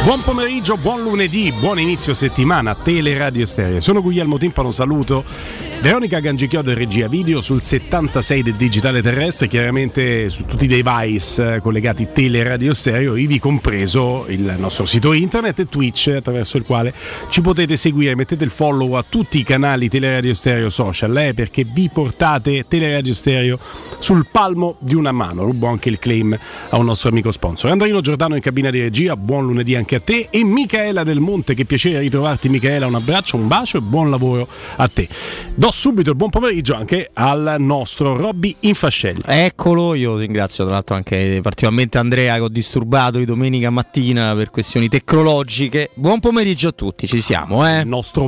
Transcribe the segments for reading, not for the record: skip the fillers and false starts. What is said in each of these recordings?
Buon pomeriggio, buon lunedì, buon inizio settimana, Teleradio Stereo. Sono Guglielmo Timpano, saluto Veronica Gangichiodo in regia video sul 76 del digitale terrestre, chiaramente su tutti i device collegati Teleradio Stereo, ivi compreso il nostro sito internet e Twitch, attraverso il quale ci potete seguire. Mettete il follow a tutti i canali Teleradio Stereo social, perché vi portate Teleradio Stereo sul palmo di una mano. Rubo anche il claim a un nostro amico sponsor. Andrino Giordano in cabina di regia, buon lunedì anche a te, e Micaela Del Monte, che piacere ritrovarti Micaela, un abbraccio, un bacio e buon lavoro a te. Do subito il buon pomeriggio anche al nostro Robby Infascelli. Eccolo, io ringrazio tra l'altro anche particolarmente Andrea, che ho disturbato di domenica mattina per questioni tecnologiche. Buon pomeriggio a tutti, ci siamo, il nostro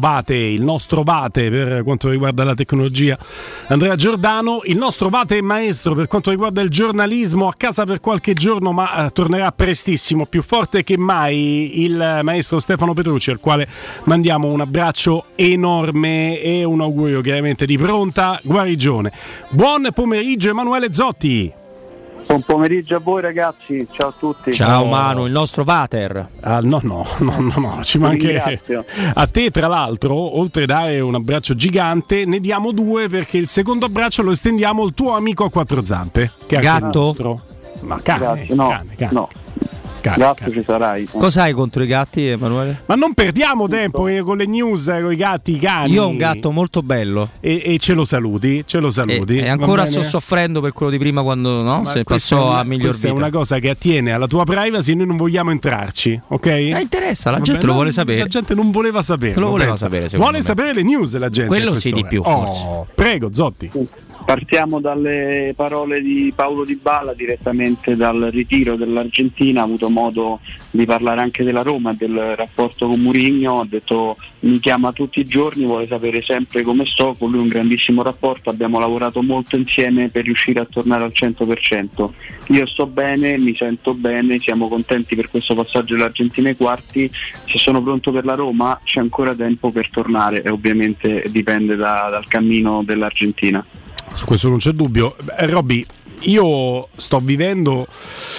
Vate per quanto riguarda la tecnologia, Andrea Giordano. Il nostro Vate maestro per quanto riguarda il giornalismo, a casa per qualche giorno, ma tornerà prestissimo, più forte che mai, il maestro Stefano Petrucci, al quale mandiamo un abbraccio enorme e un augurio chiaramente di pronta guarigione. Buon pomeriggio Emanuele Zotti. Buon pomeriggio a voi ragazzi, ciao a tutti. Ciao Manu, il nostro Vater. No, ci manca a te. Tra l'altro, oltre a dare un abbraccio gigante, ne diamo due, perché il secondo abbraccio lo estendiamo al tuo amico a quattro zampe, che gatto? Ma cane. No. Gatto ci sarai. Cosa hai contro i gatti, Emanuele? Ma non perdiamo tempo con le news, con i gatti, i cani. Io ho un gatto molto bello e ce lo saluti. E ancora sto soffrendo per quello di prima, quando se passò a miglior questa vita. È una cosa che attiene alla tua privacy e noi non vogliamo entrarci, ok? Interessa, la gente lo vuole sapere. La gente non voleva sapere. Lo voleva sapere, vuole sapere le news la gente. Quello sì, di più forse. Prego Zotti. Partiamo dalle parole di Paulo Dybala, direttamente dal ritiro dell'Argentina. Ha avuto modo di parlare anche della Roma e del rapporto con Mourinho. Ha detto: mi chiama tutti i giorni, vuole sapere sempre come sto. Con lui un grandissimo rapporto, abbiamo lavorato molto insieme per riuscire a tornare al 100%. Io sto bene, mi sento bene, siamo contenti per questo passaggio dell'Argentina ai quarti. Se sono pronto per la Roma c'è ancora tempo per tornare, e ovviamente dipende dal cammino dell'Argentina. Su questo non c'è dubbio. Robby, io sto vivendo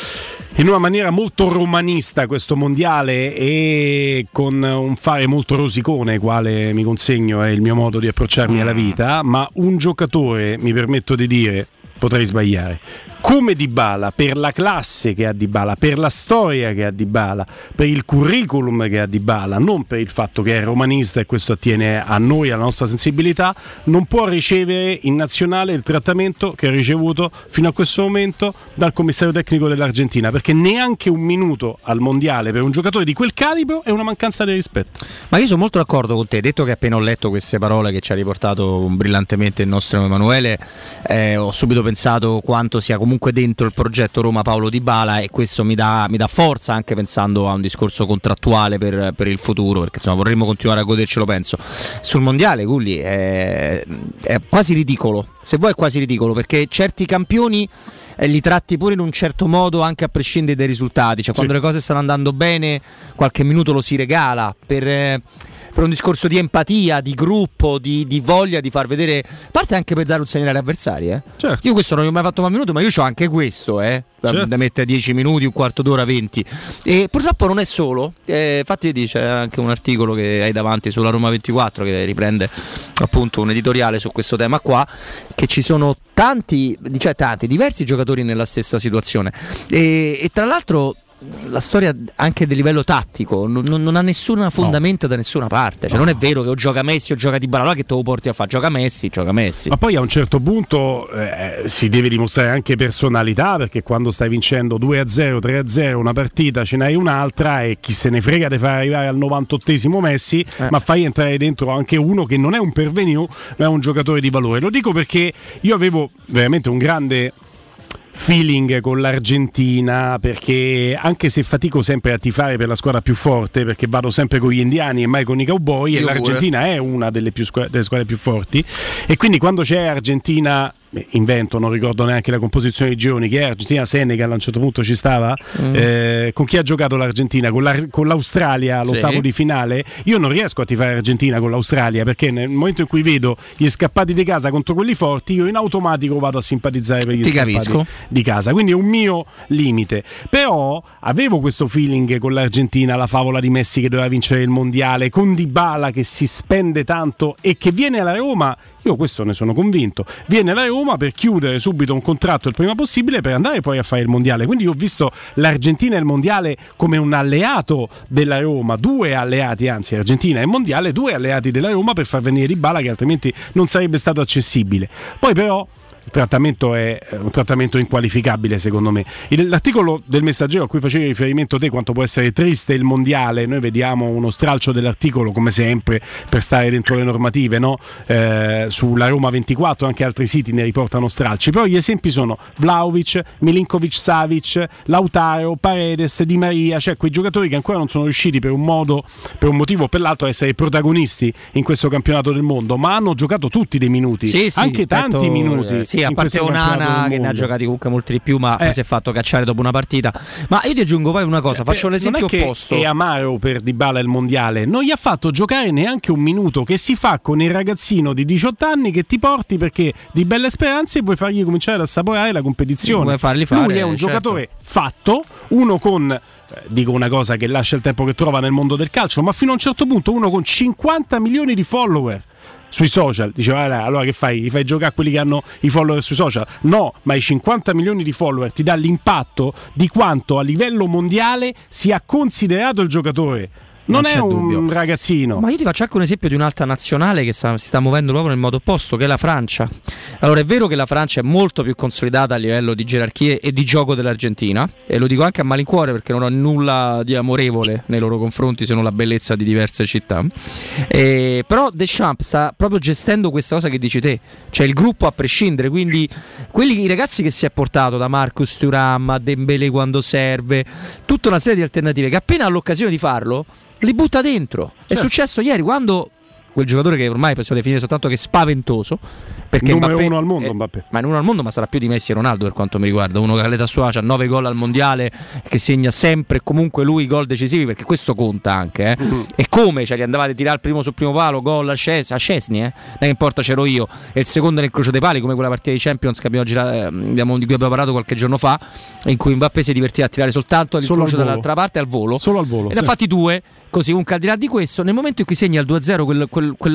in una maniera molto romanista questo mondiale, e con un fare molto rosicone, quale mi consegno, è il mio modo di approcciarmi alla vita. Ma un giocatore, mi permetto di dire, potrei sbagliare, come Dybala, per la classe che ha Dybala, per la storia che ha Dybala, per il curriculum che ha Dybala, non per il fatto che è romanista, e questo attiene a noi, alla nostra sensibilità, non può ricevere in nazionale il trattamento che ha ricevuto fino a questo momento dal commissario tecnico dell'Argentina, perché neanche un minuto al mondiale per un giocatore di quel calibro è una mancanza di rispetto. Ma io sono molto d'accordo con te, detto che appena ho letto queste parole che ci ha riportato brillantemente il nostro Emanuele, ho subito pensato quanto sia comunque dentro il progetto Roma Paulo Dybala, e questo mi dà forza, anche pensando a un discorso contrattuale per il futuro, perché insomma vorremmo continuare a godercelo, penso. Sul mondiale, Gulli, è quasi ridicolo, se vuoi è quasi ridicolo, perché certi campioni li tratti pure in un certo modo, anche a prescindere dai risultati, cioè quando le cose stanno andando bene qualche minuto lo si regala per un discorso di empatia, di gruppo, di voglia di far vedere, parte anche per dare un segnale agli avversari. Certo. Io questo non gli ho mai fatto un minuto, ma io ho anche questo, da mettere 10 minuti, un quarto d'ora, 20. E purtroppo non è solo, infatti c'è anche un articolo che hai davanti sulla Roma 24 che riprende appunto un editoriale su questo tema qua, che ci sono tanti, diversi giocatori nella stessa situazione, e tra l'altro la storia anche del livello tattico non ha nessuna fondamenta da nessuna parte, cioè non è vero che o gioca Messi o gioca Dybala, allora che te lo porti a fare? Gioca Messi. Ma poi a un certo punto si deve dimostrare anche personalità, perché quando stai vincendo 2-0, 3-0 una partita, ce n'hai un'altra e chi se ne frega di far arrivare al 98esimo Messi, ma fai entrare dentro anche uno che non è un pervenue, ma è un giocatore di valore. Lo dico perché io avevo veramente un grande feeling con l'Argentina, perché anche se fatico sempre a tifare per la squadra più forte, perché vado sempre con gli indiani e mai con i cowboy, e l'Argentina è una delle squadre più forti, e quindi quando c'è Argentina invento, non ricordo neanche la composizione dei gironi, che è Argentina-Senegal, a un certo punto ci stava, con chi ha giocato l'Argentina? Con l'Australia all'ottavo di finale. Io non riesco a tifare Argentina con l'Australia, perché nel momento in cui vedo gli scappati di casa contro quelli forti, io in automatico vado a simpatizzare per gli scappati di casa, quindi è un mio limite. Però avevo questo feeling con l'Argentina, la favola di Messi che doveva vincere il mondiale, con Dybala che si spende tanto e che viene alla Roma. Io questo ne sono convinto, viene alla Roma per chiudere subito un contratto il prima possibile per andare poi a fare il mondiale. Quindi io ho visto l'Argentina e il mondiale come un alleato della Roma, due alleati, anzi Argentina e mondiale, due alleati della Roma per far venire Dybala, che altrimenti non sarebbe stato accessibile. Poi però il trattamento è un trattamento inqualificabile, secondo me. L'articolo del Messaggero a cui facevi riferimento te, quanto può essere triste il mondiale, noi vediamo uno stralcio dell'articolo come sempre per stare dentro le normative, no? Sulla Roma 24 anche altri siti ne riportano stralci, però gli esempi sono Vlahovic, Milinkovic-Savic, Lautaro, Paredes, Di Maria, cioè quei giocatori che ancora non sono riusciti per un motivo o per l'altro a essere protagonisti in questo campionato del mondo, ma hanno giocato tutti dei minuti, anche tanti minuti. Sì, a parte Onana che ne ha giocati comunque molti di più, ma si è fatto cacciare dopo una partita. Ma io ti aggiungo poi una cosa, faccio l'esempio opposto. È amaro per Dybala il mondiale, non gli ha fatto giocare neanche un minuto, che si fa con il ragazzino di 18 anni che ti porti perché di belle speranze e puoi fargli cominciare ad assaporare la competizione. Come farli fare, lui è un giocatore fatto, uno con dico una cosa che lascia il tempo che trova nel mondo del calcio, ma fino a un certo punto uno con 50 milioni di follower sui social. Diceva, allora che fai? Li fai giocare a quelli che hanno i follower sui social? No, ma i 50 milioni di follower ti dà l'impatto di quanto a livello mondiale sia considerato il giocatore. Non è un ragazzino. Ma io ti faccio anche un esempio di un'altra nazionale che si sta muovendo proprio nel modo opposto, che è la Francia. Allora è vero che la Francia è molto più consolidata a livello di gerarchie e di gioco dell'Argentina, e lo dico anche a malincuore perché non ho nulla di amorevole nei loro confronti se non la bellezza di diverse città, però Deschamps sta proprio gestendo questa cosa che dici te, cioè il gruppo a prescindere, quindi i ragazzi che si è portato da Marcus Thuram a Dembélé quando serve, tutta una serie di alternative che appena ha l'occasione di farlo li butta dentro. Certo. È successo ieri quando quel giocatore che ormai possiamo definire soltanto che spaventoso, perché numero Mbappé, uno al mondo Mbappé. Ma numero al mondo, ma sarà più di Messi e Ronaldo per quanto mi riguarda, uno che all'età sua ha 9 gol al mondiale, che segna sempre e comunque lui i gol decisivi, perché questo conta anche e come, cioè, gli andavate a tirare il primo sul primo palo, gol a Szczesny, non è che importa, c'ero io, e il secondo nel croce dei pali, come quella partita di Champions che di cui abbiamo parlato qualche giorno fa, in cui Mbappé si divertiva a tirare soltanto l'incrocio dall'altra parte al volo, solo al volo, ed ha fatti due, così un al di là di questo, nel momento in cui segna il 2-0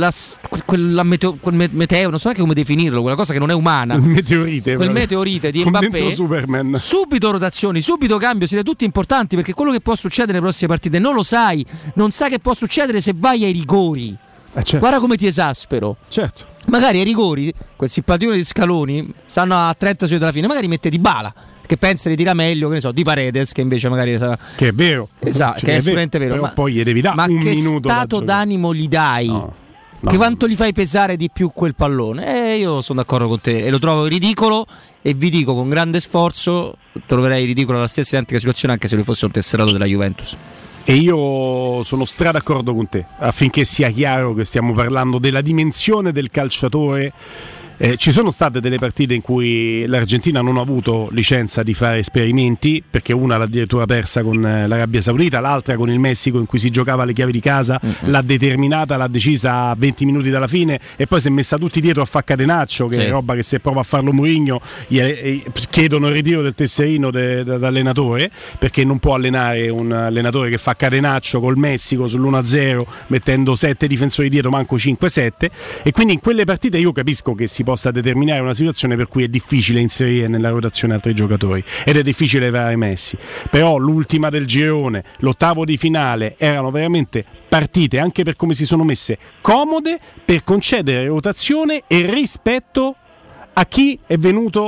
quel meteo, non so neanche come definirlo, quella cosa che non è umana, quel meteorite di Mbappé, Superman. Subito rotazioni, subito cambio, siete tutti importanti, perché quello che può succedere nelle prossime partite non lo sai, non sai che può succedere se vai ai rigori. Certo. Guarda come ti esaspero. Certo. Magari ai rigori quel simpatione di Scaloni stanno a 30 secondi dalla fine, magari mette Dybala che pensa di tira meglio, che ne so, di Paredes, che invece magari sarà... che è vero, esatto, che è assolutamente vero, però poi gli devi dare un minuto. Ma che stato d'animo gli dai? No. Che quanto gli fai pesare di più quel pallone? Io sono d'accordo con te e lo trovo ridicolo, e vi dico con grande sforzo troverei ridicolo la stessa identica situazione anche se lui fosse un tesserato della Juventus. E io sono d'accordo con te, affinché sia chiaro che stiamo parlando della dimensione del calciatore. Ci sono state delle partite in cui l'Argentina non ha avuto licenza di fare esperimenti, perché una l'ha addirittura persa con l'Arabia Saudita, l'altra con il Messico in cui si giocava le chiavi di casa, l'ha determinata, l'ha decisa a 20 minuti dalla fine e poi si è messa tutti dietro a fa catenaccio, che è roba che se prova a farlo Mourinho chiedono il ritiro del tesserino dall'allenatore, perché non può allenare un allenatore che fa catenaccio col Messico sull'1-0 mettendo 7 difensori dietro, manco 5-7, e quindi in quelle partite io capisco che si possa determinare una situazione per cui è difficile inserire nella rotazione altri giocatori ed è difficile levare Messi, però l'ultima del girone, l'ottavo di finale, erano veramente partite, anche per come si sono messe, comode per concedere rotazione e rispetto a chi è venuto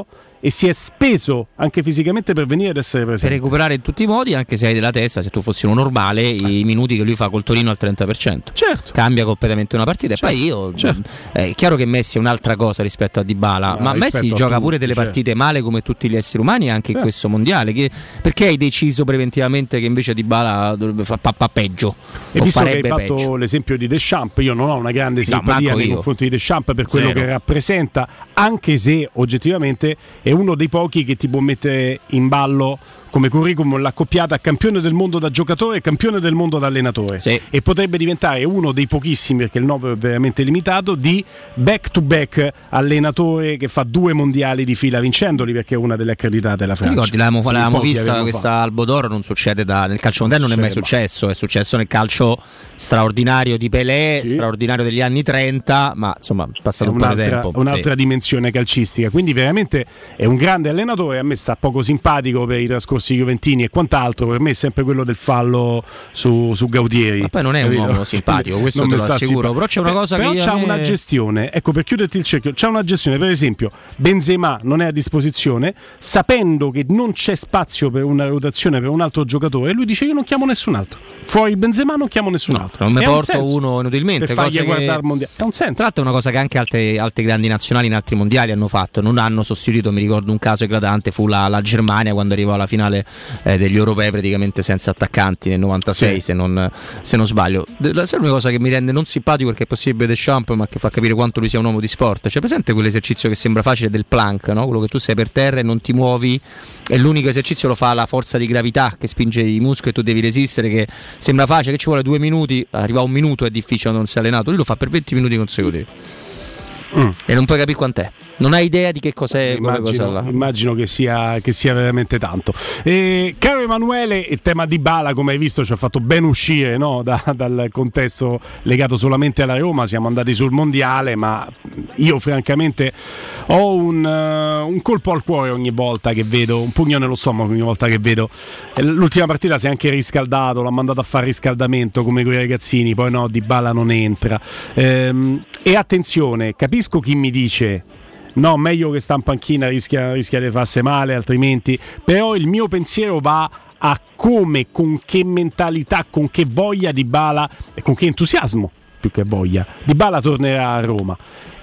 e si è speso anche fisicamente per venire ad essere presente. Per recuperare in tutti i modi, anche se hai della testa, se tu fossi uno normale, i minuti che lui fa col Torino al 30%. Certo. Cambia completamente una partita. Certo. E poi Certo. È chiaro che Messi è un'altra cosa rispetto a Dybala, ma Messi gioca pure delle partite male come tutti gli esseri umani anche in questo mondiale. Perché hai deciso preventivamente che invece Dybala dovrebbe fare peggio? E visto che hai fatto l'esempio di Deschamps, io non ho una grande simpatia nei confronti di Deschamps per quello che rappresenta, anche se oggettivamente è uno dei pochi che ti può mettere in ballo come curriculum l'accoppiata campione del mondo da giocatore e campione del mondo da allenatore, e potrebbe diventare uno dei pochissimi, perché il 9 è veramente limitato, di back to back allenatore che fa 2 mondiali di fila vincendoli, perché è una delle accreditate della Francia. Ti ricordi, l'avevamo vista questa Albo d'Oro, non succede nel calcio moderno, non è mai successo, è successo nel calcio straordinario di Pelé, straordinario degli anni 30, ma insomma è passato un po' di tempo. Un'altra dimensione calcistica, quindi veramente è un grande allenatore. A me sta poco simpatico per i trascorsi juventini e quant'altro, per me è sempre quello del fallo su Gautieri. Ma poi non è un uomo simpatico, questo te lo assicuro, però c'è una cosa che c'ha una gestione, ecco, per chiuderti il cerchio, c'è una gestione. Per esempio Benzema non è a disposizione, sapendo che non c'è spazio per una rotazione per un altro giocatore, lui dice: io non chiamo nessun altro, fuori Benzema non chiamo nessun altro, non mi porto uno inutilmente per fargli guardare il mondiale. È un senso. Tra l'altro è una cosa che anche altre grandi nazionali in altri mondiali hanno fatto, non hanno sostituito. Mi ricordo un caso eclatante, fu la Germania quando arrivò alla finale degli europei praticamente senza attaccanti nel 96, se non sbaglio. La unica cosa che mi rende non simpatico, perché è possibile Deschamps, ma che fa capire quanto lui sia un uomo di sport, c'è presente quell'esercizio che sembra facile del plank, no? Quello che tu sei per terra e non ti muovi, e l'unico esercizio lo fa la forza di gravità che spinge i muscoli e tu devi resistere, che sembra facile, che ci vuole 2 minuti, arriva a 1 minuto è difficile quando non sei allenato, lui lo fa per 20 minuti consecutivi e non puoi capire quant'è. Non hai idea di che cos'è quella cosa là. Immagino che sia veramente tanto. Caro Emanuele, il tema di Dybala, come hai visto, ci ha fatto ben uscire, no? dal contesto legato solamente alla Roma. Siamo andati sul mondiale, ma io francamente ho un colpo al cuore ogni volta che vedo, un pugno nello stomaco ogni volta che vedo. L'ultima partita si è anche riscaldato, l'ha mandato a fare riscaldamento come quei ragazzini, poi no, Dybala non entra. E attenzione, capisco chi mi dice: no, meglio che sta in panchina, rischia di farsi male altrimenti. Però il mio pensiero va a come, con che mentalità, con che voglia Dybala e con che entusiasmo, più che voglia, Dybala tornerà a Roma.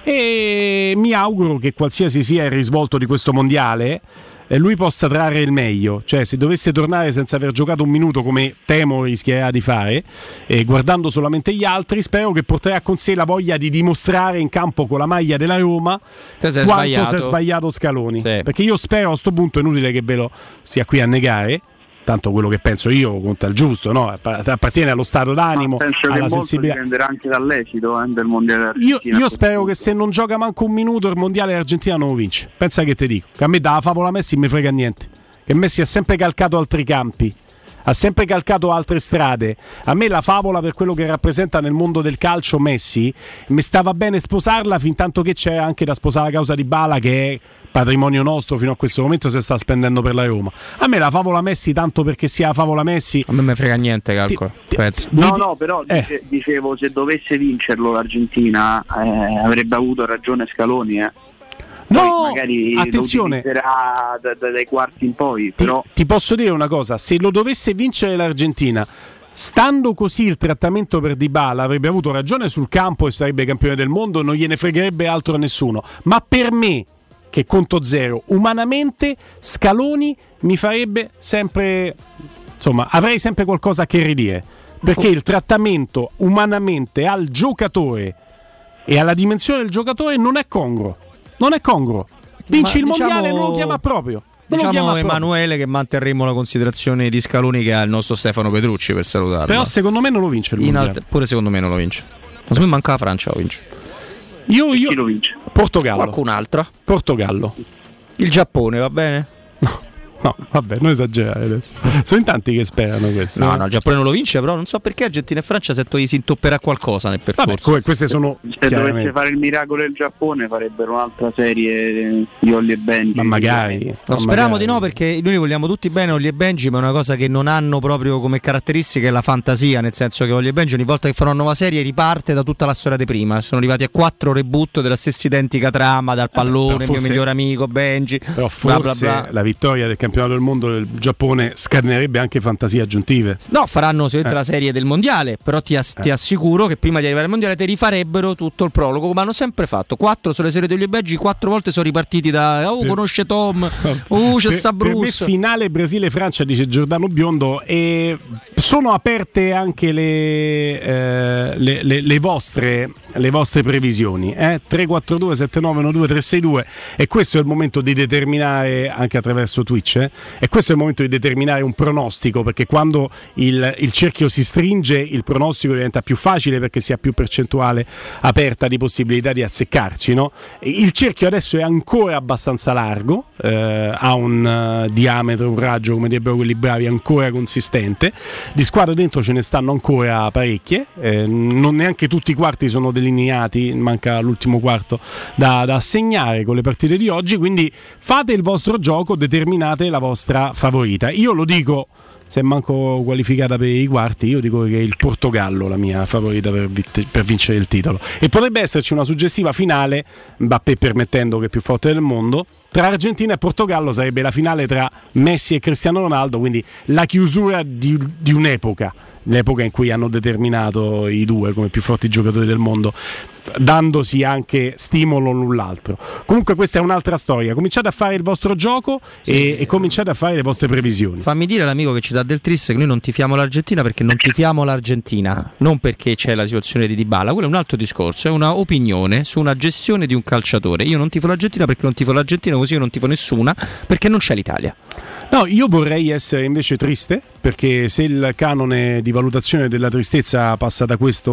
E mi auguro che qualsiasi sia il risvolto di questo mondiale, lui possa trarre il meglio. Cioè, se dovesse tornare senza aver giocato un minuto, come temo rischierà di fare, guardando solamente gli altri, spero che porterà con sé la voglia di dimostrare in campo con la maglia della Roma quanto si è sbagliato Scaloni, perché io spero, a sto punto è inutile che ve lo stia qui a negare, tanto quello che penso io conta il giusto, no? Appartiene allo stato d'animo, alla sensibilità. Dipenderà anche dall'esito del mondiale Argentina. Io spero che se non gioca manco un minuto il mondiale Argentina non lo vince. Pensa che te dico, che a me dalla favola Messi mi frega niente, che Messi ha sempre calcato altri campi, ha sempre calcato altre strade. A me la favola, per quello che rappresenta nel mondo del calcio Messi, mi stava bene sposarla fin tanto che c'è anche da sposare la causa di Dybala, che è patrimonio nostro, fino a questo momento si sta spendendo per la Roma. A me la favola Messi, tanto perché sia la favola Messi, a me me frega niente, calcolo. No, però dicevo, se dovesse vincerlo l'Argentina, avrebbe avuto ragione Scaloni, No, magari attenzione, dai quarti in poi. Però ti posso dire una cosa: se lo dovesse vincere l'Argentina, stando così il trattamento per Dybala, avrebbe avuto ragione sul campo e sarebbe campione del mondo, non gliene fregherebbe altro a nessuno. Ma per me, che conto zero, umanamente Scaloni mi farebbe sempre, insomma, avrei sempre qualcosa che ridire, perché il trattamento umanamente al giocatore e alla dimensione del giocatore non è congruo. Non è congruo. Vinci il mondiale, non lo chiama proprio. Diciamo, Emanuele, che manterremo la considerazione di Scaloni che ha il nostro Stefano Petrucci per salutarlo. Però secondo me non lo vince il mondiale. Pure secondo me non lo vince. Ma me manca la Francia, lo vince. Io chi lo vince? Portogallo. Qualcun altro? Portogallo. Il Giappone, va bene? No, vabbè, non esagerare adesso. Sono in tanti che sperano questo. No, il Giappone non lo vince, però non so perché Argentina e Francia si intopperà qualcosa nel percorso. Vabbè, queste sono se dovesse fare il miracolo del Giappone farebbero un'altra serie di Olli e Benji. Ma magari. Speriamo di no, perché noi vogliamo tutti bene Olli e Benji, ma è una cosa che non hanno proprio come caratteristica è la fantasia, nel senso che Olli e Benji ogni volta che fanno una nuova serie riparte da tutta la storia di prima. Sono arrivati a 4 reboot della stessa identica trama, dal pallone, mio migliore amico Benji, però forse bla bla bla. La vittoria del campionato del mondo del Giappone scatenerebbe anche fantasie aggiuntive. No, faranno sicuramente la serie del mondiale, però ti assicuro che prima di arrivare al mondiale ti rifarebbero tutto il prologo, come hanno sempre fatto. 4 sulle serie degli Beggi, 4 volte sono ripartiti da conosce Tom, c'è Sabrus. Per me finale Brasile-Francia, dice Giordano Biondo, e sono aperte anche le vostre previsioni, 342 7912 362, e questo è il momento di determinare anche attraverso Twitch, e questo è il momento di determinare un pronostico, perché quando il cerchio si stringe il pronostico diventa più facile, perché si ha più percentuale aperta di possibilità di azzeccarci, no? Il cerchio adesso è ancora abbastanza largo, ha un diametro, un raggio, come direbbero quelli bravi, ancora consistente. Di squadre dentro ce ne stanno ancora parecchie, non neanche tutti i quarti sono delineati, manca l'ultimo quarto da assegnare con le partite di oggi, quindi fate il vostro gioco, determinate la vostra favorita. Io lo dico, se manco qualificata per i quarti, io dico che è il Portogallo la mia favorita per vincere il titolo, e potrebbe esserci una suggestiva finale, Mbappé permettendo, che è più forte del mondo, tra Argentina e Portogallo. Sarebbe la finale tra Messi e Cristiano Ronaldo, quindi la chiusura di un'epoca, l'epoca in cui hanno determinato i due come più forti giocatori del mondo, dandosi anche stimolo l'un l'altro. Comunque questa è un'altra storia. Cominciate a fare il vostro gioco, sì, e cominciate a fare le vostre previsioni. Fammi dire l'amico che ci dà del triste che noi non tifiamo l'Argentina perché non tifiamo l'Argentina, non perché c'è la situazione di Dybala, quello è un altro discorso, è una opinione su una gestione di un calciatore. Io non tifo l'Argentina perché non tifo l'Argentina, così io non tifo nessuna perché non c'è l'Italia. No, io vorrei essere invece triste, perché se il canone di valutazione della tristezza passa da questa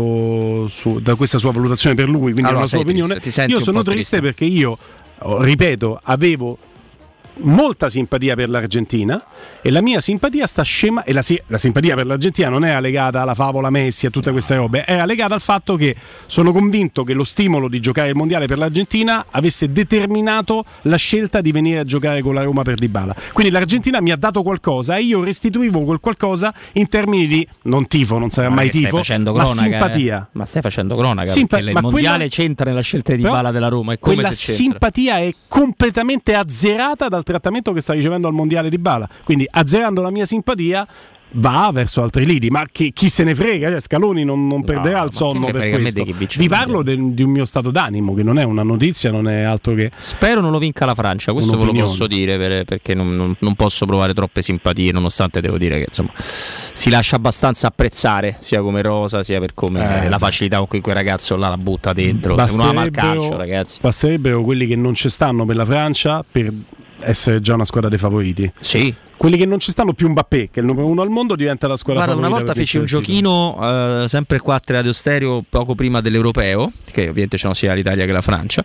sua valutazione per lui, quindi allora, è una sua opinione, io sono triste perché io, ripeto, avevo molta simpatia per l'Argentina, e la mia simpatia sta scema, e la simpatia per l'Argentina non era legata alla favola Messi, a tutte queste robe, era legata al fatto che sono convinto che lo stimolo di giocare il mondiale per l'Argentina avesse determinato la scelta di venire a giocare con la Roma per Dybala. Quindi l'Argentina mi ha dato qualcosa e io restituivo quel qualcosa in termini di non tifo, non sarà mai tifo, ma simpatia. Ma stai facendo cronaca, perché il mondiale c'entra nella scelta di Dybala della Roma, è come quella se c'entra. Simpatia è completamente azzerata dal trattamento che sta ricevendo al mondiale Dybala, quindi azzerando la mia simpatia va verso altri lidi, ma chi se ne frega, cioè Scaloni non perderà il sonno per questo. Vi parlo di un mio stato d'animo, che non è una notizia, non è altro che, spero non lo vinca la Francia, questo ve lo posso dire, perché non posso provare troppe simpatie, nonostante devo dire che insomma si lascia abbastanza apprezzare, sia come rosa sia per come la facilità con cui quel ragazzo là la butta dentro. Uno ama il calcio, ragazzi. Basterebbero quelli che non ci stanno per la Francia per essere già una squadra dei favoriti. Sì. Quelli che non ci stanno più, Mbappé, che è il numero 1 al mondo, diventa la squadra favorita. Una volta feci un giochino sempre qua a Radio Stereo, poco prima dell'Europeo, che ovviamente c'erano sia l'Italia che la Francia,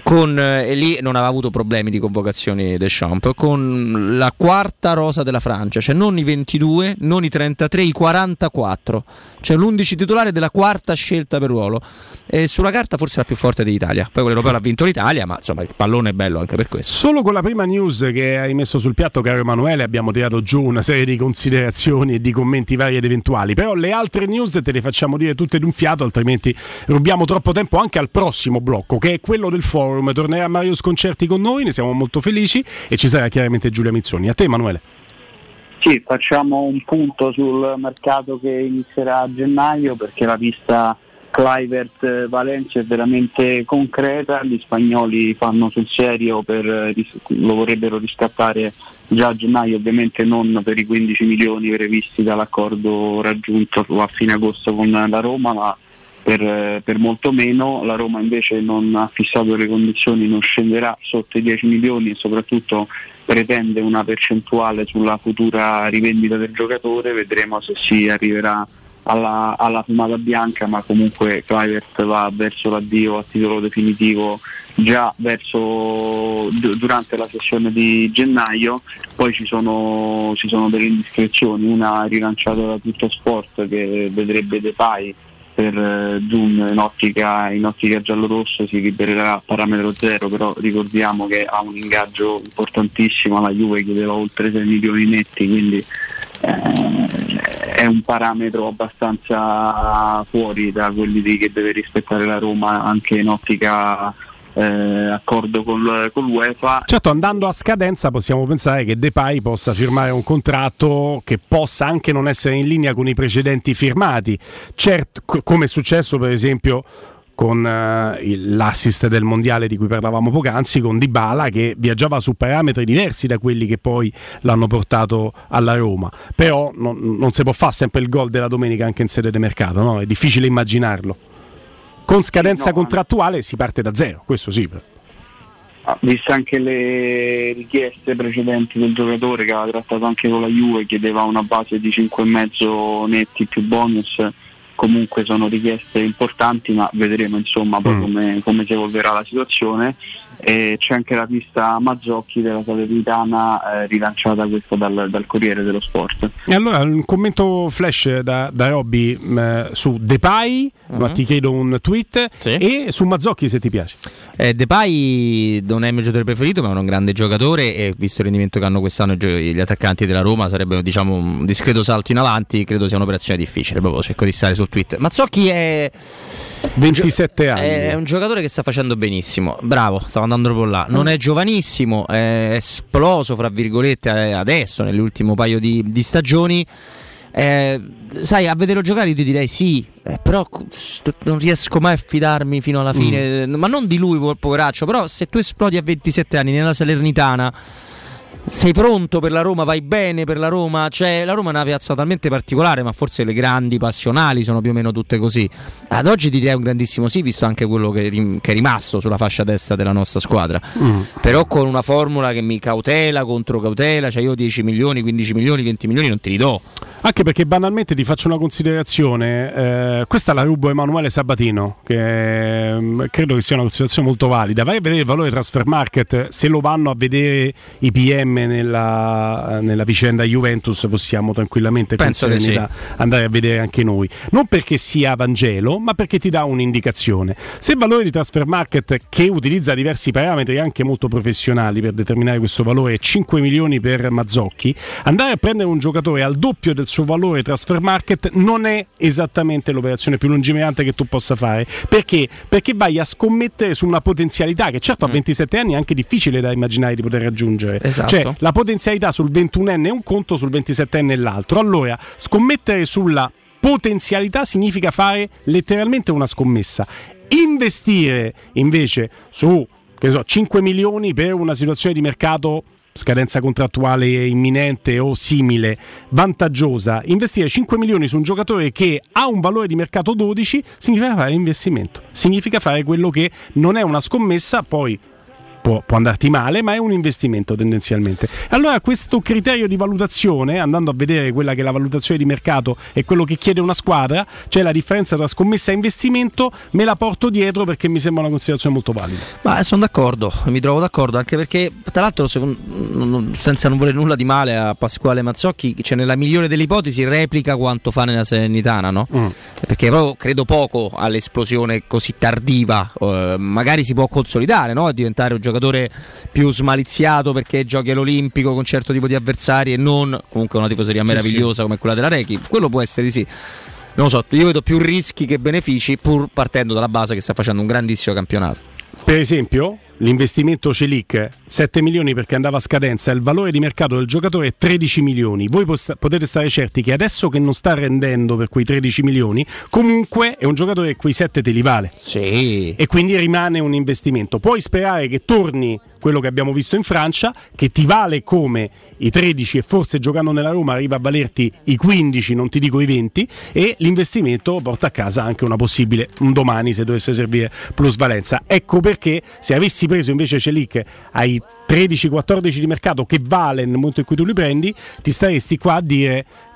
e lì non aveva avuto problemi di convocazioni Deschamps, con la quarta rosa della Francia, cioè non i 22, non i 33, i 44, cioè l'11 titolare della quarta scelta per ruolo, e sulla carta forse la più forte dell'Italia. Poi quell'Europeo l'ha vinto l'Italia, ma insomma il pallone è bello anche per questo. Solo con la prima news che hai messo sul piatto, caro Emanuele, abbiamo tirato giù una serie di considerazioni e di commenti vari ed eventuali, però le altre news te le facciamo dire tutte d'un fiato, altrimenti rubiamo troppo tempo anche al prossimo blocco, che è quello del forum. Tornerà Mario Sconcerti con noi, ne siamo molto felici, e ci sarà chiaramente Giulia Mizzoni. A te, Emanuele. Sì, facciamo un punto sul mercato che inizierà a gennaio, perché la pista Kluivert-Valencia è veramente concreta. Gli spagnoli fanno sul serio, lo vorrebbero riscattare già a gennaio, ovviamente non per i 15 milioni previsti dall'accordo raggiunto a fine agosto con la Roma, ma per molto meno. La Roma invece non ha fissato le condizioni, non scenderà sotto i 10 milioni e soprattutto pretende una percentuale sulla futura rivendita del giocatore. Vedremo se si arriverà alla fumata bianca, ma comunque Kluivert va verso l'addio a titolo definitivo già durante la sessione di gennaio. Poi ci sono delle indiscrezioni, una rilanciata da Tutto Sport che vedrebbe Depay per Zoom in ottica giallorosso, si libererà a parametro zero, però ricordiamo che ha un ingaggio importantissimo, la Juve chiedeva oltre 6 milioni netti, quindi è un parametro abbastanza fuori da quelli che deve rispettare la Roma anche in ottica accordo con l'UEFA. Certo, andando a scadenza possiamo pensare che Depay possa firmare un contratto che possa anche non essere in linea con i precedenti firmati, certo, come è successo per esempio con l'assist del mondiale di cui parlavamo poc'anzi, con Dybala, che viaggiava su parametri diversi da quelli che poi l'hanno portato alla Roma. Però non si può fare sempre il gol della domenica anche in sede di mercato, no? È difficile immaginarlo. Con scadenza contrattuale si parte da zero, questo sì. Viste anche le richieste precedenti del giocatore, che aveva trattato anche con la Juve, chiedeva una base di 5,5 netti più bonus. Comunque sono richieste importanti, ma vedremo insomma poi come si evolverà la situazione. E c'è anche la pista Mazzocchi della Salernitana, rilanciata questa dal Corriere dello Sport. E allora un commento flash da Robby su Depay, ma ti chiedo un tweet, sì. E su Mazzocchi se ti piace. Depay non è il mio giocatore preferito, ma è un grande giocatore, e visto il rendimento che hanno quest'anno gli attaccanti della Roma sarebbe, diciamo, un discreto salto in avanti. Credo sia un'operazione difficile, proprio cerco di stare sul tweet. Mazzocchi è 27 anni, è un giocatore che sta facendo benissimo, bravo, stava andando proprio là, non è giovanissimo, è esploso fra virgolette adesso nell'ultimo paio di stagioni. Sai, a vederlo giocare io ti direi sì, però non riesco mai a fidarmi fino alla fine, ma non di lui, poveraccio, però se tu esplodi a 27 anni nella Salernitana, sei pronto per la Roma, vai bene per la Roma, cioè la Roma è una piazza talmente particolare, ma forse le grandi passionali sono più o meno tutte così. Ad oggi ti direi un grandissimo sì, visto anche quello che è rimasto sulla fascia destra della nostra squadra, però con una formula che mi cautela contro cautela, cioè io 10 milioni, 15 milioni, 20 milioni non te li do. Anche perché banalmente ti faccio una considerazione, questa la rubo Emanuele Sabatino, che credo che sia una considerazione molto valida. Vai a vedere il valore transfer market, se lo vanno a vedere i PM nella vicenda Juventus, possiamo tranquillamente con serenità andare a vedere anche noi, non perché sia Vangelo, ma perché ti dà un'indicazione. Se il valore di transfer market, che utilizza diversi parametri anche molto professionali per determinare questo valore, è 5 milioni per Mazzocchi, andare a prendere un giocatore al doppio del suo valore transfer market non è esattamente l'operazione più lungimirante che tu possa fare. Perché vai a scommettere su una potenzialità che certo a 27 anni è anche difficile da immaginare di poter raggiungere. Esatto. Cioè la potenzialità sul 21enne è un conto, sul 27enne è l'altro. Allora scommettere sulla potenzialità significa fare letteralmente una scommessa. Investire invece su 5 milioni per una situazione di mercato, scadenza contrattuale imminente o simile, vantaggiosa, investire 5 milioni su un giocatore che ha un valore di mercato 12 significa fare investimento, significa fare quello che non è una scommessa, poi può andarti male, ma è un investimento tendenzialmente. Allora questo criterio di valutazione, andando a vedere quella che è la valutazione di mercato e quello che chiede una squadra, cioè la differenza tra scommessa e investimento, me la porto dietro perché mi sembra una considerazione molto valida. Ma sono d'accordo, mi trovo d'accordo, anche perché tra l'altro senza non voler nulla di male a Pasquale Mazzocchi, cioè nella migliore delle ipotesi replica quanto fa nella Salernitana, no? Perché proprio credo poco all'esplosione così tardiva, magari si può consolidare, no? A diventare un giocatore più smaliziato perché giochi all'Olimpico con certo tipo di avversari e non comunque una tifoseria meravigliosa come quella della Rechi, quello può essere di sì. Non lo so, io vedo più rischi che benefici, pur partendo dalla base che sta facendo un grandissimo campionato. Per esempio l'investimento Celic 7 milioni perché andava a scadenza, il valore di mercato del giocatore è 13 milioni. Voi potete stare certi che adesso che non sta rendendo per quei 13 milioni, comunque è un giocatore che quei 7 te li vale. Sì. E quindi rimane un investimento. Puoi sperare che torni quello che abbiamo visto in Francia, che ti vale come i 13 e forse giocando nella Roma arriva a valerti i 15, non ti dico i 20, e l'investimento porta a casa anche una possibile, un domani se dovesse servire, plusvalenza. Ecco perché se avessi preso invece Celic ai 13-14 di mercato che vale nel momento in cui tu li prendi, ti staresti qua a dire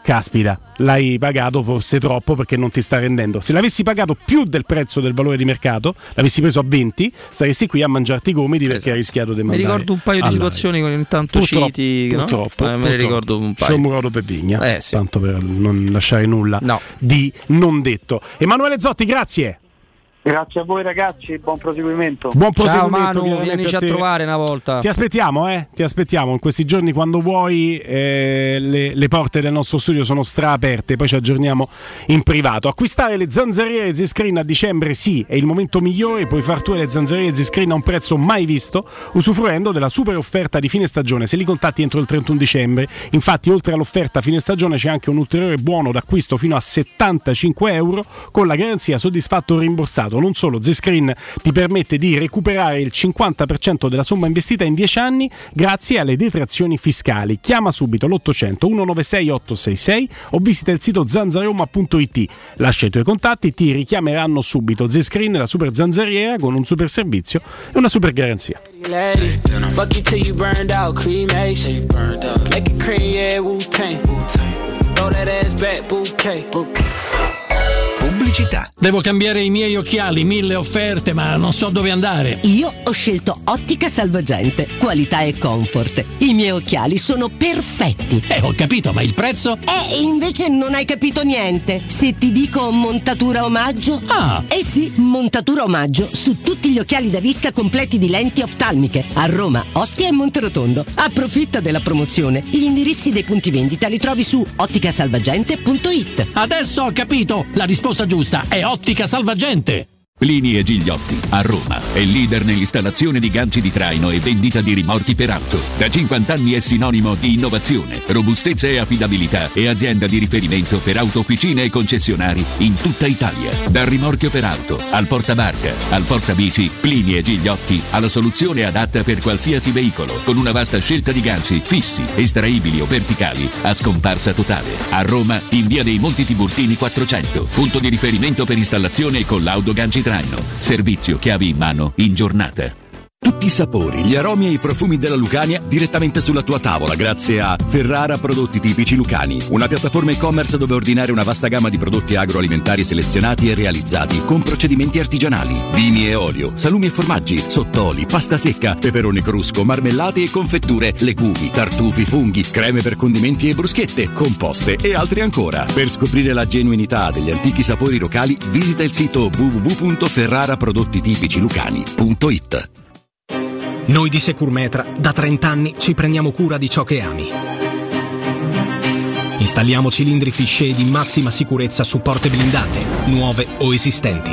caspita, l'hai pagato forse troppo perché non ti sta rendendo. Se l'avessi pagato più del prezzo del valore di mercato, l'avessi preso a 20, saresti qui a mangiarti i gomiti perché hai rischiato di mandare. Mi ricordo un paio di situazioni con intanto citi, purtroppo, no? Me ne ricordo un paio. Sciomuro per Vigna, sì. Tanto per non lasciare nulla di non detto. Emanuele Zotti, grazie. Grazie a voi ragazzi, buon proseguimento. Buon proseguimento. Ciao Manu, vienici a trovare una volta. Ti aspettiamo in questi giorni quando vuoi, le porte del nostro studio sono straaperte, poi ci aggiorniamo in privato. Acquistare le zanzariere Z-Screen a dicembre sì, è il momento migliore, puoi far tu le zanzariere Z-Screen a un prezzo mai visto, usufruendo della super offerta di fine stagione se li contatti entro il 31 dicembre. Infatti oltre all'offerta fine stagione c'è anche un ulteriore buono d'acquisto fino a €75 con la garanzia soddisfatto o rimborsato. Non solo, Z-Screen ti permette di recuperare il 50% della somma investita in 10 anni grazie alle detrazioni fiscali. Chiama subito l'800 196 866 o visita il sito zanzaroma.it. Lascia i tuoi contatti, ti richiameranno subito. Z-Screen, la super zanzariera con un super servizio e una super garanzia. Pubblicità. Devo cambiare i miei occhiali, 1000 offerte, ma non so dove andare. Io ho scelto Ottica Salvagente, qualità e comfort. I miei occhiali sono perfetti. Ho capito, ma il prezzo? Invece non hai capito niente. Se ti dico montatura omaggio? Sì, montatura omaggio su tutti gli occhiali da vista completi di lenti oftalmiche a Roma, Ostia e Monterotondo. Approfitta della promozione. Gli indirizzi dei punti vendita li trovi su otticasalvagente.it. Adesso ho capito, la risposta giusta è Ottica Salvagente. Plini e Gigliotti, a Roma, è leader nell'installazione di ganci di traino e vendita di rimorchi per auto. Da 50 anni è sinonimo di innovazione, robustezza e affidabilità e azienda di riferimento per autofficine e concessionari in tutta Italia. Dal rimorchio per auto, al portabarca, al portabici, Plini e Gigliotti ha la soluzione adatta per qualsiasi veicolo, con una vasta scelta di ganci fissi, estraibili o verticali, a scomparsa totale. A Roma, in via dei Monti Tiburtini 400, punto di riferimento per installazione e collaudo ganci traino. Servizio chiavi in mano in giornata. Tutti i sapori, gli aromi e i profumi della Lucania direttamente sulla tua tavola grazie a Ferrara Prodotti Tipici Lucani, una piattaforma e-commerce dove ordinare una vasta gamma di prodotti agroalimentari selezionati e realizzati con procedimenti artigianali, vini e olio, salumi e formaggi, sottoli, pasta secca, peperoni crusco, marmellate e confetture, legumi, tartufi, funghi, creme per condimenti e bruschette, composte e altri ancora. Per scoprire la genuinità degli antichi sapori locali visita il sito www.ferraraprodottitipicilucani.it. Noi di Securmetra da 30 anni ci prendiamo cura di ciò che ami. Installiamo cilindri Fichet di massima sicurezza su porte blindate, nuove o esistenti.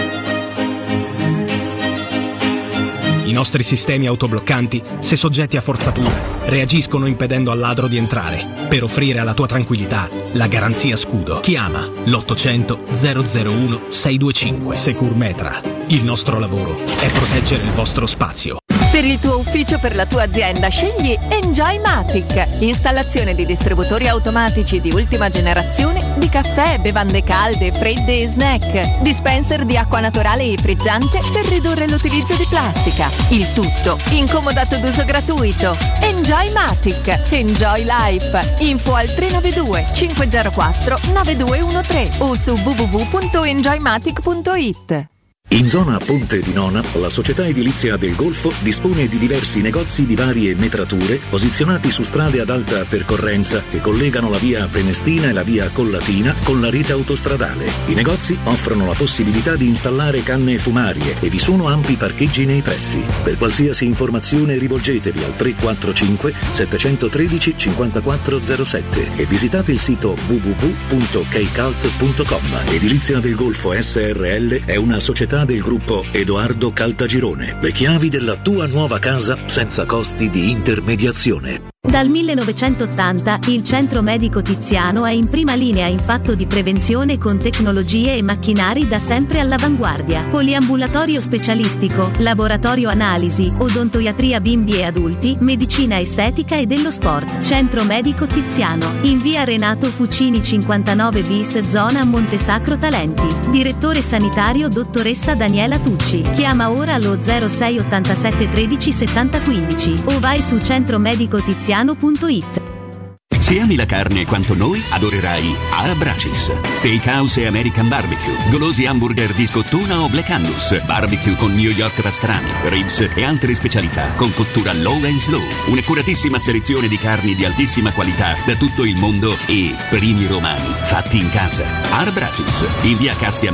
I nostri sistemi autobloccanti, se soggetti a forzatura, reagiscono impedendo al ladro di entrare, per offrire alla tua tranquillità la garanzia scudo. Chiama l'800 001 625. Securmetra. Il nostro lavoro è proteggere il vostro spazio. Per il tuo ufficio, per la tua azienda, scegli Enjoymatic. Installazione di distributori automatici di ultima generazione di caffè, bevande calde, fredde e snack. Dispenser di acqua naturale e frizzante per ridurre l'utilizzo di plastica. Il tutto in comodato d'uso gratuito. Enjoymatic. Enjoy Life. Info al 392 504 9213 o su www.enjoymatic.it. In zona Ponte di Nona, la società edilizia del Golfo dispone di diversi negozi di varie metrature posizionati su strade ad alta percorrenza che collegano la via Prenestina e la via Collatina con la rete autostradale. I negozi offrono la possibilità di installare canne fumarie e vi sono ampi parcheggi nei pressi. Per qualsiasi informazione rivolgetevi al 345 713 5407 e visitate il sito www.kcalt.com. Edilizia del Golfo SRL è una società del gruppo Edoardo Caltagirone. Le chiavi della tua nuova casa senza costi di intermediazione. Dal 1980 il Centro Medico Tiziano è in prima linea in fatto di prevenzione con tecnologie e macchinari da sempre all'avanguardia. Poliambulatorio specialistico, laboratorio analisi, odontoiatria bimbi e adulti, medicina estetica e dello sport. Centro Medico Tiziano, in via Renato Fucini 59 bis, zona Montesacro Talenti. Direttore sanitario dottoressa Daniela Tucci. Chiama ora allo 06 87 13 70 15 o vai su centromedicotiziano.it. Se ami la carne quanto noi, adorerai Arabracis. Steakhouse e American Barbecue, golosi hamburger di scottuna o Black Angus, barbecue con New York pastrami, ribs e altre specialità con cottura low and slow. Un'accuratissima selezione di carni di altissima qualità da tutto il mondo e primi romani fatti in casa. Arabracis, in via Cassia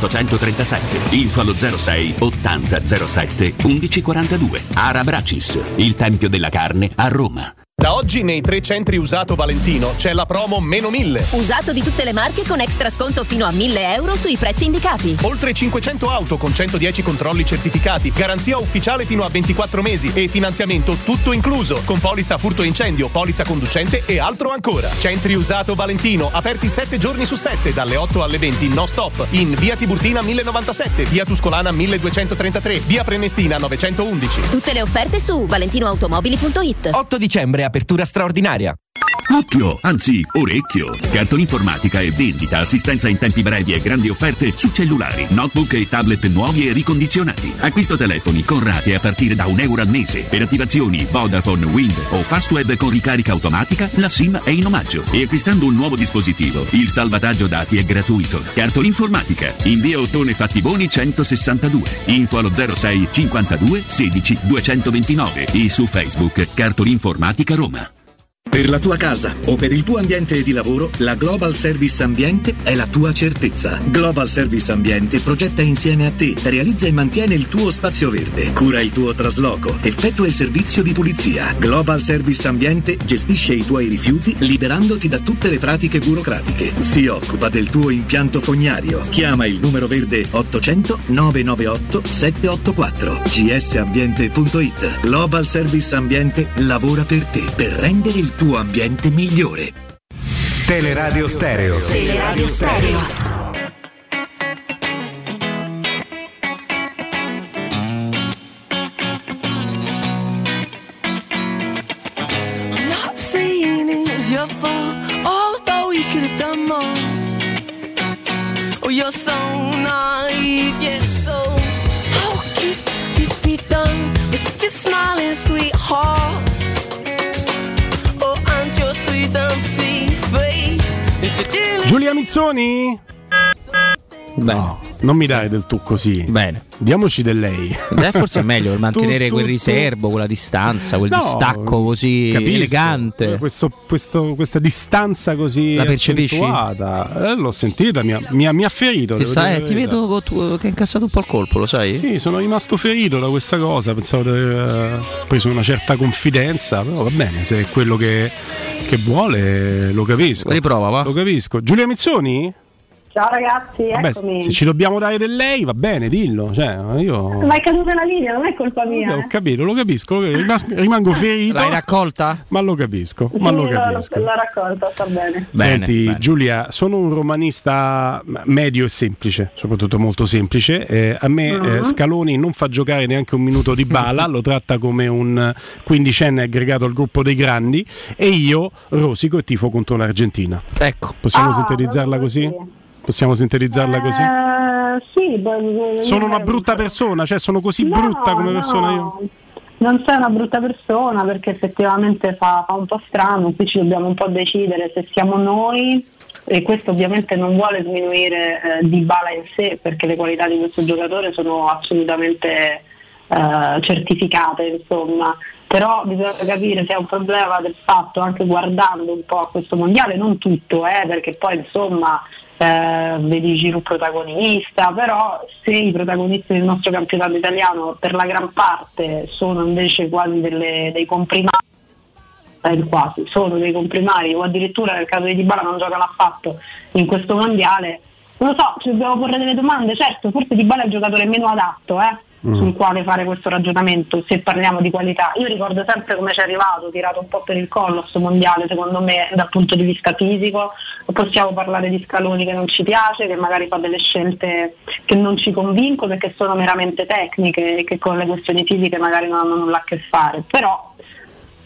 1837, info allo 06 80 07 1142. Arabracis, il tempio della carne a Roma. Da oggi nei 3 centri usato Valentino c'è la promo meno 1000. Usato di tutte le marche con extra sconto fino a 1.000 euro sui prezzi indicati. Oltre 500 auto con 110 controlli certificati, garanzia ufficiale fino a 24 mesi e finanziamento tutto incluso, con polizza furto e incendio, polizza conducente e altro ancora. Centri usato Valentino, aperti 7 giorni su 7, dalle 8 alle 20 non stop, in via Tiburtina 1097, via Tuscolana 1233, via Prenestina 911. Tutte le offerte su valentinoautomobili.it. 8 dicembre, apertura straordinaria. Occhio, anzi orecchio. Cartolinformatica e vendita, assistenza in tempi brevi e grandi offerte su cellulari, notebook e tablet nuovi e ricondizionati. Acquisto telefoni con rate a partire da €1 al mese. Per attivazioni Vodafone, Wind o Fastweb con ricarica automatica, la SIM è in omaggio. E acquistando un nuovo dispositivo, il salvataggio dati è gratuito. Cartolinformatica, in via Ottone Fattiboni 162. Info allo 06 52 16 229 e su Facebook Cartolinformatica Roma. Per la tua casa o per il tuo ambiente di lavoro, la Global Service Ambiente è la tua certezza. Global Service Ambiente progetta insieme a te, realizza e mantiene il tuo spazio verde, cura il tuo trasloco, effettua il servizio di pulizia. Global Service Ambiente gestisce i tuoi rifiuti liberandoti da tutte le pratiche burocratiche. Si occupa del tuo impianto fognario. Chiama il numero verde 800 998 784. gsambiente.it. Global Service Ambiente lavora per te, per rendere il tuo ambiente migliore. Teleradio Stereo. Teleradio Stereo. I'm not saying it's your fault, although you could have done more. Oh, you're so naive, yes, so how could this be done with such a smiling sweetheart? Giulia Mizzoni? No, non mi dare del tu così. Bene. Diamoci del lei. Forse è meglio per mantenere quel riservo, quella distanza, quel distacco così elegante. Questa distanza così la percepisci? L'ho sentita, mi ha ferito. Ti vedo che hai incassato un po' il colpo, lo sai? Sì, sono rimasto ferito da questa cosa. Pensavo di aver preso una certa confidenza, però va bene, se è quello che vuole, lo capisco. Riprova, va. Lo capisco. Giulia Mizzoni? Ciao ragazzi, vabbè, eccomi. Se ci dobbiamo dare del lei, va bene, dillo. Ma è caduta la linea, non è colpa mia. Ho capito, lo capisco. Rimango ferito. L'hai raccolta? Ma lo capisco. Sì, l'ho raccolta, sta bene. Senti, bene. Giulia, sono un romanista medio e semplice, soprattutto molto semplice. A me Scaloni non fa giocare neanche un minuto di Dybala, lo tratta come un quindicenne aggregato al gruppo dei grandi, e io rosico e tifo contro l'Argentina. Ecco. Possiamo sintetizzarla così? Possiamo sintetizzarla così? Sì. Sono una brutta persona, cioè sono così brutta come persona io? Non sei una brutta persona, perché effettivamente fa un po' strano, qui ci dobbiamo un po' decidere se siamo noi, e questo ovviamente non vuole sminuire Dybala in sé, perché le qualità di questo giocatore sono assolutamente certificate, insomma. Però bisogna capire se è un problema del fatto, anche guardando un po' a questo mondiale, non tutto, perché poi insomma vedi Giroud protagonista, però se i protagonisti del nostro campionato italiano per la gran parte sono invece quasi dei comprimari, sono dei comprimari, o addirittura nel caso di Dybala non giocano affatto in questo mondiale, non lo so, ci dobbiamo porre delle domande. Certo, forse Dybala è il giocatore meno adatto sul quale fare questo ragionamento, se parliamo di qualità. Io ricordo sempre come ci è arrivato, tirato un po' per il collo questo mondiale, secondo me dal punto di vista fisico. Possiamo parlare di Scaloni che non ci piace, che magari fa delle scelte che non ci convincono e che sono meramente tecniche e che con le questioni fisiche magari non hanno nulla a che fare, però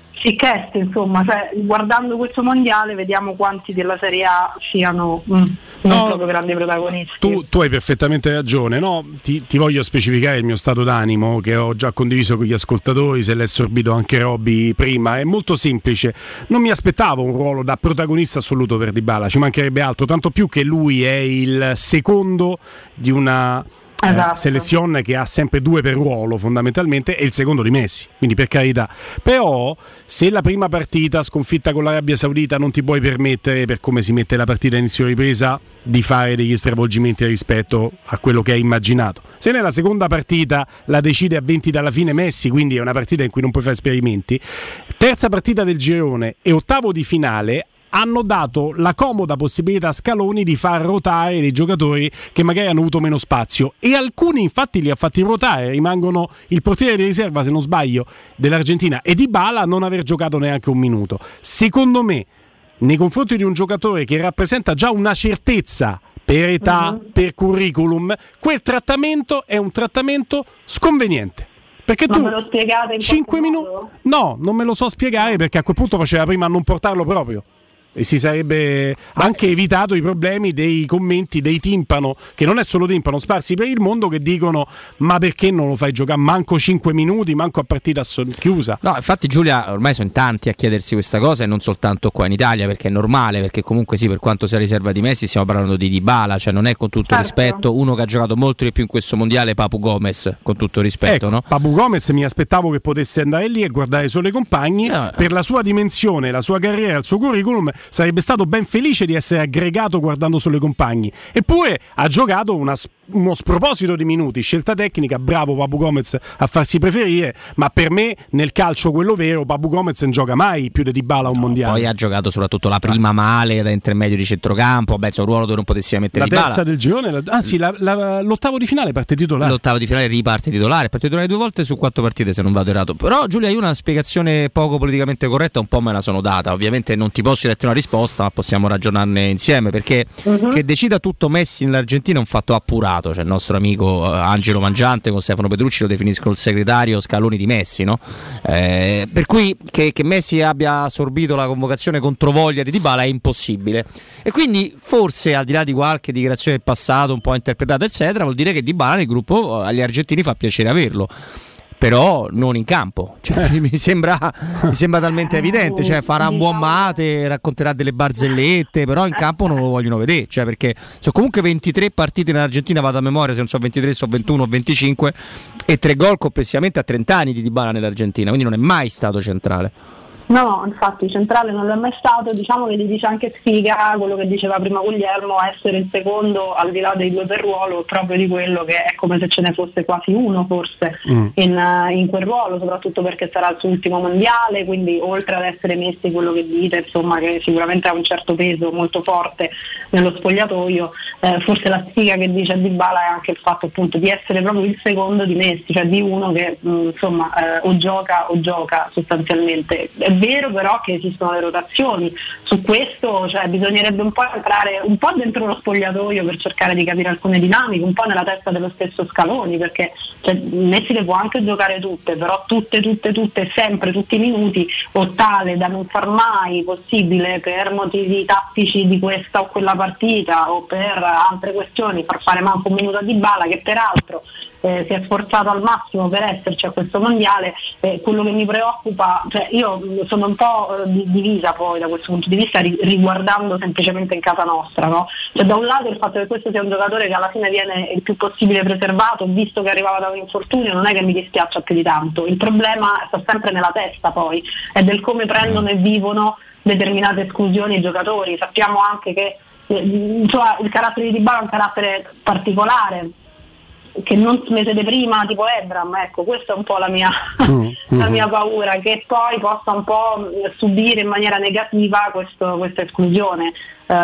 sì, insomma, cioè, guardando questo mondiale vediamo quanti della Serie A siano non proprio grandi protagonisti. Tu hai perfettamente ragione, no? Ti voglio specificare il mio stato d'animo che ho già condiviso con gli ascoltatori, se l'è assorbito anche Robby prima. È molto semplice, non mi aspettavo un ruolo da protagonista assoluto per Dybala, ci mancherebbe altro, tanto più che lui è il secondo di una selezione che ha sempre 2 per ruolo fondamentalmente, e il secondo di Messi, quindi per carità. Però se la prima partita sconfitta con l'Arabia Saudita non ti puoi permettere, per come si mette la partita inizio ripresa, di fare degli stravolgimenti rispetto a quello che hai immaginato. Se nella seconda partita la decide a 20 dalla fine Messi, quindi è una partita in cui non puoi fare esperimenti, terza partita del girone e ottavo di finale hanno dato la comoda possibilità a Scaloni di far ruotare dei giocatori che magari hanno avuto meno spazio, e alcuni infatti li ha fatti ruotare. Rimangono il portiere di riserva, se non sbaglio, dell'Argentina, e Dybala non aver giocato neanche un minuto. Secondo me, nei confronti di un giocatore che rappresenta già una certezza per età, per curriculum, quel trattamento è un trattamento sconveniente. Perché non tu me lo spiegate in 5 minuti? No, non me lo so spiegare, perché a quel punto faceva prima a non portarlo proprio. E si sarebbe anche evitato i problemi dei commenti, dei timpano, che non è solo timpano, sparsi per il mondo, che dicono: ma perché non lo fai giocare manco 5 minuti, manco a partita chiusa? No, infatti Giulia, ormai sono in tanti a chiedersi questa cosa, e non soltanto qua in Italia, perché è normale, perché comunque sì, per quanto sia riserva di Messi, stiamo parlando di Dybala, cioè non è, con tutto rispetto, uno che ha giocato molto di più in questo mondiale, Papu Gomez, con tutto rispetto, no? Papu Gomez mi aspettavo che potesse andare lì e guardare solo i compagni, per la sua dimensione, la sua carriera, il suo curriculum sarebbe stato ben felice di essere aggregato guardando solo i compagni, eppure ha giocato uno sproposito di minuti. Scelta tecnica, bravo Papu Gomez a farsi preferire, ma per me nel calcio quello vero Papu Gomez non gioca mai più di Dybala a un mondiale. Poi ha giocato soprattutto la prima male da intermedio di centrocampo, un ruolo dove non potessi mettere la terza del girone, anzi l'ottavo di finale parte titolare. L'ottavo di finale riparte titolare, parte titolare 2 volte su 4 partite se non vado errato. Però Giulia, io una spiegazione poco politicamente corretta un po' me la sono data, ovviamente non ti posso dare una risposta, ma possiamo ragionarne insieme, perché che decida tutto Messi nell'Argentina è un fatto appurato. Cioè il nostro amico Angelo Mangiante con Stefano Petrucci lo definiscono il segretario Scaloni di Messi, no? Per cui che Messi abbia assorbito la convocazione controvoglia di Dybala è impossibile, e quindi forse, al di là di qualche dichiarazione del passato un po' interpretata eccetera, vuol dire che Dybala nel gruppo agli argentini fa piacere averlo, però non in campo, cioè, mi sembra talmente evidente, cioè farà un buon mate, racconterà delle barzellette, però in campo non lo vogliono vedere, cioè, perché sono comunque 23 partite in Argentina, vado a memoria, se non so 23 so 21 o 25, e 3 gol complessivamente a 30 anni di Dybala nell'Argentina, quindi non è mai stato centrale. No, infatti centrale non lo è mai stato. Diciamo che gli dice anche sfiga quello che diceva prima Guglielmo, essere il secondo, al di là dei 2 per ruolo, proprio di quello che è come se ce ne fosse quasi uno forse in quel ruolo, soprattutto perché sarà il suo ultimo mondiale, quindi oltre ad essere Messi, quello che dite, insomma, che sicuramente ha un certo peso molto forte nello spogliatoio, forse la sfiga che dice a Dybala è anche il fatto appunto di essere proprio il secondo di Messi, cioè di uno che o gioca sostanzialmente. È vero però che esistono le rotazioni, su questo cioè, bisognerebbe un po' entrare un po' dentro lo spogliatoio per cercare di capire alcune dinamiche, un po' nella testa dello stesso Scaloni, perché cioè, Messi le può anche giocare tutte, però tutte, sempre, tutti i minuti, o tale da non far mai possibile, per motivi tattici di questa o quella partita o per altre questioni, far fare manco un minuto a Dybala, che peraltro si è sforzato al massimo per esserci a questo mondiale. Quello che mi preoccupa, cioè io sono un po' divisa poi da questo punto di vista, riguardando semplicemente in casa nostra, no? Cioè, da un lato il fatto che questo sia un giocatore che alla fine viene il più possibile preservato, visto che arrivava da un infortunio, non è che mi dispiaccia più di tanto. Il problema sta sempre nella testa, poi è del come prendono e vivono determinate esclusioni i giocatori. Sappiamo anche che il carattere di Dybala è un carattere particolare, che non smette prima, tipo Ebram, ecco, questa è un po' la mia paura, che poi possa un po' subire in maniera negativa questa esclusione.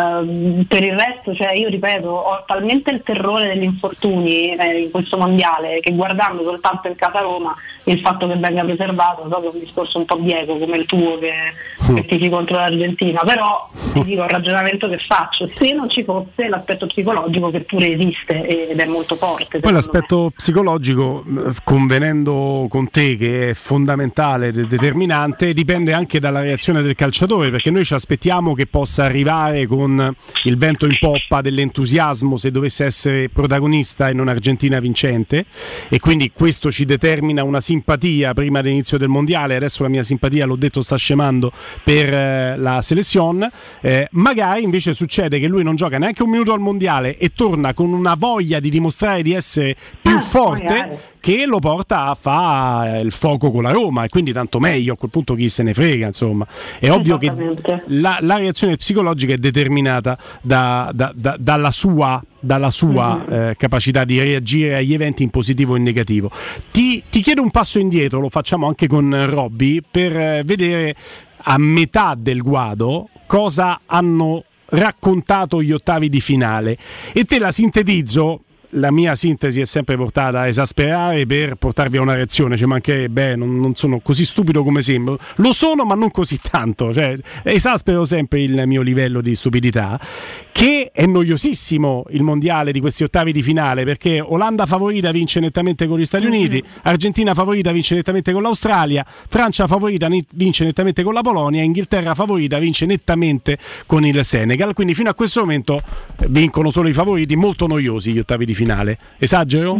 Per il resto, cioè, io ripeto, ho talmente il terrore degli infortuni in questo mondiale, che guardando soltanto in casa Roma il fatto che venga preservato, proprio un discorso un po' bieco come il tuo che tifi contro l'Argentina, però ti dico il ragionamento che faccio: se non ci fosse l'aspetto psicologico, che pure esiste ed è molto forte. Poi l'aspetto psicologico, convenendo con te che è fondamentale, determinante, dipende anche dalla reazione del calciatore, perché noi ci aspettiamo che possa arrivare con il vento in poppa dell'entusiasmo se dovesse essere protagonista in un'Argentina vincente, e quindi questo ci determina una simpatia prima dell'inizio del mondiale. Adesso la mia simpatia, l'ho detto, sta scemando per la selezione. Magari invece succede che lui non gioca neanche un minuto al mondiale e torna con una voglia di dimostrare di essere più forte, che lo porta a fare il fuoco con la Roma, e quindi tanto meglio, a quel punto chi se ne frega, insomma. È ovvio che la reazione psicologica è determinata dalla sua capacità di reagire agli eventi in positivo e in negativo. Ti chiedo un passo indietro, lo facciamo anche con Robby, per vedere a metà del guado cosa hanno raccontato gli ottavi di finale, e te la sintetizzo. La mia sintesi è sempre portata a esasperare per portarvi a una reazione, cioè mancherebbe, non sono così stupido come sembro, lo sono ma non così tanto, cioè esaspero sempre il mio livello di stupidità, che è noiosissimo il mondiale di questi ottavi di finale, perché Olanda favorita vince nettamente con gli Stati Uniti, Argentina favorita vince nettamente con l'Australia, Francia favorita vince nettamente con la Polonia, Inghilterra favorita vince nettamente con il Senegal, quindi fino a questo momento vincono solo i favoriti, molto noiosi gli ottavi di finale. Esagero?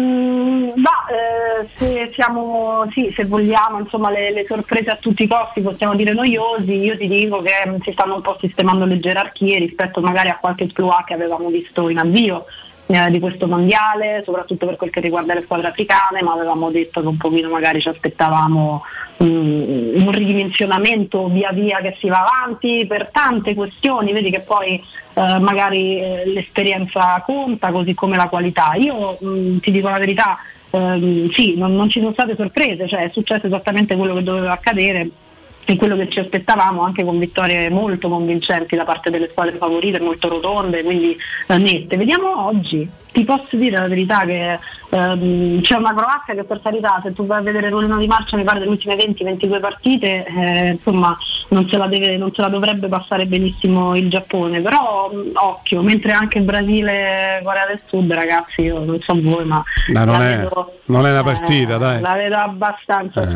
Se vogliamo, insomma, le sorprese a tutti i costi, possiamo dire noiosi. Io ti dico che si stanno un po' sistemando le gerarchie rispetto magari a qualche exploit che avevamo visto in avvio di questo mondiale, soprattutto per quel che riguarda le squadre africane, ma avevamo detto che un pochino magari ci aspettavamo un ridimensionamento via via che si va avanti per tante questioni. Vedi che poi magari l'esperienza conta, così come la qualità. Io ti dico la verità, non ci sono state sorprese, cioè è successo esattamente quello che doveva accadere e quello che ci aspettavamo, anche con vittorie molto convincenti da parte delle squadre favorite, molto rotonde, quindi nette. Vediamo oggi. Ti posso dire la verità che c'è una Croazia che, per carità, se tu vai a vedere il ruolino di marcia, mi pare delle ultime 20-22 partite, insomma non se la dovrebbe passare benissimo il Giappone, però occhio, mentre anche il Brasile, Corea del Sud, ragazzi, io non so voi, ma non è una partita, dai. La vedo abbastanza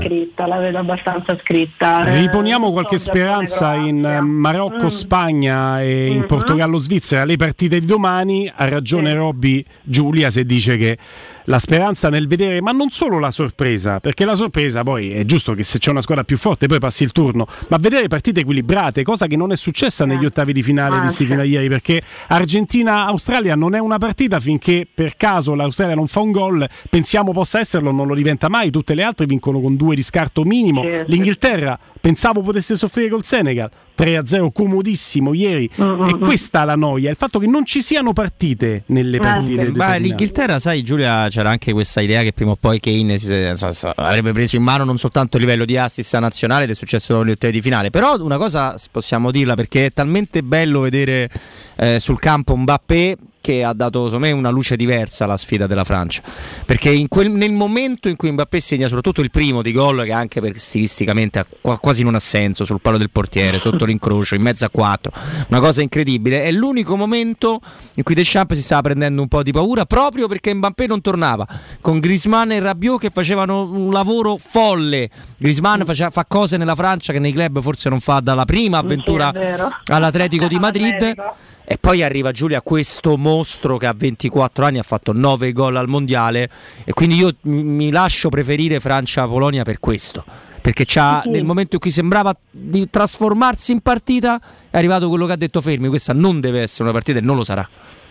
scritta. Riponiamo qualche speranza in Marocco, Spagna e in Portogallo, Svizzera, le partite di domani. Ha ragione Robby, Giulia, se dice che la speranza nel vedere, ma non solo la sorpresa, perché la sorpresa poi è giusto che se c'è una squadra più forte poi passi il turno, ma vedere partite equilibrate, cosa che non è successa negli ottavi di finale visti fino a ieri, perché Argentina-Australia non è una partita finché per caso l'Australia non fa un gol, pensiamo possa esserlo, non lo diventa mai, tutte le altre vincono con 2 di scarto minimo. L'Inghilterra pensavo potesse soffrire col Senegal, 3-0 comodissimo ieri, e questa la noia, il fatto che non ci siano partite nelle partite. Ma l'Inghilterra, sai Giulia, c'era anche questa idea che prima o poi Kane avrebbe preso in mano non soltanto il livello di assist nazionale, ed è successo negli ottavi di finale, però una cosa possiamo dirla, perché è talmente bello vedere sul campo Mbappé, che ha dato secondo me una luce diversa alla sfida della Francia, perché nel momento in cui Mbappé segna soprattutto il primo di gol, che anche per stilisticamente quasi non ha senso, sul palo del portiere, sotto l'incrocio, in mezzo a 4, una cosa incredibile, è l'unico momento in cui Deschamps si stava prendendo un po' di paura, proprio perché Mbappé non tornava, con Griezmann e Rabiot che facevano un lavoro folle. Griezmann fa cose nella Francia che nei club forse non fa dalla prima avventura all'Atletico di Madrid. E poi arriva Giulia questo mostro che a 24 anni ha fatto 9 gol al mondiale, e quindi io mi lascio preferire Francia-Polonia per questo, perché nel momento in cui sembrava di trasformarsi in partita è arrivato quello che ha detto Fermi: questa non deve essere una partita, e non lo sarà.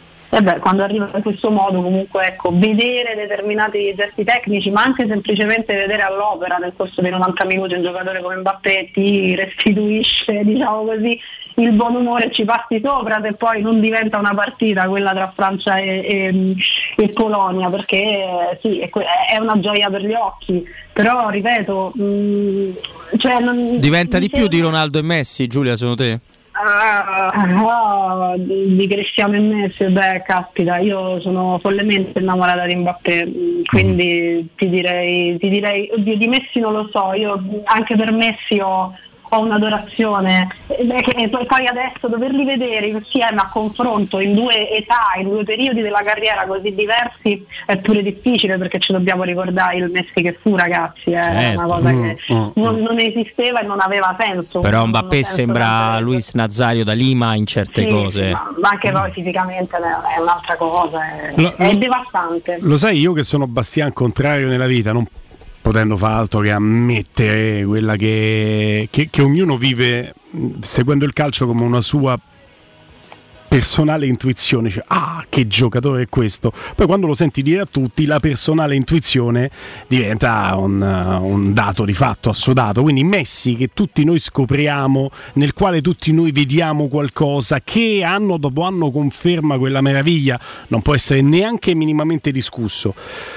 Quando arriva in questo modo, comunque, vedere determinati gesti tecnici, ma anche semplicemente vedere all'opera nel corso dei 90 minuti un giocatore come Mbappé ti restituisce, diciamo così, il buon umore, ci passi sopra, se poi non diventa una partita quella tra Francia e Polonia, perché è una gioia per gli occhi, però ripeto, diventa di più di Ronaldo e Messi, Giulia, secondo te? Di Cristiano e Messi, beh, caspita, io sono follemente innamorata di Mbappé, quindi ti direi, oddio, di Messi non lo so, io anche per Messi ho un'adorazione, e poi adesso doverli vedere insieme a confronto in due età, in due periodi della carriera così diversi è pure difficile, perché ci dobbiamo ricordare il Messi che fu, ragazzi, è una cosa che non esisteva e non aveva senso. Però Mbappé sembra Luis Nazario da Lima in certe cose, ma anche poi fisicamente è un'altra cosa, è devastante. Lo sai, io che sono Bastian contrario nella vita, non potendo fare altro che ammettere quella che ognuno vive seguendo il calcio come una sua personale intuizione, cioè, che giocatore è questo, poi quando lo senti dire a tutti la personale intuizione diventa un dato di fatto assodato. Quindi Messi, che tutti noi scopriamo, nel quale tutti noi vediamo qualcosa, che anno dopo anno conferma quella meraviglia, non può essere neanche minimamente discusso.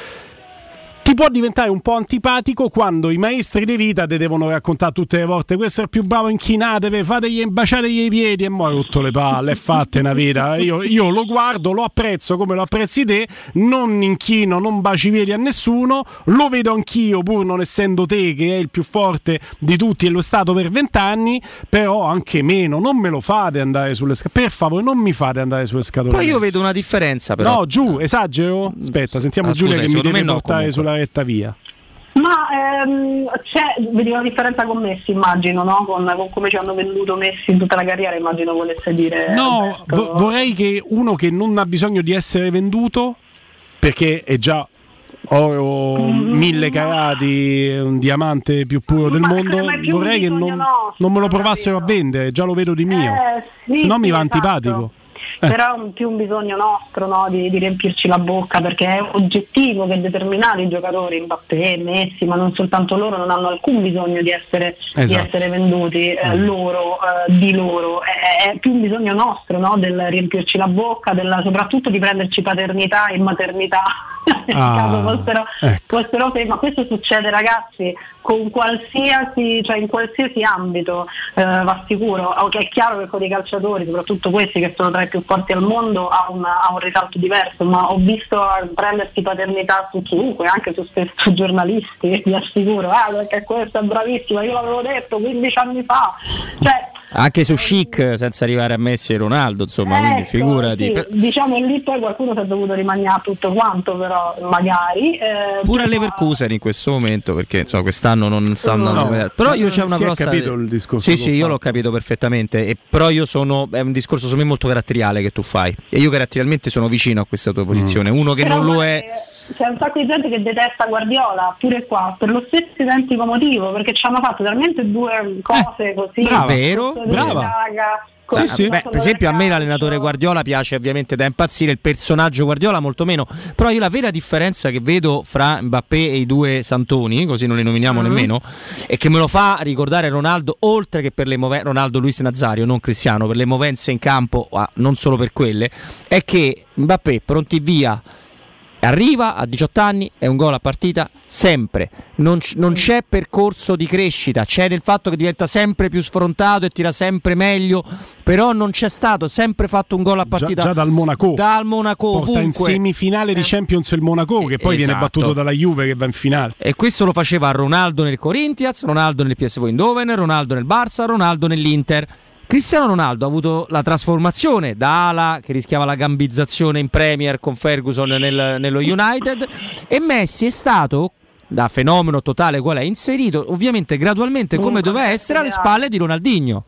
Ti può diventare un po' antipatico quando i maestri di vita te devono raccontare tutte le volte: questo è il più bravo, inchinatevi, fategli, baciategli i piedi, e mo' hai rotto le palle, è fatta una vita. Io lo guardo, lo apprezzo come lo apprezzi te, non inchino, non baci i piedi a nessuno, lo vedo anch'io pur non essendo te che è il più forte di tutti e lo è stato per 20 anni, però anche meno, non me lo fate andare sulle scatole, per favore, non mi fate andare sulle scatole. Poi io vedo una differenza, però. No, giù, esagero? Aspetta, sentiamo Giulia che mi deve portare sulla retta via. Ma vedi una differenza con Messi, immagino, no? Con come ci hanno venduto Messi in tutta la carriera, immagino volesse dire. No, vorrei che uno che non ha bisogno di essere venduto, perché è già oro 1000 carati, un diamante più puro del mondo, vorrei che non me lo provassero a vendere, già lo vedo di mio, se no mi va antipatico. Però è più un bisogno nostro, no? di riempirci la bocca, perché è oggettivo che determinati giocatori, Mbappé, Messi, ma non soltanto loro, non hanno alcun bisogno di essere venduti di loro, è più un bisogno nostro, no? Del riempirci la bocca, soprattutto di prenderci paternità e maternità nel caso fossero ma questo succede, ragazzi, con qualsiasi, cioè in qualsiasi ambito, va sicuro. È chiaro che con i calciatori, soprattutto questi che sono tra i più forti al mondo, ha un risalto diverso, ma ho visto prendersi paternità su chiunque, anche su stesso giornalisti, vi assicuro, perché questo è bravissimo, io l'avevo detto 15 anni fa, cioè anche su Chic, senza arrivare a Messi e Ronaldo, insomma, quindi figurati. Sì, diciamo lì poi qualcuno si è dovuto rimanere tutto quanto, però magari pure a Leverkusen in questo momento, perché insomma quest'anno non sta andando però io c'è una grossa, capito il discorso? Sì, io l'ho capito perfettamente, e però è un discorso secondo me molto caratteriale che tu fai, e io caratterialmente sono vicino a questa tua posizione. Uno che però non lo è. C'è un sacco di gente che detesta Guardiola pure qua per lo stesso identico motivo, perché ci hanno fatto talmente due cose così. Brava. Sì. Beh, per esempio a me l'allenatore Guardiola piace ovviamente da impazzire, il personaggio Guardiola molto meno, però io la vera differenza che vedo fra Mbappé e i due Santoni, così non li nominiamo nemmeno, e che me lo fa ricordare Ronaldo, oltre che per le movenze, Ronaldo Luis Nazario, non Cristiano, per le movenze in campo, non solo per quelle, è che Mbappé pronti via, arriva a 18 anni, è un gol a partita sempre, non c'è percorso di crescita, c'è nel fatto che diventa sempre più sfrontato e tira sempre meglio, però non c'è stato, sempre fatto un gol a partita già dal Monaco porta ovunque. In semifinale di Champions il Monaco, che poi viene battuto dalla Juve che va in finale, e questo lo faceva Ronaldo nel Corinthians, Ronaldo nel PSV Eindhoven, Ronaldo nel Barça, Ronaldo nell'Inter. Cristiano Ronaldo ha avuto la trasformazione da ala che rischiava la gambizzazione in Premier con Ferguson nello United, e Messi è stato, da fenomeno totale qual è, inserito ovviamente gradualmente come doveva essere alle spalle di Ronaldinho.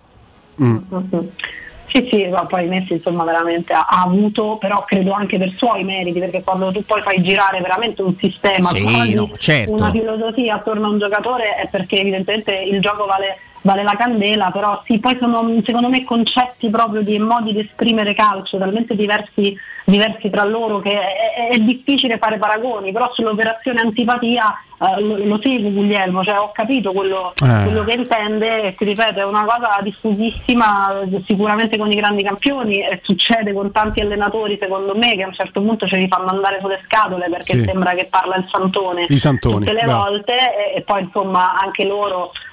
Sì, ma poi Messi insomma veramente ha avuto, però credo anche per suoi meriti, perché quando tu poi fai girare veramente un sistema, una filosofia attorno a un giocatore, è perché evidentemente il gioco vale la candela, però sì, poi sono secondo me concetti proprio di modi di esprimere calcio talmente diversi tra loro che è difficile fare paragoni, però sull'operazione antipatia lo seguo Guglielmo, cioè ho capito quello che intende, e ti ripeto, è una cosa diffusissima sicuramente con i grandi campioni, e succede con tanti allenatori secondo me che a un certo punto ce li fanno andare sulle scatole perché sembra che parla il Santone tutte le volte, e poi insomma anche loro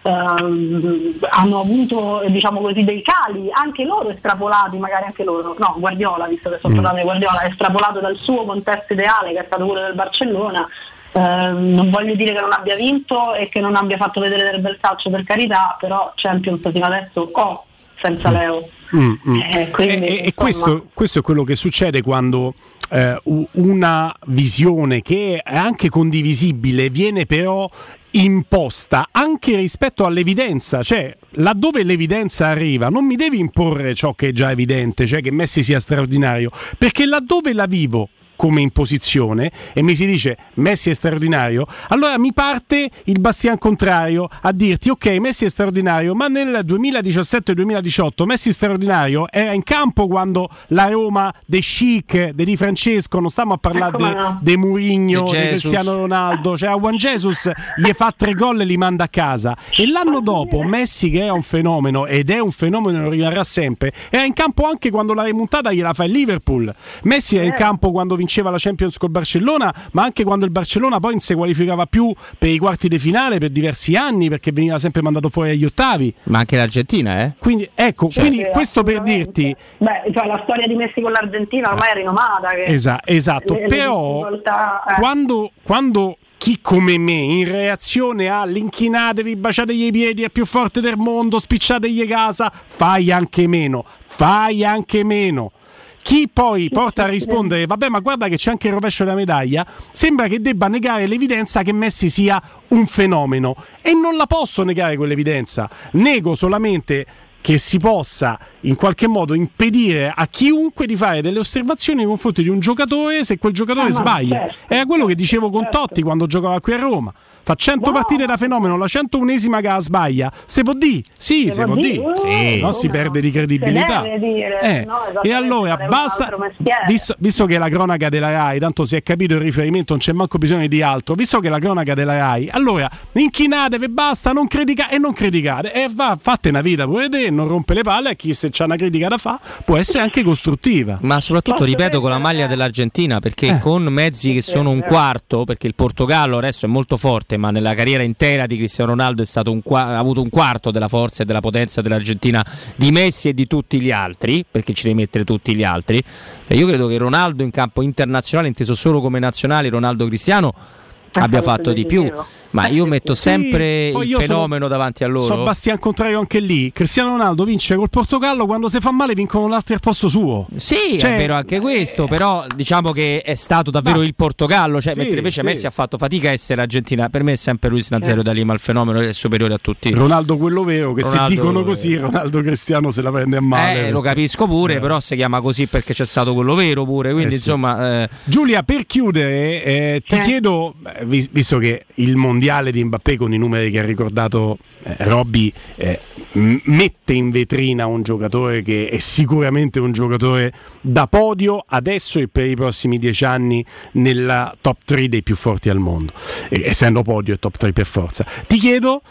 hanno avuto, diciamo così, dei cali, anche loro estrapolati, magari anche loro, no, Guardiola, visto che sto parlando di Guardiola, estrapolato dal suo contesto ideale che è stato quello del Barcellona. Non voglio dire che non abbia vinto e che non abbia fatto vedere del bel calcio, per carità, però Champions fino adesso senza Leo. E questo è quello che succede quando una visione che è anche condivisibile viene però imposta anche rispetto all'evidenza, cioè laddove l'evidenza arriva non mi devi imporre ciò che è già evidente, cioè che Messi sia straordinario, perché laddove la vivo come imposizione e mi si dice Messi è straordinario, allora mi parte il bastian contrario a dirti ok, Messi è straordinario, ma nel 2017-2018 Messi straordinario era in campo quando la Roma De Chic, De Di Francesco, non stiamo a parlare de Mourinho, di Cristiano Ronaldo, cioè a Juan Jesus gli fa 3 gol e li manda a casa, e l'anno dopo Messi, che è un fenomeno ed è un fenomeno e lo rimarrà sempre, era in campo anche quando la remontata gliela fa il Liverpool. Messi era in campo quando vinceva la Champions col Barcellona, ma anche quando il Barcellona poi non si qualificava più per i quarti di finale per diversi anni, perché veniva sempre mandato fuori agli ottavi. Ma anche l'Argentina, Quindi ecco, quindi questo per dirti, cioè la storia di Messi con l'Argentina ormai è rinomata, che esatto. Però quando chi come me, in reazione all'inchinatevi, baciategli i piedi, è più forte del mondo, spicciategli casa, fai anche meno. Chi poi porta a rispondere vabbè, ma guarda che c'è anche il rovescio della medaglia, sembra che debba negare l'evidenza che Messi sia un fenomeno, e non la posso negare quell'evidenza. Nego solamente che si possa in qualche modo impedire a chiunque di fare delle osservazioni nei confronti di un giocatore se quel giocatore sbaglia. Era quello che dicevo con Totti quando giocava qui a Roma. Fa 100 partite da fenomeno, la 101esima che la sbaglia. Se può dire? Sì, se può dire. No, si perde di credibilità. E allora basta, visto che la cronaca della Rai, tanto si è capito il riferimento, non c'è manco bisogno di altro, visto che la cronaca della Rai, allora inchinatevi, basta, non criticate, fate una vita pure te, non rompe le palle, a chi se c'ha una critica da fa può essere anche costruttiva. Ma soprattutto, ripeto, con la maglia dell'Argentina, perché con mezzi che sono un quarto, perché il Portogallo adesso è molto forte, ma nella carriera intera di Cristiano Ronaldo è stato ha avuto un quarto della forza e della potenza dell'Argentina di Messi e di tutti gli altri, perché ci devi mettere tutti gli altri. E io credo che Ronaldo in campo internazionale, inteso solo come nazionale, Ronaldo Cristiano, abbia fatto di più. Ma io metto sempre il fenomeno davanti a loro. So Bastian contrario anche lì. Cristiano Ronaldo vince col Portogallo, quando si fa male vincono l'altro al posto suo. Sì, è vero anche questo, però diciamo che è stato davvero il Portogallo, mentre invece Messi ha fatto fatica a essere Argentina. Per me è sempre Luis Nazario da Lima il fenomeno, è superiore a tutti. Ronaldo quello vero, che se dicono così Ronaldo Cristiano se la prende a male. Lo capisco pure, però si chiama così perché c'è stato quello vero pure, quindi insomma Giulia, per chiudere ti chiedo, visto che il mondiale di Mbappé, con i numeri che ha ricordato Robby, mette in vetrina un giocatore che è sicuramente un giocatore da podio adesso e per i prossimi 10 anni nella top 3 dei più forti al mondo, essendo podio e top 3 per forza. Ti chiedo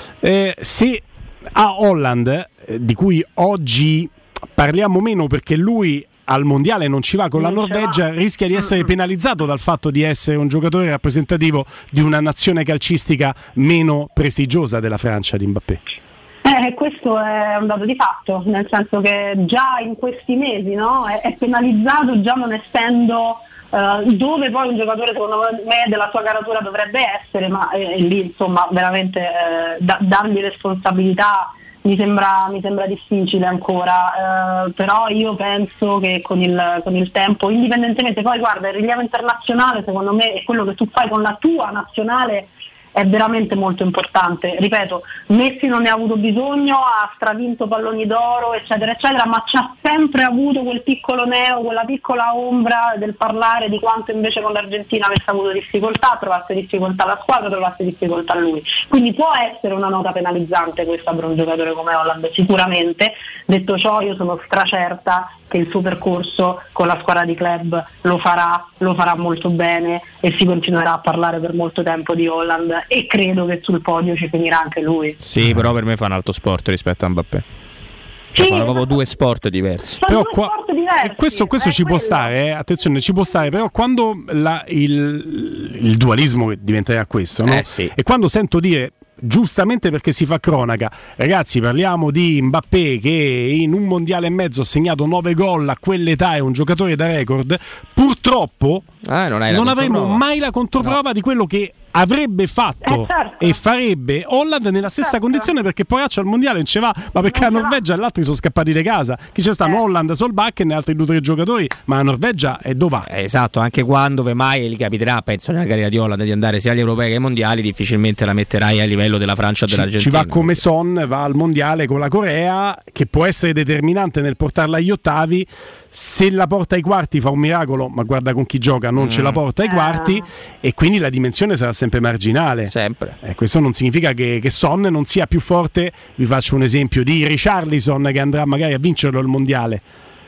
se a Holland, di cui oggi parliamo meno perché lui al mondiale non ci va con la Norvegia, rischia di essere penalizzato dal fatto di essere un giocatore rappresentativo di una nazione calcistica meno prestigiosa della Francia, di Mbappé. Questo è un dato di fatto, nel senso che già in questi mesi è penalizzato, già non essendo dove poi un giocatore secondo me della sua caratura dovrebbe essere, ma lì insomma veramente dargli responsabilità mi sembra difficile ancora, però io penso che con il tempo, indipendentemente, poi guarda, il rilievo internazionale secondo me è quello che tu fai con la tua nazionale, è veramente molto importante. Ripeto, Messi non ne ha avuto bisogno, ha stravinto palloni d'oro eccetera eccetera, ma c'ha sempre avuto quel piccolo neo, quella piccola ombra del parlare di quanto invece con l'Argentina avesse avuto difficoltà, trovasse difficoltà la squadra, trovasse difficoltà lui, quindi può essere una nota penalizzante questa per un giocatore come Holland sicuramente. Detto ciò, io sono stracerta che il suo percorso con la squadra di club lo farà molto bene e si continuerà a parlare per molto tempo di Holland, e credo che sul podio ci finirà anche lui. Sì, però per me fa un altro sport rispetto a Mbappé. Sono proprio due sport diversi. Però questo ci può stare, attenzione, ci può stare, però quando il dualismo diventerà questo, no? Sì. E quando sento dire giustamente perché si fa cronaca. Ragazzi, parliamo di Mbappé che in un mondiale e mezzo ha segnato 9 gol, a quell'età è un giocatore da record. Purtroppo non avremo mai la controprova di quello che avrebbe fatto e farebbe Holland nella stessa condizione, perché poraccio al mondiale non ci va, ma perché la Norvegia e gli altri sono scappati di casa. Chi c'è stanno? Holland, Solbakken e altri 2 o 3 giocatori, ma la Norvegia è dove va? Esatto, anche quando mai gli capiterà, penso nella carriera di Holland, di andare sia agli europei che ai mondiali, difficilmente la metterai a livello della Francia o dell'Argentina. Ci va come Son va al mondiale con la Corea, che può essere determinante nel portarla agli ottavi. Se la porta ai quarti fa un miracolo, ma guarda con chi gioca, non ce la porta ai quarti, e quindi la dimensione sarà sempre marginale. Sempre. Questo non significa che Son non sia più forte. Vi faccio un esempio di Richarlison che andrà magari a vincerlo il mondiale,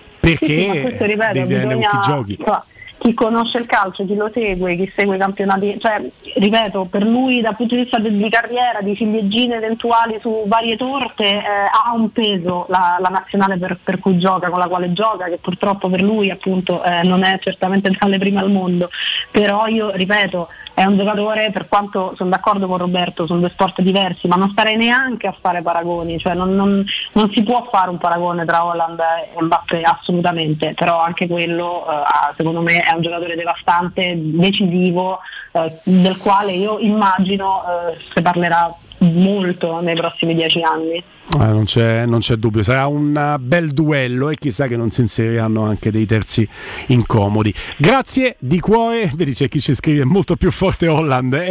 perché dipende con chi giochi. Chi conosce il calcio, chi lo segue, chi segue i campionati, cioè ripeto, per lui dal punto di vista di carriera, di ciliegine eventuali su varie torte, ha un peso la nazionale per cui gioca, con la quale gioca, che purtroppo per lui appunto non è certamente tra le prime al mondo, però io ripeto, è un giocatore, per quanto sono d'accordo con Roberto, sono 2 sport diversi, ma non starei neanche a fare paragoni, cioè non si può fare un paragone tra Holland e Mbappé assolutamente, però anche quello secondo me è un giocatore devastante, decisivo, del quale io immagino si parlerà molto nei prossimi 10 anni. Non c'è dubbio, sarà un bel duello, e chissà che non si inseriranno anche dei terzi incomodi. Grazie di cuore. Vedi, c'è chi ci scrive molto più forte Holland, non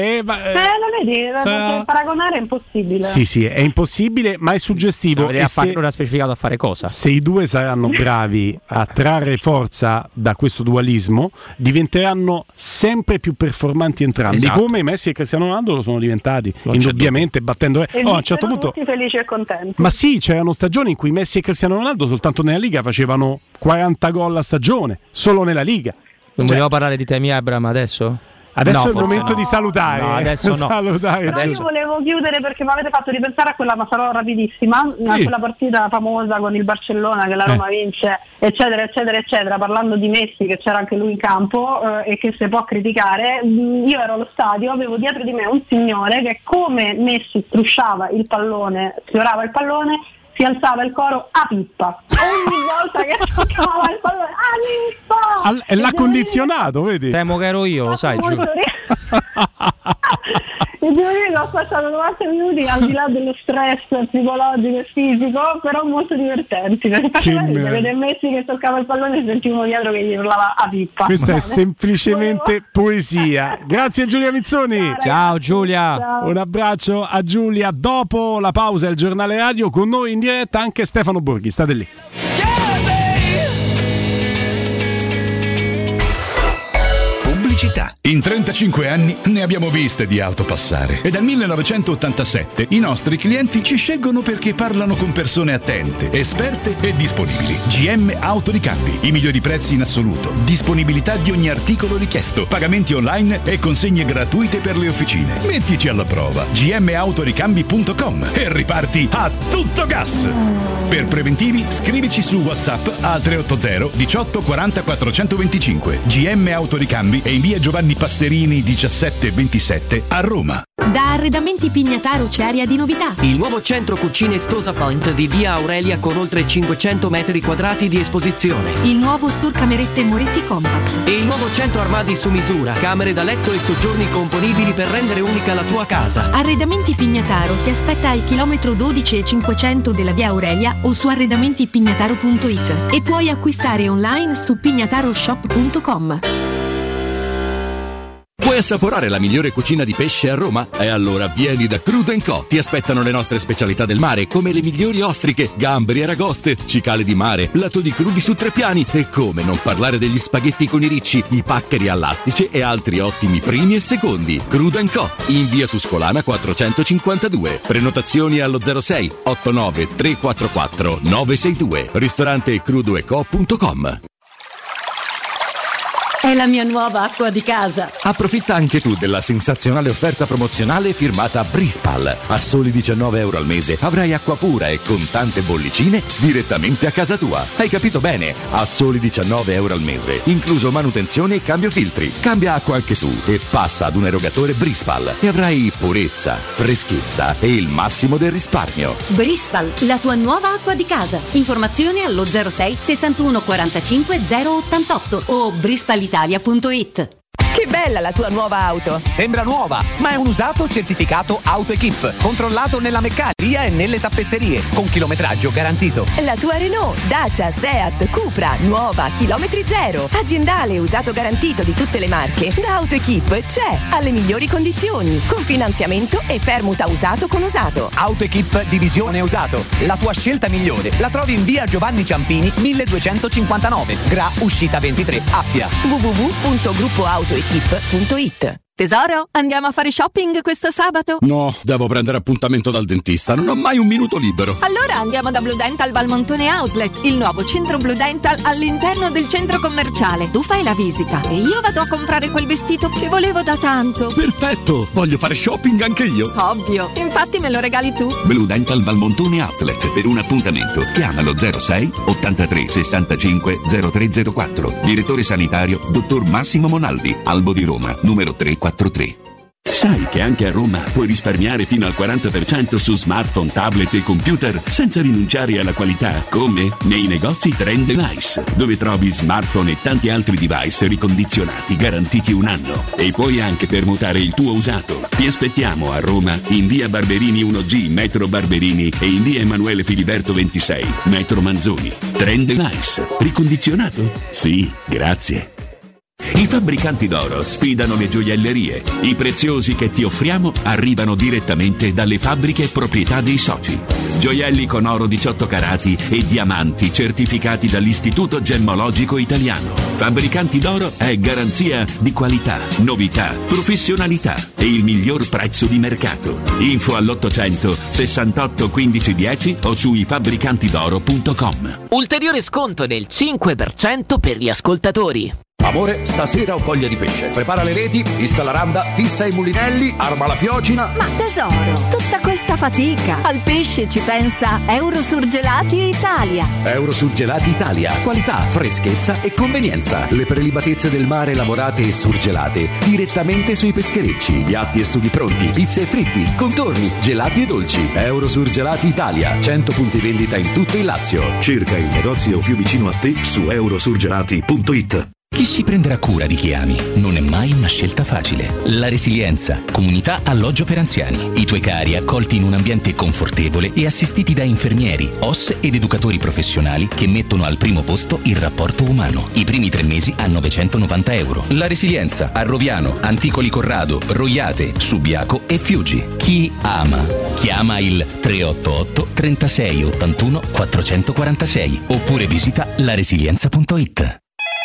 vedi, paragonare è impossibile. Sì, è impossibile, ma è suggestivo. Non ha specificato a fare cosa. Se i due saranno bravi a trarre forza da questo dualismo, diventeranno sempre più performanti entrambi, esatto, come Messi e Cristiano Ronaldo lo sono diventati, indubbiamente, battendo e a un certo punto tutti felici e contenti. Ma sì, c'erano stagioni in cui Messi e Cristiano Ronaldo soltanto nella Liga facevano 40 gol a stagione, solo nella Liga. Non vogliamo parlare di Tammy Abraham adesso? Adesso è il momento di salutare. No, adesso no. Salutare. Però io volevo chiudere perché mi avete fatto ripensare a quella, ma sarò rapidissima, a quella partita famosa con il Barcellona che la Roma vince, eccetera, eccetera, eccetera, parlando di Messi, che c'era anche lui in campo e che si può criticare. Io ero allo stadio, avevo dietro di me un signore che, come Messi strusciava il pallone, sfiorava il pallone, si alzava il coro a pippa ogni volta che toccava il pallone, a pippa! E l'ha condizionato, vedi? Temo che ero io, lo sai, Giù. Il giovedì ho passato 90 minuti al di là dello stress psicologico e fisico, però molto divertenti, perché vedere Messi che toccava il pallone e sentivo dietro che gli urlava a pippa. Questa è semplicemente poesia. Grazie Giulia Mizzoni. Ciao Giulia. Ciao. Un abbraccio a Giulia. Dopo la pausa il giornale radio, con noi in diretta anche Stefano Borghi. State lì. In 35 anni ne abbiamo viste di auto passare e dal 1987 i nostri clienti ci scelgono perché parlano con persone attente, esperte e disponibili. GM Autoricambi, i migliori prezzi in assoluto, disponibilità di ogni articolo richiesto, pagamenti online e consegne gratuite per le officine. Mettici alla prova. gmautoricambi.com e riparti a tutto gas. Per preventivi scrivici su WhatsApp al 380 18 40 425. GM Autoricambi e in via Giovanni Passerini 1727 a Roma. Da Arredamenti Pignataro c'è aria di novità. Il nuovo centro cucine Stosa Point di via Aurelia con oltre 500 metri quadrati di esposizione. Il nuovo store camerette Moretti Compact. E il nuovo centro armadi su misura, camere da letto e soggiorni componibili per rendere unica la tua casa. Arredamenti Pignataro ti aspetta al chilometro 12 e 500 della via Aurelia o su arredamentipignataro.it e puoi acquistare online su pignataroshop.com. Vuoi assaporare la migliore cucina di pesce a Roma? E allora vieni da Crudo & Co. Ti aspettano le nostre specialità del mare, come le migliori ostriche, gamberi e aragoste, cicale di mare, latoni crudi su 3 piani e come non parlare degli spaghetti con i ricci, i paccheri all'astice e altri ottimi primi e secondi. Crudo & Co. in via Tuscolana 452. Prenotazioni allo 06 89 344 962. Ristorante crudoeco.com. È la mia nuova acqua di casa. Approfitta anche tu della sensazionale offerta promozionale firmata Brispal. A soli €19 al mese avrai acqua pura e con tante bollicine direttamente a casa tua. Hai capito bene? A soli €19 al mese, incluso manutenzione e cambio filtri. Cambia acqua anche tu e passa ad un erogatore Brispal e avrai purezza, freschezza e il massimo del risparmio. Brispal, la tua nuova acqua di casa. Informazioni allo 06 61 45 088 o brispalitalia.it. Che bella la tua nuova auto! Sembra nuova, ma è un usato certificato AutoEquip, controllato nella meccanica e nelle tappezzerie, con chilometraggio garantito. La tua Renault, Dacia, Seat, Cupra, nuova, chilometri zero, aziendale usato garantito di tutte le marche, da AutoEquip c'è, alle migliori condizioni, con finanziamento e permuta usato con usato. AutoEquip Divisione Usato, la tua scelta migliore, la trovi in via Giovanni Ciampini 1259, Gra Uscita 23, Appia. www.gruppoautoequip.it. Tesoro, andiamo a fare shopping questo sabato? No, devo prendere appuntamento dal dentista, non ho mai un minuto libero. Allora andiamo da Blue Dental Valmontone Outlet, il nuovo centro Blue Dental all'interno del centro commerciale. Tu fai la visita e io vado a comprare quel vestito che volevo da tanto. Perfetto, voglio fare shopping anche io. Ovvio, infatti me lo regali tu. Blue Dental Valmontone Outlet. Per un appuntamento chiamalo 06 83 65 0304. Direttore sanitario dottor Massimo Monaldi, Albo di Roma, numero 343. Sai che anche a Roma puoi risparmiare fino al 40% su smartphone, tablet e computer senza rinunciare alla qualità? Come? Nei negozi Trend Device, dove trovi smartphone e tanti altri device ricondizionati garantiti un anno. E puoi anche permutare il tuo usato. Ti aspettiamo a Roma in via Barberini 1G, metro Barberini, e in via Emanuele Filiberto 26, metro Manzoni. Trend Device. Ricondizionato? Sì, grazie. I fabbricanti d'oro sfidano le gioiellerie. I preziosi che ti offriamo arrivano direttamente dalle fabbriche e proprietà dei soci. Gioielli con oro 18 carati e diamanti certificati dall'Istituto Gemmologico Italiano. Fabbricanti d'oro è garanzia di qualità, novità, professionalità e il miglior prezzo di mercato. Info all'800 68 15 10 o su ifabbricantidoro.com. Ulteriore sconto del 5% per gli ascoltatori. Amore, stasera ho voglia di pesce. Prepara le reti, fissa la randa, fissa i mulinelli, arma la fiocina. Ma tesoro, tutta questa fatica. Al pesce ci pensa Eurosurgelati Italia. Eurosurgelati Italia. Qualità, freschezza e convenienza. Le prelibatezze del mare lavorate e surgelate direttamente sui pescherecci. Piatti e sughi pronti, pizze e fritti, contorni, gelati e dolci. Eurosurgelati Italia. 100 punti vendita in tutto il Lazio. Cerca il negozio più vicino a te su eurosurgelati.it. Chi si prenderà cura di chi ami non è mai una scelta facile. La Resilienza, comunità alloggio per anziani. I tuoi cari accolti in un ambiente confortevole e assistiti da infermieri, OS ed educatori professionali che mettono al primo posto il rapporto umano. I primi 3 mesi a €990. La Resilienza a Roviano, Anticoli Corrado, Roiate, Subiaco e Fiuggi. Chi ama? Chiama il 388 36 81 446 oppure visita laresilienza.it.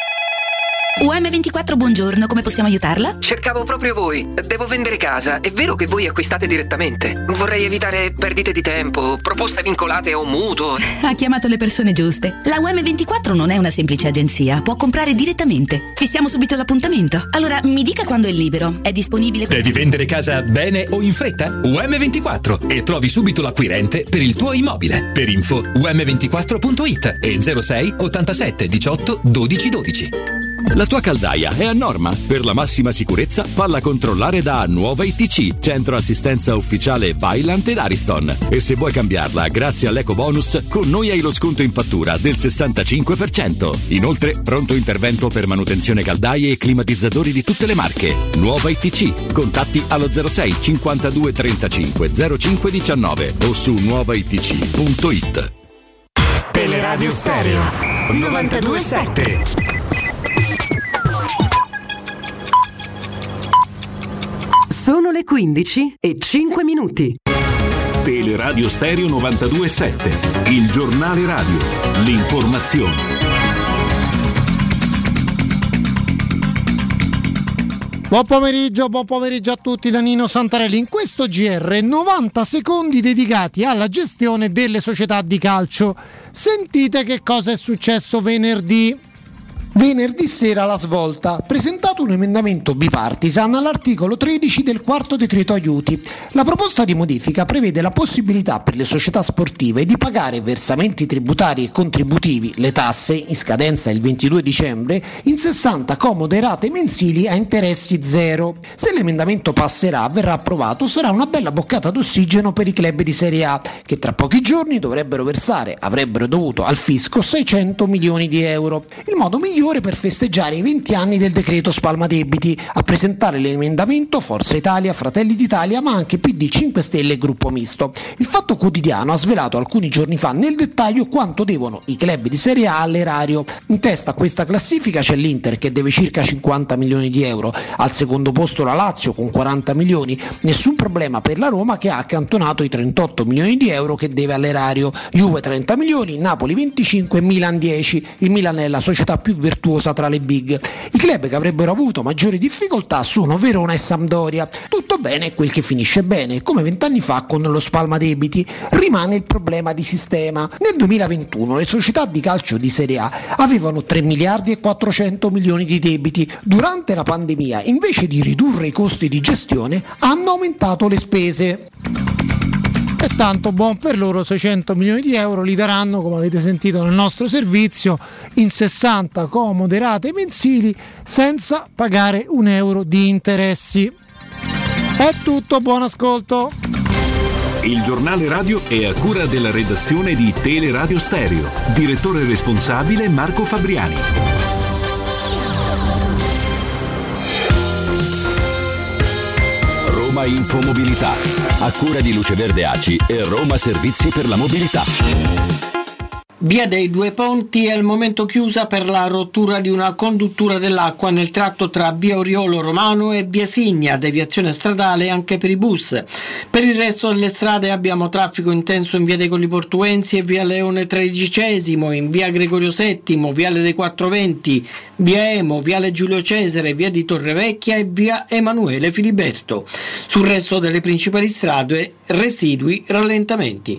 UM24, buongiorno, come possiamo aiutarla? Cercavo proprio voi. Devo vendere casa. È vero che voi acquistate direttamente? Vorrei evitare perdite di tempo, proposte vincolate o mutuo. Ha chiamato le persone giuste. La UM24 non è una semplice agenzia, può comprare direttamente. Fissiamo subito l'appuntamento. Allora, mi dica quando è libero. È disponibile? Devi vendere casa bene o in fretta? UM24 e trovi subito l'acquirente per il tuo immobile. Per info um24.it e 06 87 18 12 12. La tua caldaia è a norma. Per la massima sicurezza, falla controllare da Nuova ITC, centro assistenza ufficiale Vaillant ed Ariston. E se vuoi cambiarla grazie all'eco bonus, con noi hai lo sconto in fattura del 65%. Inoltre, pronto intervento per manutenzione caldaie e climatizzatori di tutte le marche. Nuova ITC. Contatti allo 06 52 35 05 19 o su nuovaitc.it. Teleradio Stereo 92.7. Sono le 15 e 5 minuti. Teleradio Stereo 92.7, il giornale radio, l'informazione. Buon pomeriggio a tutti da Nino Santarelli. In questo GR 90 secondi dedicati alla gestione delle società di calcio. Sentite che cosa è successo venerdì. Venerdì sera alla Svolta, presentato un emendamento bipartisan all'articolo 13 del quarto decreto aiuti. La proposta di modifica prevede la possibilità per le società sportive di pagare versamenti tributari e contributivi, le tasse, in scadenza il 22 dicembre, in 60 comode rate mensili a interessi zero. Se l'emendamento passerà, verrà approvato, sarà una bella boccata d'ossigeno per i club di Serie A, che tra pochi giorni avrebbero dovuto al fisco 600 milioni di euro. Il modo migliore per festeggiare i 20 anni del decreto spalma debiti. A presentare l'emendamento Forza Italia, Fratelli d'Italia, ma anche PD, 5 Stelle e Gruppo Misto. Il Fatto Quotidiano ha svelato alcuni giorni fa nel dettaglio quanto devono i club di Serie A all'erario. In testa a questa classifica c'è l'Inter, che deve circa 50 milioni di euro, al secondo posto la Lazio con 40 milioni, nessun problema per la Roma, che ha accantonato i 38 milioni di euro che deve all'erario, Juve 30 milioni, Napoli 25 e Milan 10. Il Milan è la società più virtuosa tra le big. I club che avrebbero avuto maggiori difficoltà sono Verona e Sampdoria. Tutto bene quel che finisce bene, come 20 anni fa con lo spalma debiti. Rimane il problema di sistema. Nel 2021 le società di calcio di Serie A avevano 3 miliardi e 400 milioni di debiti. Durante la pandemia, invece di ridurre i costi di gestione, hanno aumentato le spese. E tanto buon per loro, 600 milioni di euro li daranno, come avete sentito nel nostro servizio, in 60 comode rate mensili senza pagare un euro di interessi. È tutto, buon ascolto. Il giornale radio è a cura della redazione di Teleradio Stereo. Direttore responsabile Marco Fabriani. Roma Infomobilità, a cura di Luce Verde ACI e Roma Servizi per la Mobilità. Via dei Due Ponti è al momento chiusa per la rottura di una conduttura dell'acqua nel tratto tra via Oriolo Romano e via Signa, deviazione stradale anche per i bus. Per il resto delle strade abbiamo traffico intenso in via dei Colli Portuensi e via Leone XIII, in via Gregorio VII, viale dei 420, via Emo, viale Giulio Cesare, via di Torrevecchia e via Emanuele Filiberto. Sul resto delle principali strade residui rallentamenti.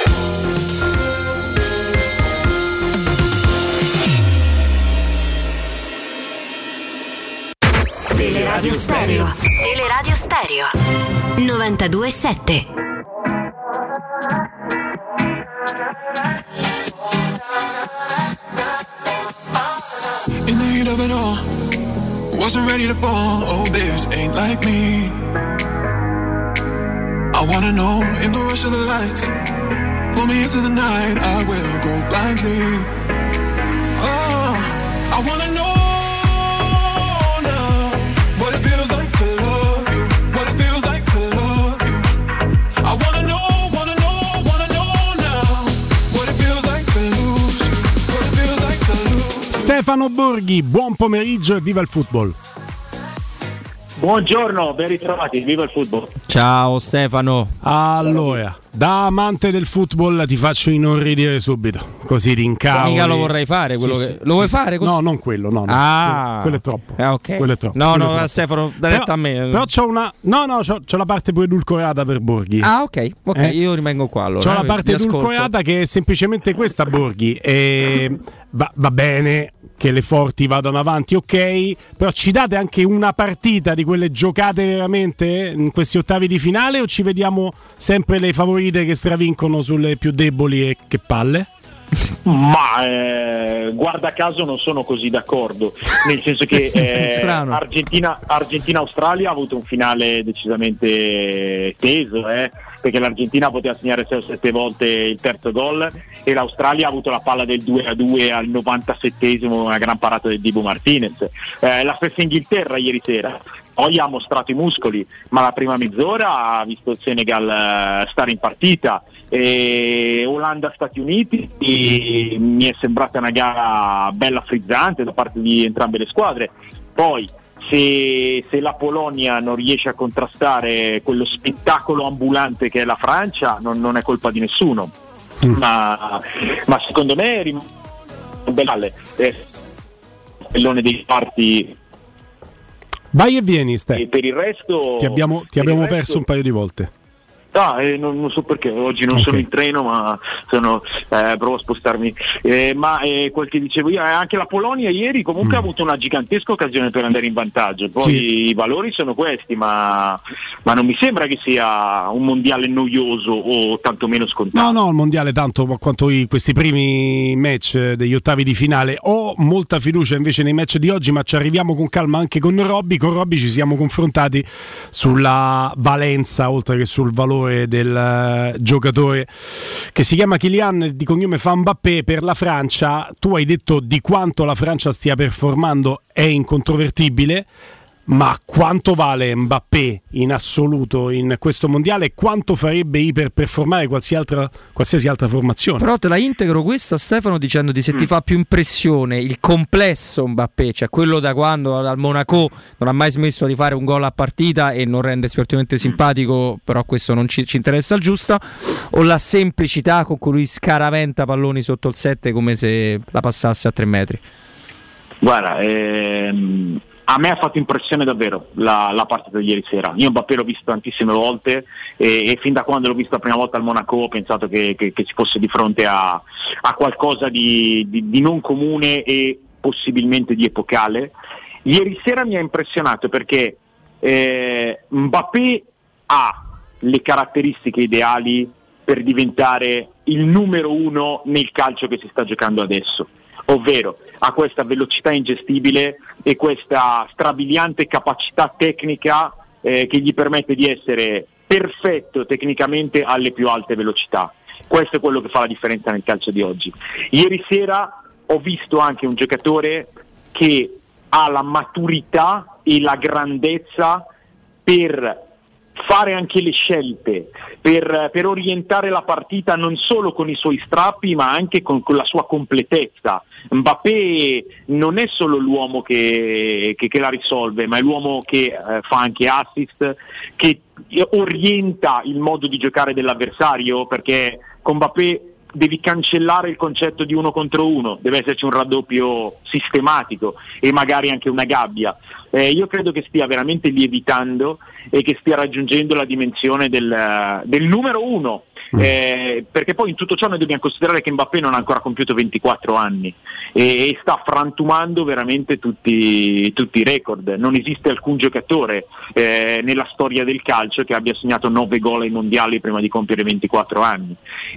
Teleradio Stereo. Teleradio Stereo 92.7. In the heat of it all, wasn't ready to fall. Oh, this ain't like me. I wanna know in the rush of the lights, pull me into the night. I will go blindly. Oh, I wanna know. Stefano Borghi, buon pomeriggio e viva il football. Buongiorno, ben ritrovati, viva il football. Ciao Stefano. Allora, da amante del football ti faccio inorridire subito, così ti incavoli. Mica lo vorrei fare quello sì, che lo vuoi fare così? No, non quello, no. Quello è troppo. Ok. Quello è troppo. No, quello no, è troppo. Stefano, dai retta a me. Però c'ho una c'ho la parte poi edulcorata per Borghi. Ah, ok, io rimango qua allora. C'ho la parte edulcorata che è semplicemente questa, Borghi. E va bene che le forti vadano avanti, ok, però ci date anche una partita di quelle giocate veramente in questi ottavi di finale, o ci vediamo sempre le favorite che stravincono sulle più deboli e che palle? Ma guarda caso non sono così d'accordo, nel senso che Argentina-Australia ha avuto un finale decisamente teso, perché l'Argentina poteva segnare 6 o 7 volte il terzo gol e l'Australia ha avuto la palla del 2-2 al 97esimo, una gran parata del Dibu Martinez. La stessa Inghilterra ieri sera poi ha mostrato i muscoli, ma la prima mezz'ora ha visto il Senegal stare in partita. Olanda-Stati Uniti mi è sembrata una gara bella frizzante da parte di entrambe le squadre. Poi se la Polonia non riesce a contrastare quello spettacolo ambulante che è la Francia, non è colpa di nessuno, ma secondo me rimane bellone dei parti. Vai e vieni, Ste. E per il resto ti abbiamo perso un paio di volte. Non so perché, oggi non sono in treno, ma provo a spostarmi. Ma quel che dicevo io, anche la Polonia ieri comunque ha avuto una gigantesca occasione per andare in vantaggio. Poi i valori sono questi, ma non mi sembra che sia un mondiale noioso o tantomeno scontato. No, il mondiale tanto quanto questi primi match degli ottavi di finale. Ho molta fiducia invece nei match di oggi, ma ci arriviamo con calma anche con Robby. Con Robby ci siamo confrontati sulla valenza oltre che sul valore del giocatore che si chiama Kylian, di cognome fa Mbappé, per la Francia. Tu hai detto di quanto la Francia stia performando è incontrovertibile, ma quanto vale Mbappé in assoluto in questo mondiale e quanto farebbe iperperformare qualsiasi altra formazione? Però te la integro questa, Stefano, dicendoti se ti fa più impressione il complesso Mbappé, cioè quello da quando al Monaco non ha mai smesso di fare un gol a partita e non rende particolarmente simpatico, però questo non ci interessa il giusta, o la semplicità con cui lui scaraventa palloni sotto il 7 come se la passasse a 3 metri? Guarda, a me ha fatto impressione davvero la partita di ieri sera. Io Mbappé l'ho visto tantissime volte e fin da quando l'ho visto la prima volta al Monaco ho pensato che si fosse di fronte a qualcosa di non comune e possibilmente di epocale. Ieri sera mi ha impressionato perché Mbappé ha le caratteristiche ideali per diventare il numero 1 nel calcio che si sta giocando adesso, ovvero ha questa velocità ingestibile e questa strabiliante capacità tecnica che gli permette di essere perfetto tecnicamente alle più alte velocità. Questo è quello che fa la differenza nel calcio di oggi. Ieri sera ho visto anche un giocatore che ha la maturità e la grandezza per fare anche le scelte, per orientare la partita non solo con i suoi strappi ma anche con la sua completezza. Mbappé non è solo l'uomo che la risolve, ma è l'uomo che fa anche assist, che orienta il modo di giocare dell'avversario, perché con Mbappé devi cancellare il concetto di 1 contro 1, deve esserci un raddoppio sistematico e magari anche una gabbia. Io credo che stia veramente lievitando e che stia raggiungendo la dimensione del numero 1, perché poi in tutto ciò noi dobbiamo considerare che Mbappé non ha ancora compiuto 24 anni e sta frantumando veramente tutti i record. Non esiste alcun giocatore nella storia del calcio che abbia segnato 9 gol ai mondiali prima di compiere 24 anni,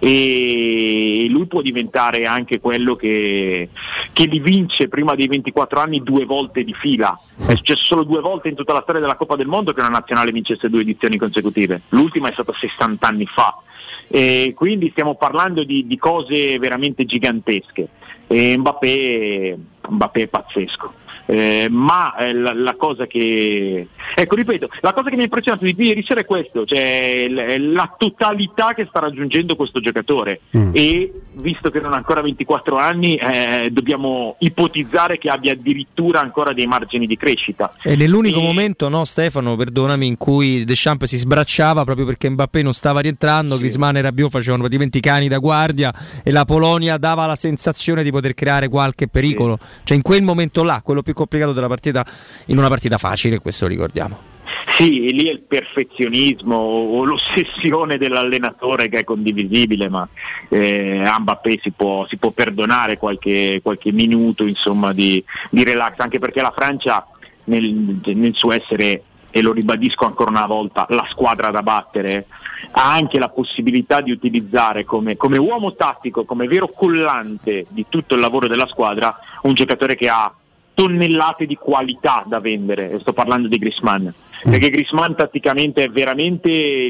e lui può diventare anche quello che li vince prima dei 24 anni 2 volte di fila. È successo solo 2 volte in tutta la storia della Coppa del Mondo che una nazionale vincesse 2 edizioni consecutive, l'ultima è stata 60 anni fa, e quindi stiamo parlando di cose veramente gigantesche. E Mbappé è pazzesco. Ma la cosa che ripeto, la cosa che mi ha impressionato di più ieri sera è questo, cioè la totalità che sta raggiungendo questo giocatore, e visto che non ha ancora 24 anni dobbiamo ipotizzare che abbia addirittura ancora dei margini di crescita. E nell'unico momento, no Stefano, perdonami, in cui Deschamps si sbracciava proprio perché Mbappé non stava rientrando, Griezmann e Rabiot facevano praticamente i cani da guardia e la Polonia dava la sensazione di poter creare qualche pericolo, cioè in quel momento là, quello più complicato della partita, in una partita facile, questo ricordiamo. Sì, lì è il perfezionismo o l'ossessione dell'allenatore che è condivisibile, ma a Mbappé si può perdonare qualche minuto, insomma, di relax, anche perché la Francia nel suo essere, e lo ribadisco ancora una volta, la squadra da battere, ha anche la possibilità di utilizzare come uomo tattico, come vero collante di tutto il lavoro della squadra, un giocatore che ha tonnellate di qualità da vendere. Sto parlando di Griezmann, perché Griezmann tatticamente è veramente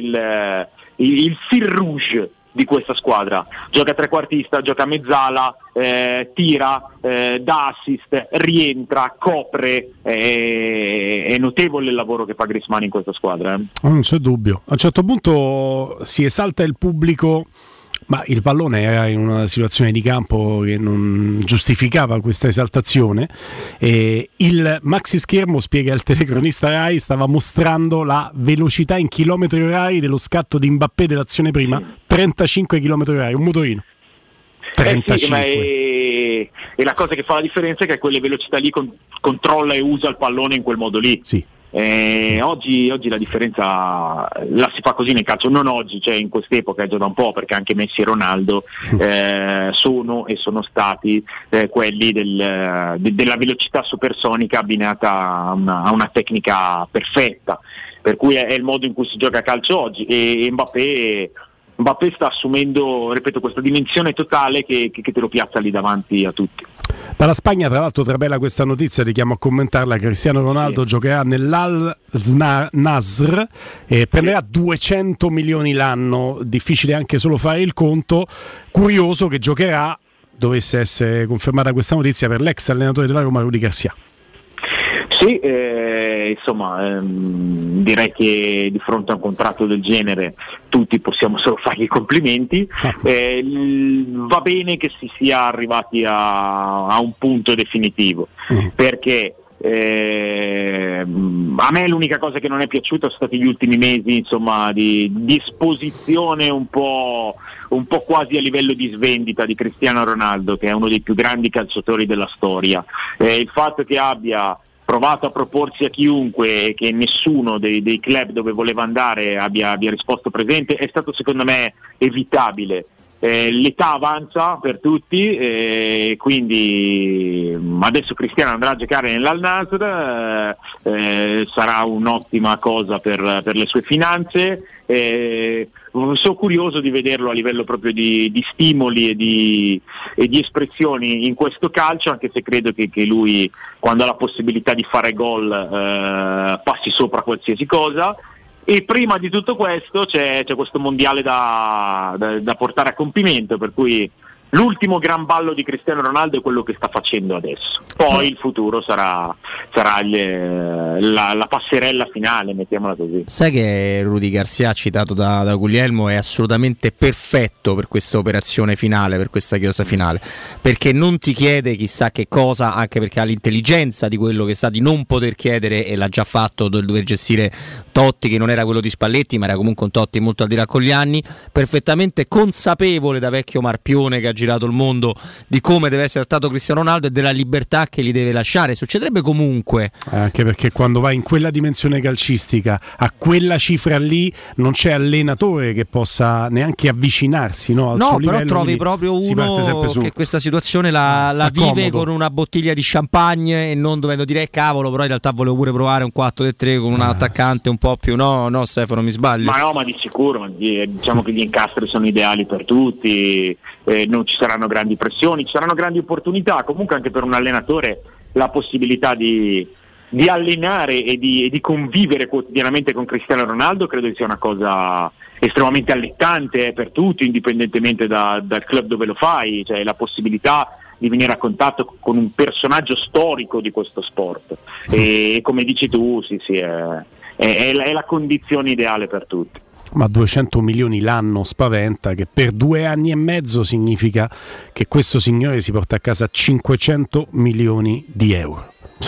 il fil rouge di questa squadra. Gioca trequartista, gioca mezzala, tira, dà assist, rientra, copre. È notevole il lavoro che fa Griezmann in questa squadra. Non c'è dubbio. A un certo punto si esalta il pubblico, ma il pallone era in una situazione di campo che non giustificava questa esaltazione, e il maxi schermo, spiega il telecronista Rai, stava mostrando la velocità in chilometri orari dello scatto di Mbappé dell'azione prima, 35 km orari, un motorino. 35. E la cosa che fa la differenza è che a quelle velocità lì controlla e usa il pallone in quel modo lì. Sì. Oggi la differenza la si fa così nel calcio, non oggi, cioè in quest'epoca, già da un po', perché anche Messi e Ronaldo sono stati quelli della velocità supersonica abbinata a una tecnica perfetta, per cui è il modo in cui si gioca a calcio oggi, e Mbappé sta assumendo, ripeto, questa dimensione totale che te lo piazza lì davanti a tutti. Dalla Spagna, tra l'altro, trabella questa notizia, richiamo a commentarla. Cristiano Ronaldo giocherà nell'Al-Nasr e prenderà 200 milioni l'anno, difficile anche solo fare il conto. Curioso che giocherà, dovesse essere confermata questa notizia, per l'ex allenatore della Roma, Rudi Garcia. Sì, direi che di fronte a un contratto del genere tutti possiamo solo fargli i complimenti. Va bene che si sia arrivati a un punto definitivo, perché a me l'unica cosa che non è piaciuta sono stati gli ultimi mesi, insomma, di esposizione un po' quasi a livello di svendita di Cristiano Ronaldo, che è uno dei più grandi calciatori della storia. Il fatto che abbia provato a proporsi a chiunque e che nessuno dei club dove voleva andare abbia risposto presente è stato, secondo me, evitabile. L'età avanza per tutti, quindi adesso Cristiano andrà a giocare nell'Al-Nasr, sarà un'ottima cosa per le sue finanze. Sono curioso di vederlo a livello proprio di stimoli e di espressioni in questo calcio, anche se credo che lui, quando ha la possibilità di fare gol, passi sopra qualsiasi cosa. E prima di tutto questo c'è questo mondiale da portare a compimento, per cui l'ultimo gran ballo di Cristiano Ronaldo è quello che sta facendo adesso. Poi il futuro sarà la passerella finale, mettiamola così. Sai che Rudi Garcia, citato da Guglielmo, è assolutamente perfetto per questa operazione finale, per questa chiosa finale, perché non ti chiede chissà che cosa, anche perché ha l'intelligenza di quello che sa di non poter chiedere, e l'ha già fatto, del dover gestire Totti, che non era quello di Spalletti ma era comunque un Totti molto al di là con gli anni, perfettamente consapevole da vecchio Marpione che ha girato il mondo di come deve essere trattato Cristiano Ronaldo e della libertà che gli deve lasciare. Succederebbe comunque, anche perché quando vai in quella dimensione calcistica, a quella cifra lì, non c'è allenatore che possa neanche avvicinarsi, no, al suo livello. Però trovi proprio uno che questa situazione la vive comodo, con una bottiglia di champagne e non dovendo dire cavolo, però in realtà volevo pure provare un 4-3 con un attaccante un po' più, no Stefano, mi sbaglio? Ma di sicuro, diciamo che gli incastri sono ideali per tutti, non ci saranno grandi pressioni, ci saranno grandi opportunità. Comunque anche per un allenatore la possibilità di allenare e di convivere quotidianamente con Cristiano Ronaldo credo che sia una cosa estremamente allettante per tutti, indipendentemente dal club dove lo fai, cioè la possibilità di venire a contatto con un personaggio storico di questo sport, e come dici tu, sì, è la condizione ideale per tutti. Ma 200 milioni l'anno spaventa, che per 2 anni e mezzo significa che questo signore si porta a casa 500 milioni di euro.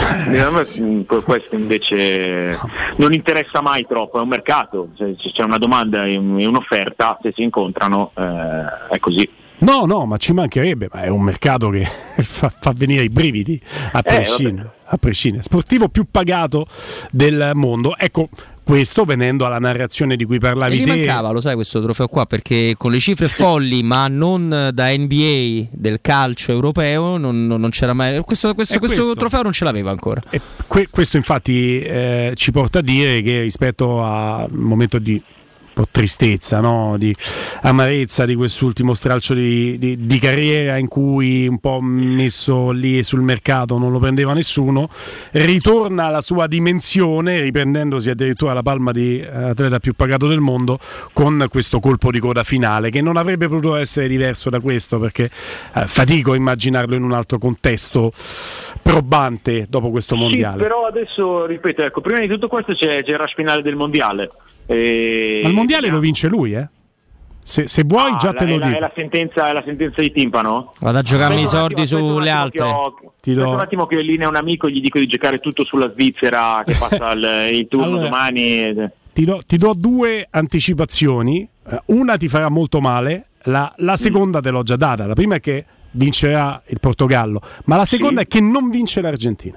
Questo invece non interessa mai troppo, è un mercato, c'è una domanda e un'offerta, se si incontrano è così. No, ma ci mancherebbe, ma è un mercato che fa venire i brividi a prescindere. Sportivo più pagato del mondo. Ecco, questo venendo alla narrazione di cui parlavi te. Mi mancava, lo sai, questo trofeo qua, perché con le cifre folli, ma non da NBA del calcio europeo, non c'era mai. Questo trofeo non ce l'aveva ancora. E questo infatti ci porta a dire che rispetto a un momento di po' tristezza, no? Di amarezza di quest'ultimo stralcio di carriera in cui un po' messo lì sul mercato non lo prendeva nessuno, ritorna alla sua dimensione riprendendosi addirittura la palma di atleta più pagato del mondo con questo colpo di coda finale che non avrebbe potuto essere diverso da questo, perché fatico a immaginarlo in un altro contesto probante dopo questo mondiale. Sì, però adesso ripeto, ecco, prima di tutto questo c'è il rush finale del mondiale. Ma il mondiale lo vince lui, eh? Se vuoi già te lo dico. È la sentenza di timpano? Vado a giocarmi i soldi sulle altre. Un attimo che ho in linea un amico, gli dico di giocare tutto sulla Svizzera che passa il turno allora, domani. Ti do due anticipazioni. Una ti farà molto male, la seconda te l'ho già data. La prima è che vincerà il Portogallo, ma la seconda è che non vince l'Argentina.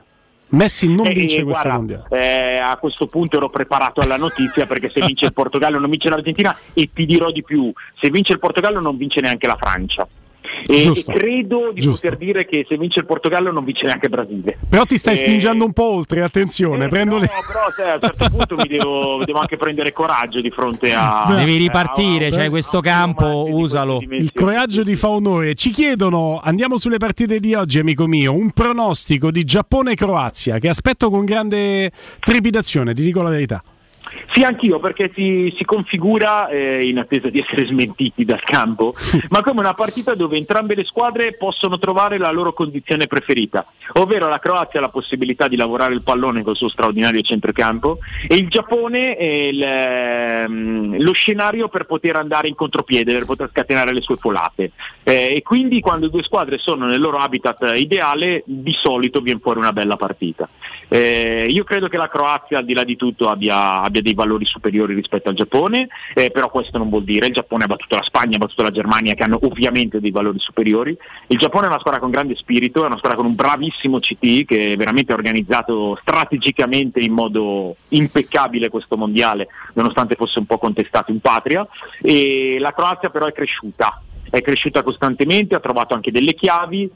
Messi non vince questo mondiale. A questo punto ero preparato alla notizia, perché se vince il Portogallo non vince l'Argentina, e ti dirò di più, se vince il Portogallo non vince neanche la Francia. E credo di poter dire che se vince il Portogallo non vince neanche il Brasile. Però ti stai spingendo un po' oltre, attenzione. Però a un certo punto devo anche prendere coraggio di fronte a... Devi ripartire, c'hai questo campo, usalo. Il coraggio ti fa onore. Ci chiedono, andiamo sulle partite di oggi, amico mio, un pronostico di Giappone-Croazia che aspetto con grande trepidazione, ti dico la verità. Sì, anch'io, perché si configura, in attesa di essere smentiti dal campo, ma come una partita dove entrambe le squadre possono trovare la loro condizione preferita, ovvero la Croazia ha la possibilità di lavorare il pallone col suo straordinario centrocampo, e il Giappone è lo scenario per poter andare in contropiede, per poter scatenare le sue folate, e quindi quando due squadre sono nel loro habitat ideale, di solito viene fuori una bella partita. Io credo che la Croazia, al di là di tutto, abbia dei valori superiori rispetto al Giappone, però questo non vuol dire il Giappone ha battuto la Spagna, ha battuto la Germania, che hanno ovviamente dei valori superiori. Il Giappone è una squadra con grande spirito, è una squadra con un bravissimo CT che veramente ha organizzato strategicamente in modo impeccabile questo mondiale, nonostante fosse un po' contestato in patria, e la Croazia però è cresciuta costantemente, ha trovato anche delle chiavi.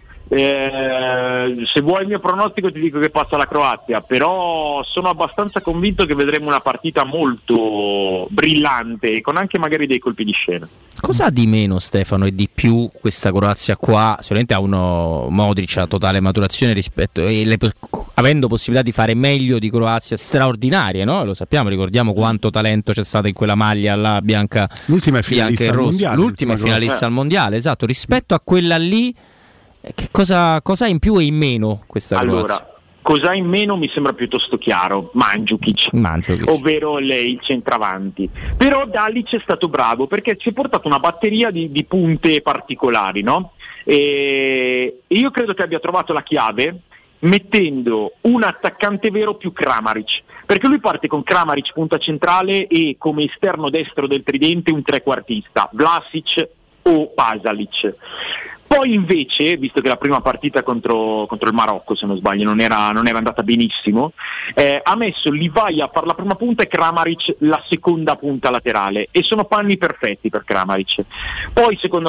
Se vuoi il mio pronostico ti dico che passa la Croazia, però sono abbastanza convinto che vedremo una partita molto brillante, con anche magari dei colpi di scena. Cosa ha di meno, Stefano, e di più questa Croazia qua? Sicuramente ha uno Modric a totale maturazione rispetto, e avendo possibilità di fare meglio di Croazia straordinarie, no? Lo sappiamo, ricordiamo quanto talento c'è stato in quella maglia là bianca, l'ultima è finalista al mondiale, l'ultima è finalista al mondiale, esatto. Rispetto a quella lì, che cosa ha in più e in meno questa Croazia? Allora, cosa in meno mi sembra piuttosto chiaro, Mandžukić. Ovvero il centravanti. Però Dalic è stato bravo, perché ci ha portato una batteria di punte particolari, no? E io credo che abbia trovato la chiave mettendo un attaccante vero più Kramaric, perché lui parte con Kramaric punta centrale e come esterno destro del tridente un trequartista, Vlasic o Pasalic. Poi invece, visto che la prima partita contro il Marocco, se non sbaglio, non era andata benissimo, ha messo Livaja a fare la prima punta e Kramaric la seconda punta laterale, e sono panni perfetti per Kramaric. Poi secondo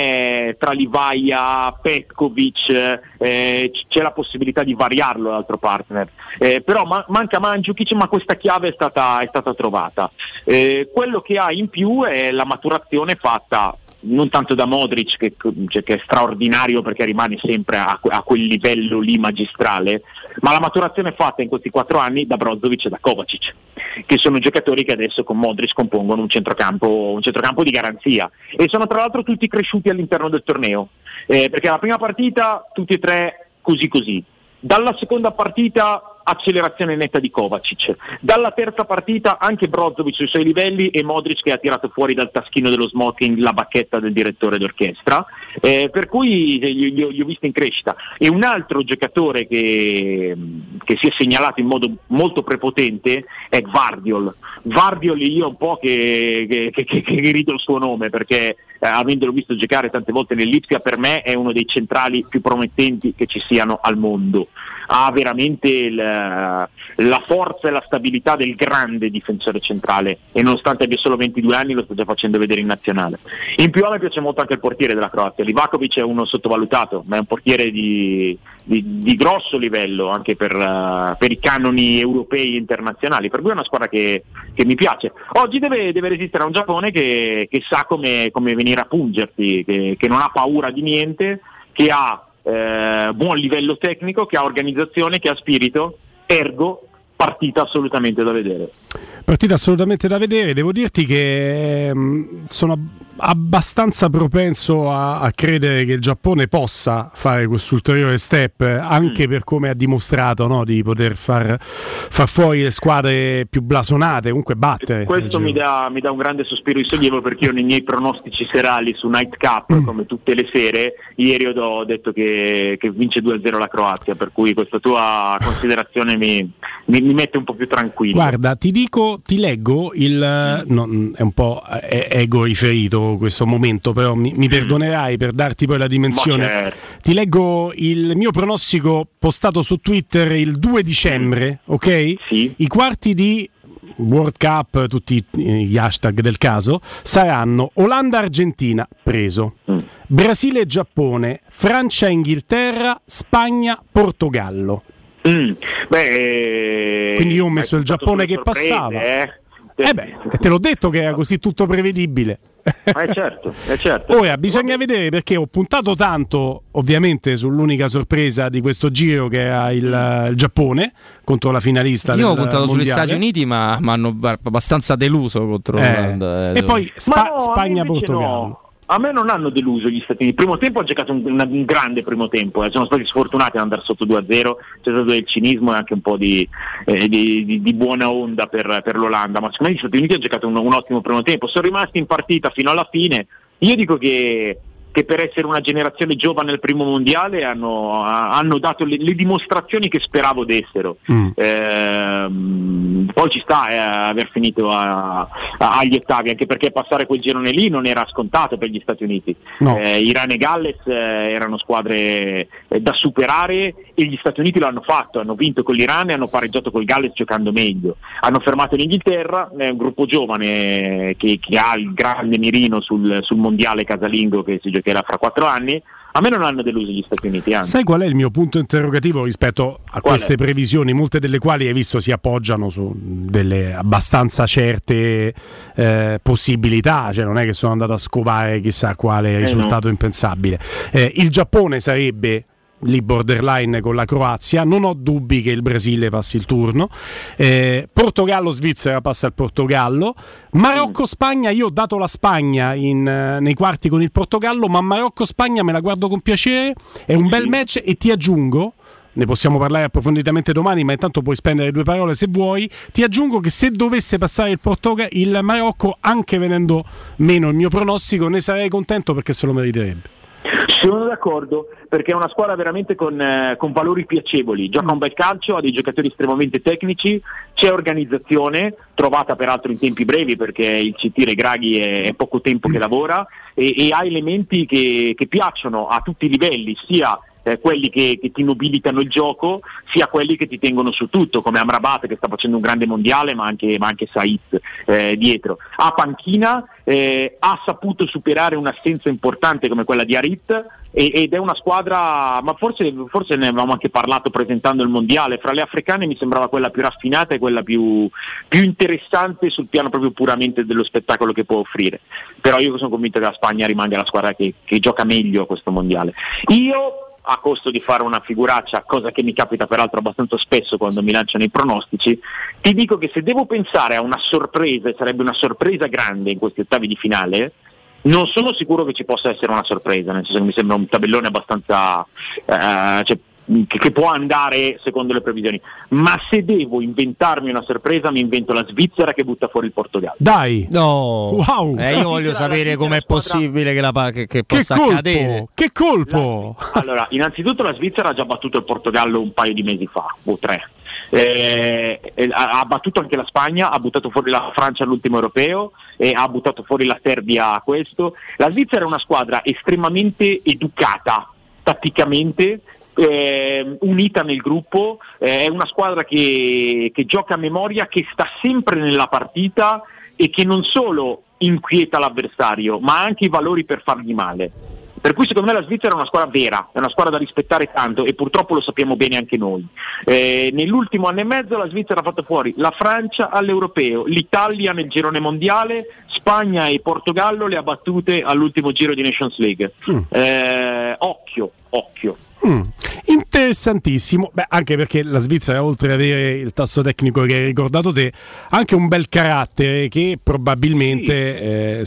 me tra Livaja, Petkovic c'è la possibilità di variarlo l'altro partner, però manca Mandžukić, ma questa chiave è stata trovata. Quello che ha in più è la maturazione fatta non tanto da Modric, che è straordinario perché rimane sempre a quel livello lì magistrale, ma la maturazione fatta in questi 4 anni da Brozovic e da Kovacic, che sono giocatori che adesso con Modric compongono un centrocampo di garanzia, e sono tra l'altro tutti cresciuti all'interno del torneo, perché la prima partita tutti e tre così, dalla seconda partita accelerazione netta di Kovacic, dalla terza partita anche Brozovic sui suoi livelli e Modric che ha tirato fuori dal taschino dello smoking la bacchetta del direttore d'orchestra, per cui li ho visti in crescita. E un altro giocatore che si è segnalato in modo molto prepotente è Gvardiol, io un po' che rido il suo nome, perché avendolo visto giocare tante volte nell'Ipsia, per me è uno dei centrali più promettenti che ci siano al mondo. Ha veramente la forza e la stabilità del grande difensore centrale, e nonostante abbia solo 22 anni lo sta già facendo vedere in nazionale. In più a me piace molto anche il portiere della Croazia. Livakovic è uno sottovalutato, ma è un portiere di grosso livello anche per i canoni europei e internazionali, per cui è una squadra che mi piace. Oggi deve resistere a un Giappone che sa come venire a pungerti, che non ha paura di niente, che ha buon livello tecnico, che ha organizzazione, che ha spirito, ergo partita assolutamente da vedere. Devo dirti che sono abbastanza propenso a credere che il Giappone possa fare quest'ulteriore step, anche per come ha dimostrato, no, di poter far fuori le squadre più blasonate, comunque battere. Questo mi dà un grande sospiro di sollievo, perché io nei miei pronostici serali su Nightcap, come tutte le sere, ieri ho detto che vince 2-0 la Croazia, per cui questa tua considerazione mi mette un po' più tranquillo. Guarda, ti leggo è un po' ego riferito questo momento, però mi perdonerai per darti poi la dimensione. Certo. Ti leggo il mio pronostico postato su Twitter il 2 dicembre, ok? Sì. I quarti di World Cup, tutti gli hashtag del caso, saranno Olanda-Argentina, preso, Brasile-Giappone, Francia-Inghilterra, Spagna-Portogallo. Quindi io ho messo il Giappone che passava. Te l'ho detto che era così tutto prevedibile. Certo. Ora bisogna vedere, perché ho puntato tanto ovviamente sull'unica sorpresa di questo giro che era il Giappone contro la finalista. Io ho puntato mondiale. sugli Stati Uniti, ma hanno abbastanza deluso contro l'Olanda. E poi Spagna-Portogallo. A me non hanno deluso gli Stati Uniti. Il primo tempo ha giocato un grande primo tempo, sono stati sfortunati ad andare sotto 2-0, c'è stato del cinismo e anche un po' di buona onda per l'Olanda, ma secondo me gli Stati Uniti hanno giocato un ottimo primo tempo, sono rimasti in partita fino alla fine. Io dico che per essere una generazione giovane al primo mondiale hanno dato le dimostrazioni che speravo dessero. Poi ci sta aver finito agli ottavi, anche perché passare quel girone lì non era scontato per gli Stati Uniti. No. Iran e Galles erano squadre da superare e gli Stati Uniti l'hanno fatto, hanno vinto con l'Iran e hanno pareggiato col Galles giocando meglio. Hanno fermato l'Inghilterra, è un gruppo giovane che ha il grande mirino sul mondiale casalingo che si giocherà fra 4 anni. A me non hanno deluso gli Stati Uniti, anzi. Sai qual è il mio punto interrogativo rispetto a queste previsioni, molte delle quali hai visto si appoggiano su delle abbastanza certe possibilità, cioè non è che sono andato a scovare chissà quale risultato impensabile. Il Giappone sarebbe lì borderline con la Croazia, non ho dubbi che il Brasile passi il turno, Portogallo-Svizzera passa il Portogallo, Marocco-Spagna, io ho dato la Spagna nei quarti con il Portogallo, ma Marocco-Spagna me la guardo con piacere, è un bel match e ti aggiungo, ne possiamo parlare approfonditamente domani, ma intanto puoi spendere 2 parole se vuoi, ti aggiungo che se dovesse passare il Marocco, anche venendo meno il mio pronostico, ne sarei contento perché se lo meriterebbe. Sono d'accordo, perché è una squadra veramente con valori piacevoli, gioca un bel calcio, ha dei giocatori estremamente tecnici, c'è organizzazione, trovata peraltro in tempi brevi perché il CT Regraghi è poco tempo che lavora e ha elementi che piacciono a tutti i livelli, sia quelli che ti nobilitano il gioco, sia quelli che ti tengono su tutto, come Amrabat che sta facendo un grande mondiale, ma anche Saiz dietro. A panchina ha saputo superare un'assenza importante come quella di Harit ed è una squadra, ma forse ne avevamo anche parlato presentando il mondiale, fra le africane mi sembrava quella più raffinata e quella più interessante sul piano proprio puramente dello spettacolo che può offrire. Però io sono convinto che la Spagna rimanga la squadra che gioca meglio a questo mondiale. Io, a costo di fare una figuraccia, cosa che mi capita peraltro abbastanza spesso quando mi lanciano i pronostici, ti dico che se devo pensare a una sorpresa, e sarebbe una sorpresa grande in questi ottavi di finale, non sono sicuro che ci possa essere una sorpresa, nel senso che mi sembra un tabellone abbastanza che può andare secondo le previsioni, ma se devo inventarmi una sorpresa mi invento la Svizzera che butta fuori il Portogallo. Dai, no, wow. Io voglio sapere com'è possibile che possa accadere. Che colpo! Allora, innanzitutto la Svizzera ha già battuto il Portogallo un paio di mesi fa, o 3. Ha battuto anche la Spagna, ha buttato fuori la Francia all'ultimo europeo e ha buttato fuori la Serbia a questo. La Svizzera è una squadra estremamente educata tatticamente, unita nel gruppo, è una squadra che gioca a memoria, che sta sempre nella partita e che non solo inquieta l'avversario ma ha anche i valori per fargli male. Per cui secondo me la Svizzera è una squadra vera, è una squadra da rispettare tanto e purtroppo lo sappiamo bene anche noi. Nell'ultimo anno e mezzo la Svizzera ha fatto fuori la Francia all'Europeo, l'Italia nel girone mondiale, Spagna e Portogallo le ha battute all'ultimo giro di Nations League. Occhio. Interessantissimo. Anche perché la Svizzera, oltre ad avere il tasso tecnico che hai ricordato te, ha anche un bel carattere che probabilmente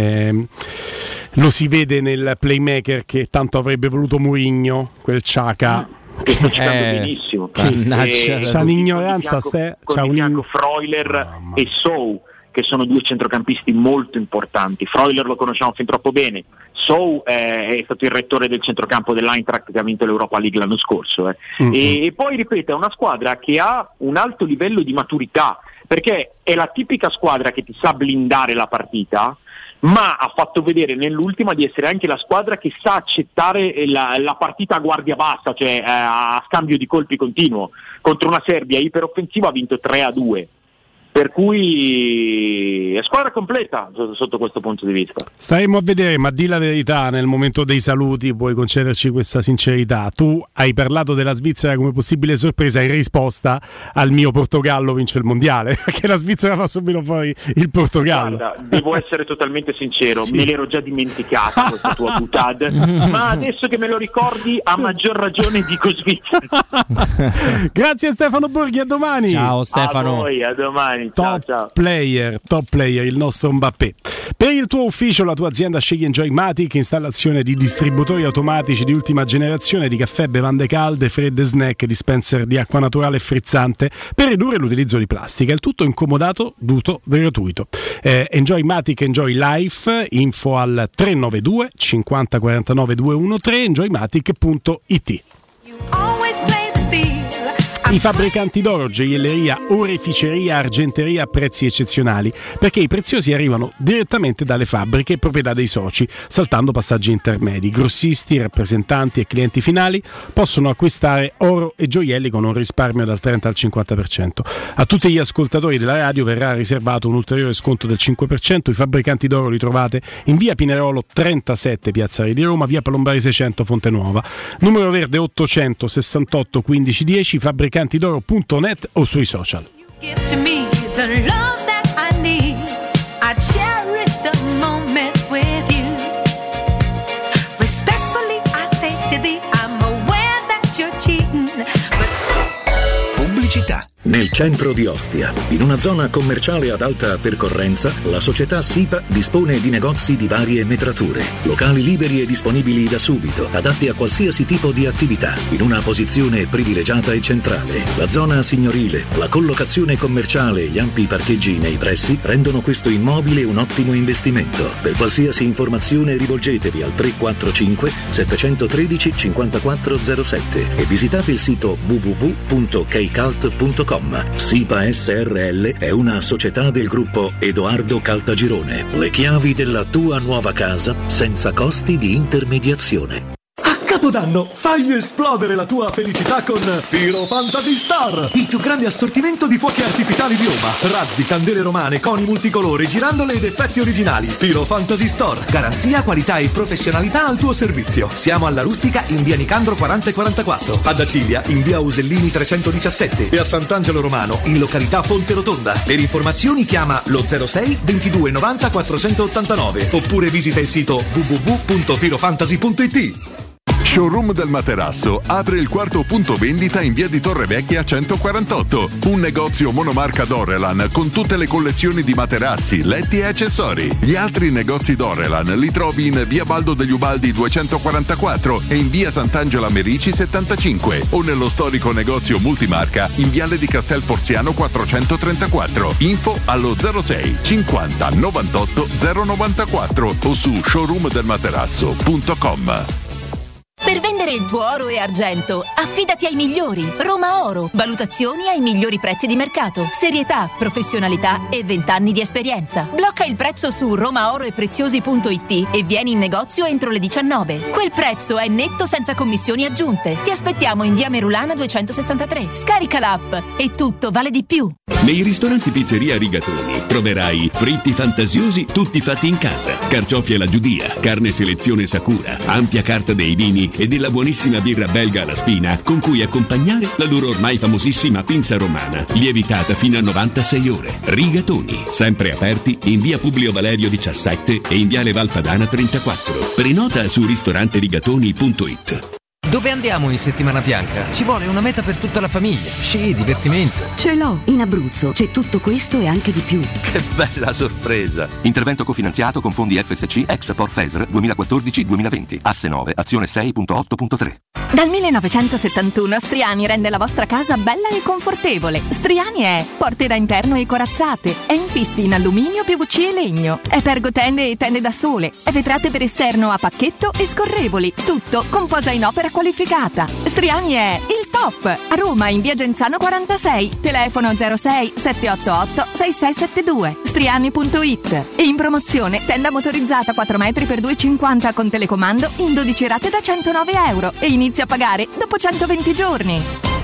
lo si vede nel playmaker che tanto avrebbe voluto Mourinho, quel Xhaka. Che sto citando benissimo. C'ha un'ignoranza, con Freuler e Sou, che sono 2 centrocampisti molto importanti. Freuler lo conosciamo fin troppo bene, Sou è stato il rettore del centrocampo dell'Eintracht che ha vinto l'Europa League l'anno scorso. E poi ripeto, è una squadra che ha un alto livello di maturità, perché è la tipica squadra che ti sa blindare la partita, ma ha fatto vedere nell'ultima di essere anche la squadra che sa accettare la partita a guardia bassa, cioè a scambio di colpi continuo. Contro una Serbia iperoffensiva ha vinto 3-2. Per cui è squadra completa sotto questo punto di vista. Staremo a vedere, ma di la verità, nel momento dei saluti puoi concederci questa sincerità. Tu hai parlato della Svizzera come possibile sorpresa in risposta al mio Portogallo vince il mondiale, perché la Svizzera fa subito fuori il Portogallo. Guarda, devo essere totalmente sincero, sì. Me l'ero già dimenticato questa tua butad, ma adesso che me lo ricordi a maggior ragione dico Svizzera. Grazie Stefano Borghi, a domani. Ciao Stefano. A voi, a domani. Top player, il nostro Mbappé. Per il tuo ufficio, la tua azienda, scegli Enjoymatic, installazione di distributori automatici di ultima generazione di caffè, bevande calde, fredde, snack, dispenser di acqua naturale e frizzante per ridurre l'utilizzo di plastica. Il tutto incomodato, dovuto, gratuito. Enjoymatic, Enjoy Life, info al 392 50 49 213, enjoymatic.it. I fabbricanti d'oro, gioielleria, oreficeria, argenteria a prezzi eccezionali, perché i preziosi arrivano direttamente dalle fabbriche proprietà dei soci, saltando passaggi intermedi. Grossisti, rappresentanti e clienti finali possono acquistare oro e gioielli con un risparmio dal 30 al 50%. A tutti gli ascoltatori della radio verrà riservato un ulteriore sconto del 5%. I fabbricanti d'oro li trovate in via Pinerolo 37, Piazza Re di Roma, via Palombari 600, Fonte Nuova, numero verde 868 1510, fabbricantidoro.net o sui social. Pubblicità. Nel centro di Ostia, in una zona commerciale ad alta percorrenza, la società SIPA dispone di negozi di varie metrature, locali liberi e disponibili da subito, adatti a qualsiasi tipo di attività, in una posizione privilegiata e centrale. La zona signorile, la collocazione commerciale e gli ampi parcheggi nei pressi rendono questo immobile un ottimo investimento. Per qualsiasi informazione rivolgetevi al 345 713 5407 e visitate il sito www.kcalt.com. SIPA SRL è una società del gruppo Edoardo Caltagirone. Le chiavi della tua nuova casa senza costi di intermediazione. Capodanno, fai esplodere la tua felicità con Piro Fantasy Star, il più grande assortimento di fuochi artificiali di Roma. Razzi, candele romane, coni multicolori, girandole ed effetti originali. Piro Fantasy Store, garanzia, qualità e professionalità al tuo servizio. Siamo alla Rustica in via Nicandro 40 e 44, ad Acilia in via Usellini 317 e a Sant'Angelo Romano in località Ponte Rotonda. Per informazioni chiama lo 06 22 90 489 oppure visita il sito www.pirofantasy.it. Showroom del Materasso apre il quarto punto vendita in via di Torrevecchia 148, un negozio monomarca Dorelan con tutte le collezioni di materassi, letti e accessori. Gli altri negozi Dorelan li trovi in via Baldo degli Ubaldi 244 e in via Sant'Angela Merici 75 o nello storico negozio multimarca in viale di Castel Porziano 434. Info allo 06 50 98 094 o su showroomdelmaterasso.com. Per vendere il tuo oro e argento, affidati ai migliori. Roma Oro. Valutazioni ai migliori prezzi di mercato. Serietà, professionalità e 20 anni di esperienza. Blocca il prezzo su romaoroepreziosi.it e vieni in negozio entro le 19. Quel prezzo è netto senza commissioni aggiunte. Ti aspettiamo in via Merulana 263. Scarica l'app e tutto vale di più. Nei ristoranti Pizzeria Rigatoni troverai fritti fantasiosi tutti fatti in casa, carciofi alla giudia, carne selezione Sakura, ampia carta dei vini e della buonissima birra belga alla spina con cui accompagnare la loro ormai famosissima pinza romana, lievitata fino a 96 ore. Rigatoni, sempre aperti in via Publio Valerio 17 e in viale Valpadana 34. Prenota su ristoranterigatoni.it. Dove andiamo in settimana bianca? Ci vuole una meta per tutta la famiglia. Sci, divertimento. Ce l'ho, in Abruzzo. C'è tutto questo e anche di più. Che bella sorpresa! Intervento cofinanziato con fondi FSC ex Porfeser 2014-2020. Asse 9, azione 6.8.3. Dal 1971 Striani rende la vostra casa bella e confortevole. Striani è porte da interno e corazzate, è infissi in alluminio, PVC e legno, è pergotende e tende da sole, è vetrate per esterno a pacchetto e scorrevoli, tutto con posa in opera qualificata. Striani è il Pop, a Roma in via Genzano 46, telefono 06 788 6672, striani.it. E in promozione tenda motorizzata 4 metri per 2,50 con telecomando in 12 rate da €109 e inizia a pagare dopo 120 giorni.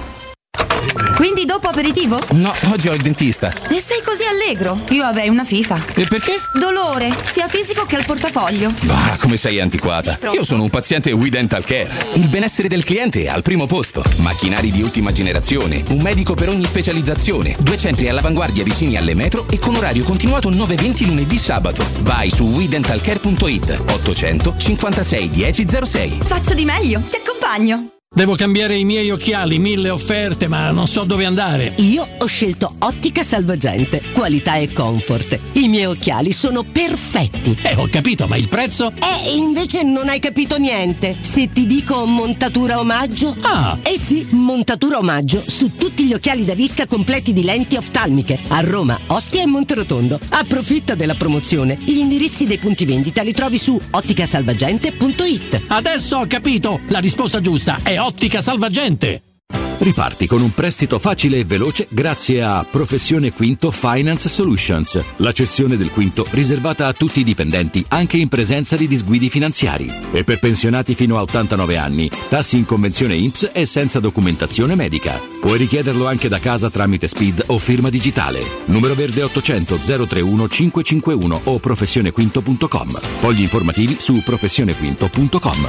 Quindi dopo aperitivo? No, oggi ho il dentista. E sei così allegro? Io avrei una FIFA. E perché? Dolore, sia fisico che al portafoglio. Bah, come sei antiquata. Io sono un paziente We Dental Care. Il benessere del cliente è al primo posto. Macchinari di ultima generazione, un medico per ogni specializzazione, 2 centri all'avanguardia vicini alle metro e con orario continuato 9-20 lunedì sabato. Vai su WeDentalCare.it 800 56 1006. Faccio di meglio, ti accompagno. Devo cambiare i miei occhiali, 1000 offerte, ma non so dove andare. Io ho scelto Ottica Salvagente, qualità e comfort. I miei occhiali sono perfetti. Ho capito, ma il prezzo? Invece non hai capito niente. Se ti dico montatura omaggio? Sì, montatura omaggio su tutti gli occhiali da vista completi di lenti oftalmiche. A Roma, Ostia e Monterotondo. Approfitta della promozione. Gli indirizzi dei punti vendita li trovi su otticasalvagente.it. Adesso ho capito, la risposta giusta è Ottica Salvagente. Riparti con un prestito facile e veloce grazie a Professione Quinto Finance Solutions, la cessione del quinto riservata a tutti i dipendenti anche in presenza di disguidi finanziari. E per pensionati fino a 89 anni, tassi in convenzione INPS e senza documentazione medica. Puoi richiederlo anche da casa tramite SPID o firma digitale. Numero verde 800 031 551 o professionequinto.com. Fogli informativi su professionequinto.com.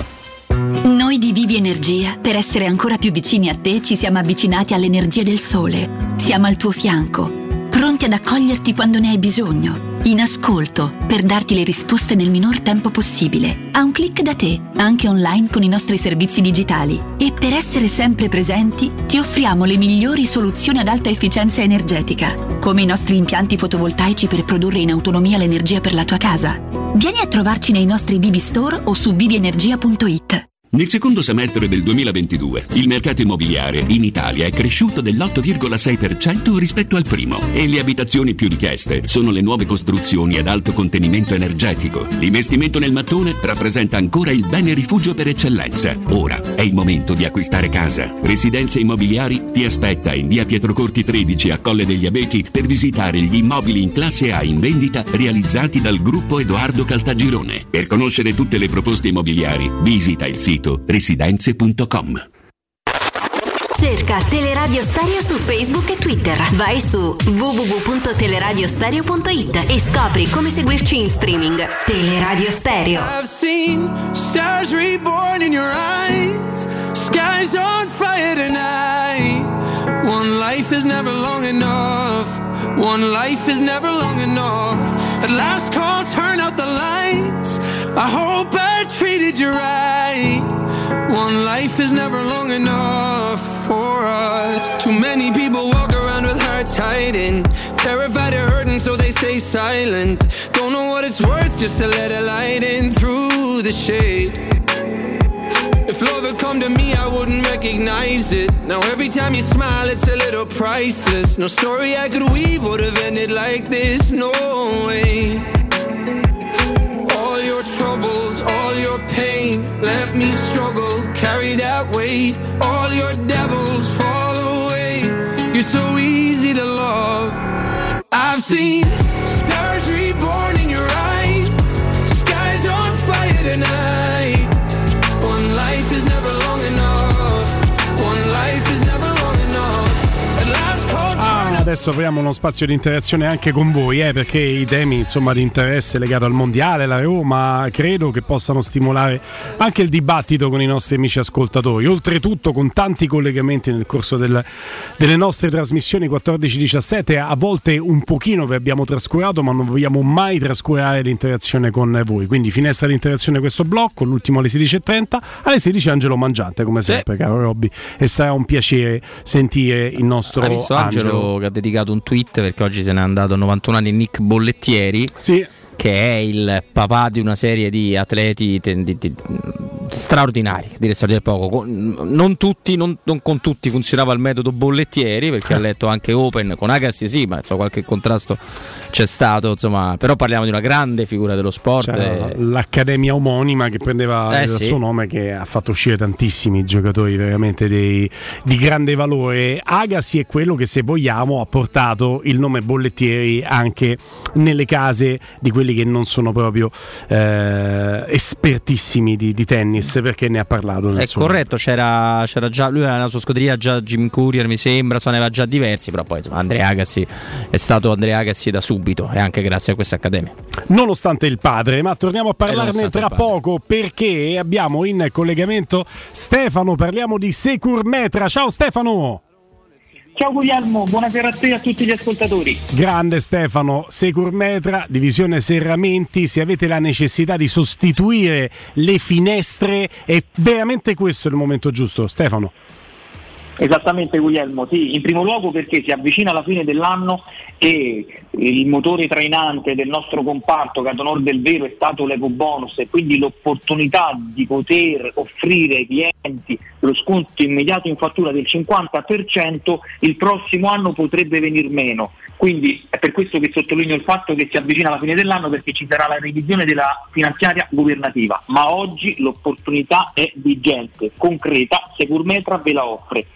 Noi di Vivi Energia, per essere ancora più vicini a te, ci siamo avvicinati all'energia del sole. Siamo al tuo fianco, pronti ad accoglierti quando ne hai bisogno, in ascolto, per darti le risposte nel minor tempo possibile, a un click da te, anche online con i nostri servizi digitali. E per essere sempre presenti, ti offriamo le migliori soluzioni ad alta efficienza energetica, come i nostri impianti fotovoltaici per produrre in autonomia l'energia per la tua casa. Vieni a trovarci nei nostri Vivi Store o su vivienergia.it. Nel secondo semestre del 2022 il mercato immobiliare in Italia è cresciuto dell'8,6% rispetto al primo e le abitazioni più richieste sono le nuove costruzioni ad alto contenimento energetico. L'investimento nel mattone rappresenta ancora il bene rifugio per eccellenza. Ora è il momento di acquistare casa. Residenze Immobiliari ti aspetta in via Pietrocorti 13 a Colle degli Abeti per visitare gli immobili in classe A in vendita realizzati dal gruppo Edoardo Caltagirone. Per conoscere tutte le proposte immobiliari visita il sito residenze.com. Cerca Teleradio Stereo su Facebook e Twitter. Vai su www.teleradiostereo.it e scopri come seguirci in streaming. Teleradio Stereo. I've seen stars reborn in your eyes, skies on fire tonight. One life is never long enough. One life is never long enough. At last call, turn out the lights. I hope I treated you right. One life is never long enough for us. Too many people walk around with hearts hiding, terrified of hurting, so they stay silent. Don't know what it's worth just to let a light in through the shade. If love had come to me, I wouldn't recognize it. Now every time you smile, it's a little priceless. No story I could weave would have ended like this. No way. All your troubles, all your pain, let me struggle, carry that weight. All your devils fall away. You're so easy to love. I've seen stars reborn in your eyes, skies on fire tonight. One life is never long enough. One life is never long enough. At last call. Adesso apriamo uno spazio di interazione anche con voi, perché i temi insomma di interesse legato al mondiale, la Roma, credo che possano stimolare anche il dibattito con i nostri amici ascoltatori. Oltretutto con tanti collegamenti nel corso delle nostre trasmissioni 14-17, a volte un pochino vi abbiamo trascurato, ma non vogliamo mai trascurare l'interazione con voi. Quindi finestra di interazione questo blocco, l'ultimo alle 16.30, alle 16 Angelo Mangiante come sempre, caro Robby, e sarà un piacere sentire il nostro Angelo che ha dedicato un tweet perché oggi se n'è andato a 91 anni Nick Bollettieri, sì, che è il papà di una serie di atleti straordinari, direi poco. Non con tutti funzionava il metodo Bollettieri, perché ha letto anche Open con Agassi, sì, ma insomma, qualche contrasto c'è stato, insomma, però parliamo di una grande figura dello sport. L'accademia omonima che prendeva il suo nome, che ha fatto uscire tantissimi giocatori veramente di grande valore. Agassi è quello che, se vogliamo, ha portato il nome Bollettieri anche nelle case di quelli che non sono proprio espertissimi di tennis, perché ne ha parlato. È corretto, c'era già lui, nella sua scuderia, già Jim Courier, mi sembra, ne aveva già diversi, però poi insomma, Andrea Agassi è stato Andrea Agassi da subito, e anche grazie a questa accademia. Nonostante il padre, ma torniamo a parlarne tra poco, perché abbiamo in collegamento Stefano, parliamo di Securmetra. Ciao Stefano! Ciao Guglielmo, buonasera a te e a tutti gli ascoltatori. Grande Stefano, Securmetra, divisione serramenti, se avete la necessità di sostituire le finestre, è veramente questo il momento giusto, Stefano? Esattamente Guglielmo, sì, in primo luogo perché si avvicina la fine dell'anno e il motore trainante del nostro comparto, che ad onor del vero è stato l'ecobonus, e quindi l'opportunità di poter offrire ai clienti lo sconto immediato in fattura del 50%, il prossimo anno potrebbe venir meno. Quindi è per questo che sottolineo il fatto che si avvicina la fine dell'anno, perché ci sarà la revisione della finanziaria governativa, ma oggi l'opportunità è vigente, concreta, Securmetra ve la offre.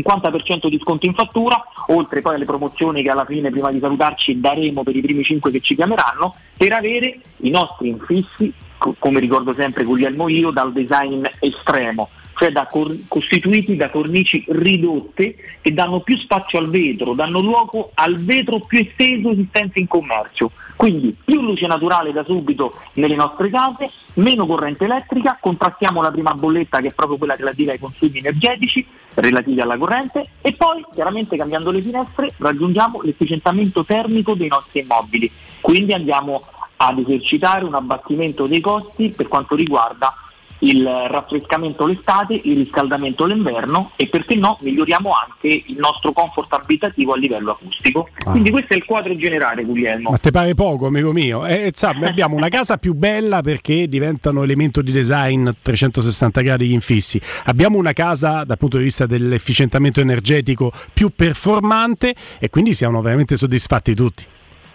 50% di sconto in fattura, oltre poi alle promozioni che alla fine, prima di salutarci, daremo per i primi 5 che ci chiameranno, per avere i nostri infissi, come ricordo sempre Guglielmo io, dal design estremo, cioè costituiti da cornici ridotte che danno più spazio al vetro, danno luogo al vetro più esteso esistente in commercio. Quindi più luce naturale da subito nelle nostre case, meno corrente elettrica, contrastiamo la prima bolletta, che è proprio quella relativa ai consumi energetici relativi alla corrente, e poi chiaramente, cambiando le finestre, raggiungiamo l'efficientamento termico dei nostri immobili. Quindi andiamo ad esercitare un abbattimento dei costi per quanto riguarda il raffrescamento l'estate, il riscaldamento l'inverno, e perché no, miglioriamo anche il nostro comfort abitativo a livello acustico. Quindi questo è il quadro generale, Guglielmo. Ma te pare poco, amico mio? Abbiamo una casa più bella perché diventano elemento di design 360 gradi gli infissi. Abbiamo una casa dal punto di vista dell'efficientamento energetico più performante, e quindi siamo veramente soddisfatti tutti.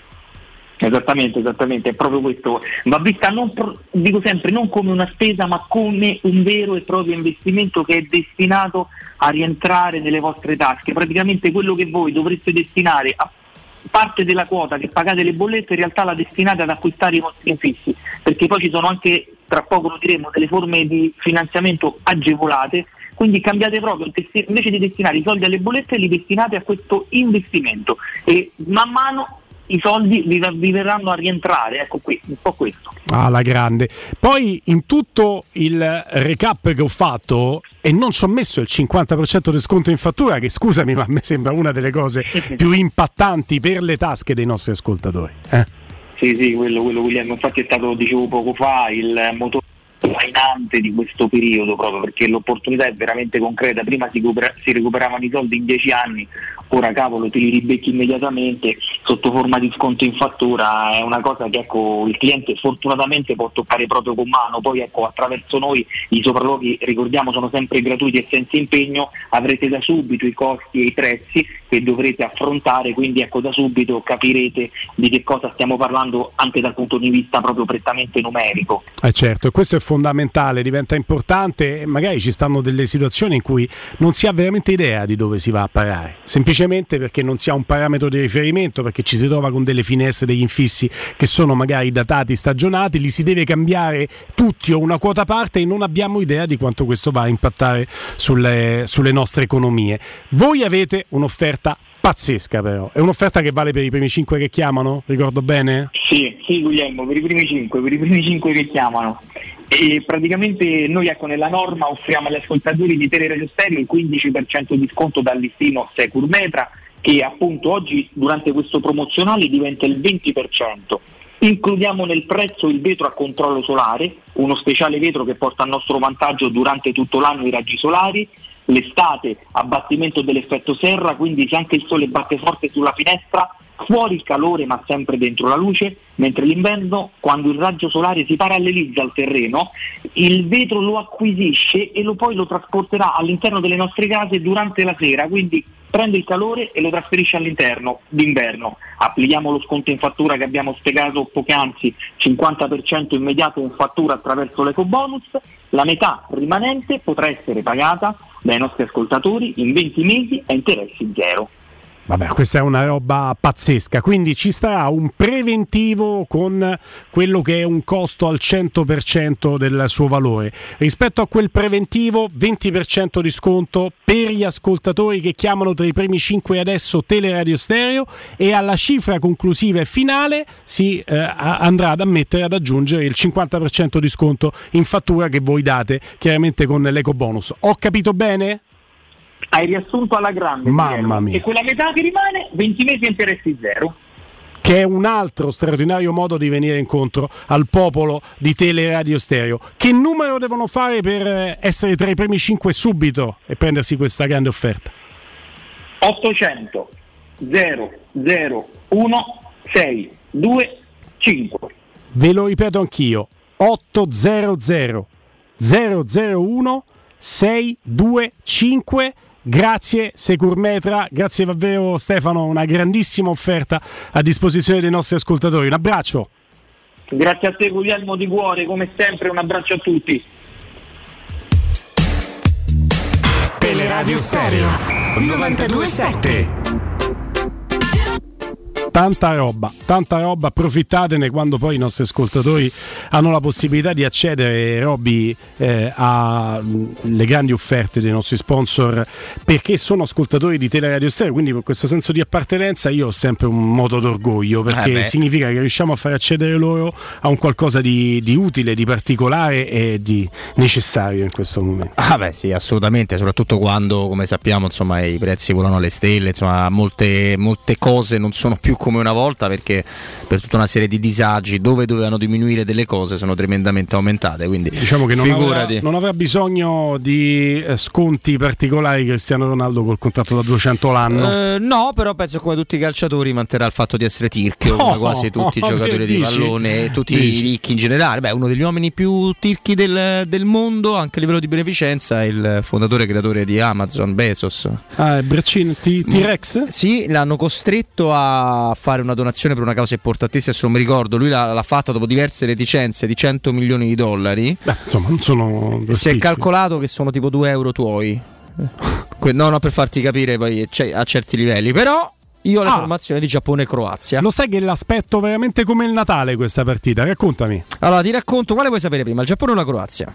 Esattamente, è proprio questo. Va vista, dico sempre, non come una spesa, ma come un vero e proprio investimento che è destinato a rientrare nelle vostre tasche. Praticamente quello che voi dovreste destinare a parte della quota che pagate le bollette, in realtà la destinate ad acquistare i vostri infissi, perché poi ci sono anche, tra poco lo diremo, delle forme di finanziamento agevolate. Quindi cambiate proprio, invece di destinare i soldi alle bollette, li destinate a questo investimento, e man mano i soldi vi verranno a rientrare. Ecco qui, un po' questo. La grande. Poi in tutto il recap che ho fatto, e non ci ho messo il 50% di sconto in fattura, che scusami, ma a me sembra una delle cose più impattanti per le tasche dei nostri ascoltatori. Sì, quello Guglielmo, infatti è stato, dicevo poco fa, il motore trainante di questo periodo, proprio perché l'opportunità è veramente concreta. Prima si recuperavano i soldi in 10 anni, ora cavolo te li ribecchi immediatamente sotto forma di sconto in fattura. È una cosa che il cliente fortunatamente può toccare proprio con mano. Poi attraverso noi i sopralluoghi, ricordiamo, sono sempre gratuiti e senza impegno, avrete da subito i costi e i prezzi che dovrete affrontare, quindi da subito capirete di che cosa stiamo parlando anche dal punto di vista proprio prettamente numerico. Certo, e questo è fondamentale, diventa importante. Magari ci stanno delle situazioni in cui non si ha veramente idea di dove si va a parare, semplicemente perché non si ha un parametro di riferimento, perché ci si trova con delle finestre, degli infissi che sono magari datati, stagionati, li si deve cambiare tutti o una quota parte, e non abbiamo idea di quanto questo va a impattare sulle nostre economie. Voi avete un'offerta pazzesca, però è un'offerta che vale per i primi 5 che chiamano, ricordo bene? Sì Guglielmo, per i primi 5 che chiamano. E praticamente noi nella norma offriamo agli ascoltatori di Teleradio Stereo il 15% di sconto dal listino Securmetra, che appunto oggi durante questo promozionale diventa il 20%. Includiamo nel prezzo il vetro a controllo solare, uno speciale vetro che porta a nostro vantaggio durante tutto l'anno i raggi solari. L'estate abbattimento dell'effetto serra, quindi se anche il sole batte forte sulla finestra fuori il calore ma sempre dentro la luce, mentre l'inverno, quando il raggio solare si parallelizza al terreno, il vetro lo acquisisce e poi lo trasporterà all'interno delle nostre case durante la sera, quindi prende il calore e lo trasferisce all'interno d'inverno. Applichiamo lo sconto in fattura che abbiamo spiegato poc'anzi, 50% immediato in fattura attraverso l'ecobonus, la metà rimanente potrà essere pagata dai nostri ascoltatori in 20 mesi a interessi zero. Vabbè, questa è una roba pazzesca, quindi ci sarà un preventivo con quello che è un costo al 100% del suo valore. Rispetto a quel preventivo, 20% di sconto per gli ascoltatori che chiamano tra i primi 5 adesso Teleradio Stereo, e alla cifra conclusiva e finale si andrà ad aggiungere il 50% di sconto in fattura che voi date, chiaramente con l'ecobonus. Ho capito bene? Hai riassunto alla grande. Mamma mia. E quella metà che rimane, 20 mesi a interessi zero. Che è un altro straordinario modo di venire incontro al popolo di Teleradio Stereo. Che numero devono fare per essere tra i primi 5 subito e prendersi questa grande offerta? 800 001 625. Ve lo ripeto anch'io, 800 001 625. Grazie Securmetra, grazie davvero Stefano, una grandissima offerta a disposizione dei nostri ascoltatori. Un abbraccio. Grazie a te Guglielmo, di cuore, come sempre un abbraccio a tutti. Teleradio Stereo 92.7. Tanta roba, approfittatene quando poi i nostri ascoltatori hanno la possibilità di accedere, Robby, alle grandi offerte dei nostri sponsor, perché sono ascoltatori di Teleradio Stereo, quindi con questo senso di appartenenza io ho sempre un moto d'orgoglio, perché significa che riusciamo a far accedere loro a un qualcosa di utile, di particolare e di necessario in questo momento. Ah beh sì, assolutamente, soprattutto quando, come sappiamo, insomma, i prezzi volano alle stelle, insomma, molte cose non sono più come una volta, perché per tutta una serie di disagi dove dovevano diminuire delle cose sono tremendamente aumentate, quindi diciamo che non avrà bisogno di sconti particolari Cristiano Ronaldo col contratto da 200 l'anno. No, però penso come tutti i calciatori manterrà il fatto di essere tirchio, come quasi tutti i giocatori di pallone e tutti i ricchi in generale. Beh, uno degli uomini più tirchi del mondo anche a livello di beneficenza è il fondatore e creatore di Amazon, Bezos. Ah, Braccino T-Rex? Sì, l'hanno costretto a fare una donazione per una causa importantissima, se non mi ricordo, lui l'ha fatta dopo diverse reticenze di $100 milioni. Insomma, non sono. Si è calcolato che sono tipo 2 euro tuoi. No, per farti capire poi a certi livelli, però io ho la formazione di Giappone e Croazia. Lo sai che l'aspetto veramente come il Natale questa partita? Raccontami. Allora ti racconto, quale vuoi sapere prima, il Giappone o la Croazia?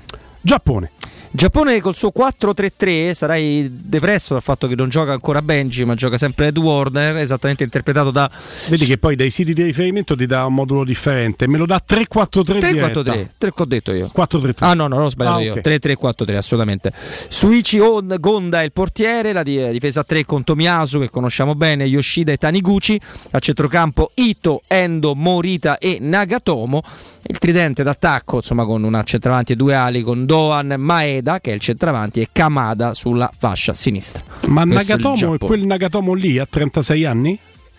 Giappone col suo 4-3-3, sarai depresso dal fatto che non gioca ancora Benji, ma gioca sempre Ed Warner, esattamente interpretato da... Vedi che poi dai siti di riferimento ti dà un modulo differente, me lo dà 3-4-3 3-4-3, 3 che ho detto io. 4-3-3. Ah no, l'ho sbagliato io. Okay. 3-3-4-3, assolutamente. Suichi Gonda è il portiere, la difesa 3 con Tomiyasu, che conosciamo bene, Yoshida e Taniguchi, a centrocampo Ito, Endo, Morita e Nagatomo. Il tridente d'attacco, insomma, con una centravanti e 2 ali, con Doan, Maeda, che è il centravanti, e Kamada sulla fascia sinistra. Ma Nagatomo è quel Nagatomo lì a 36 anni?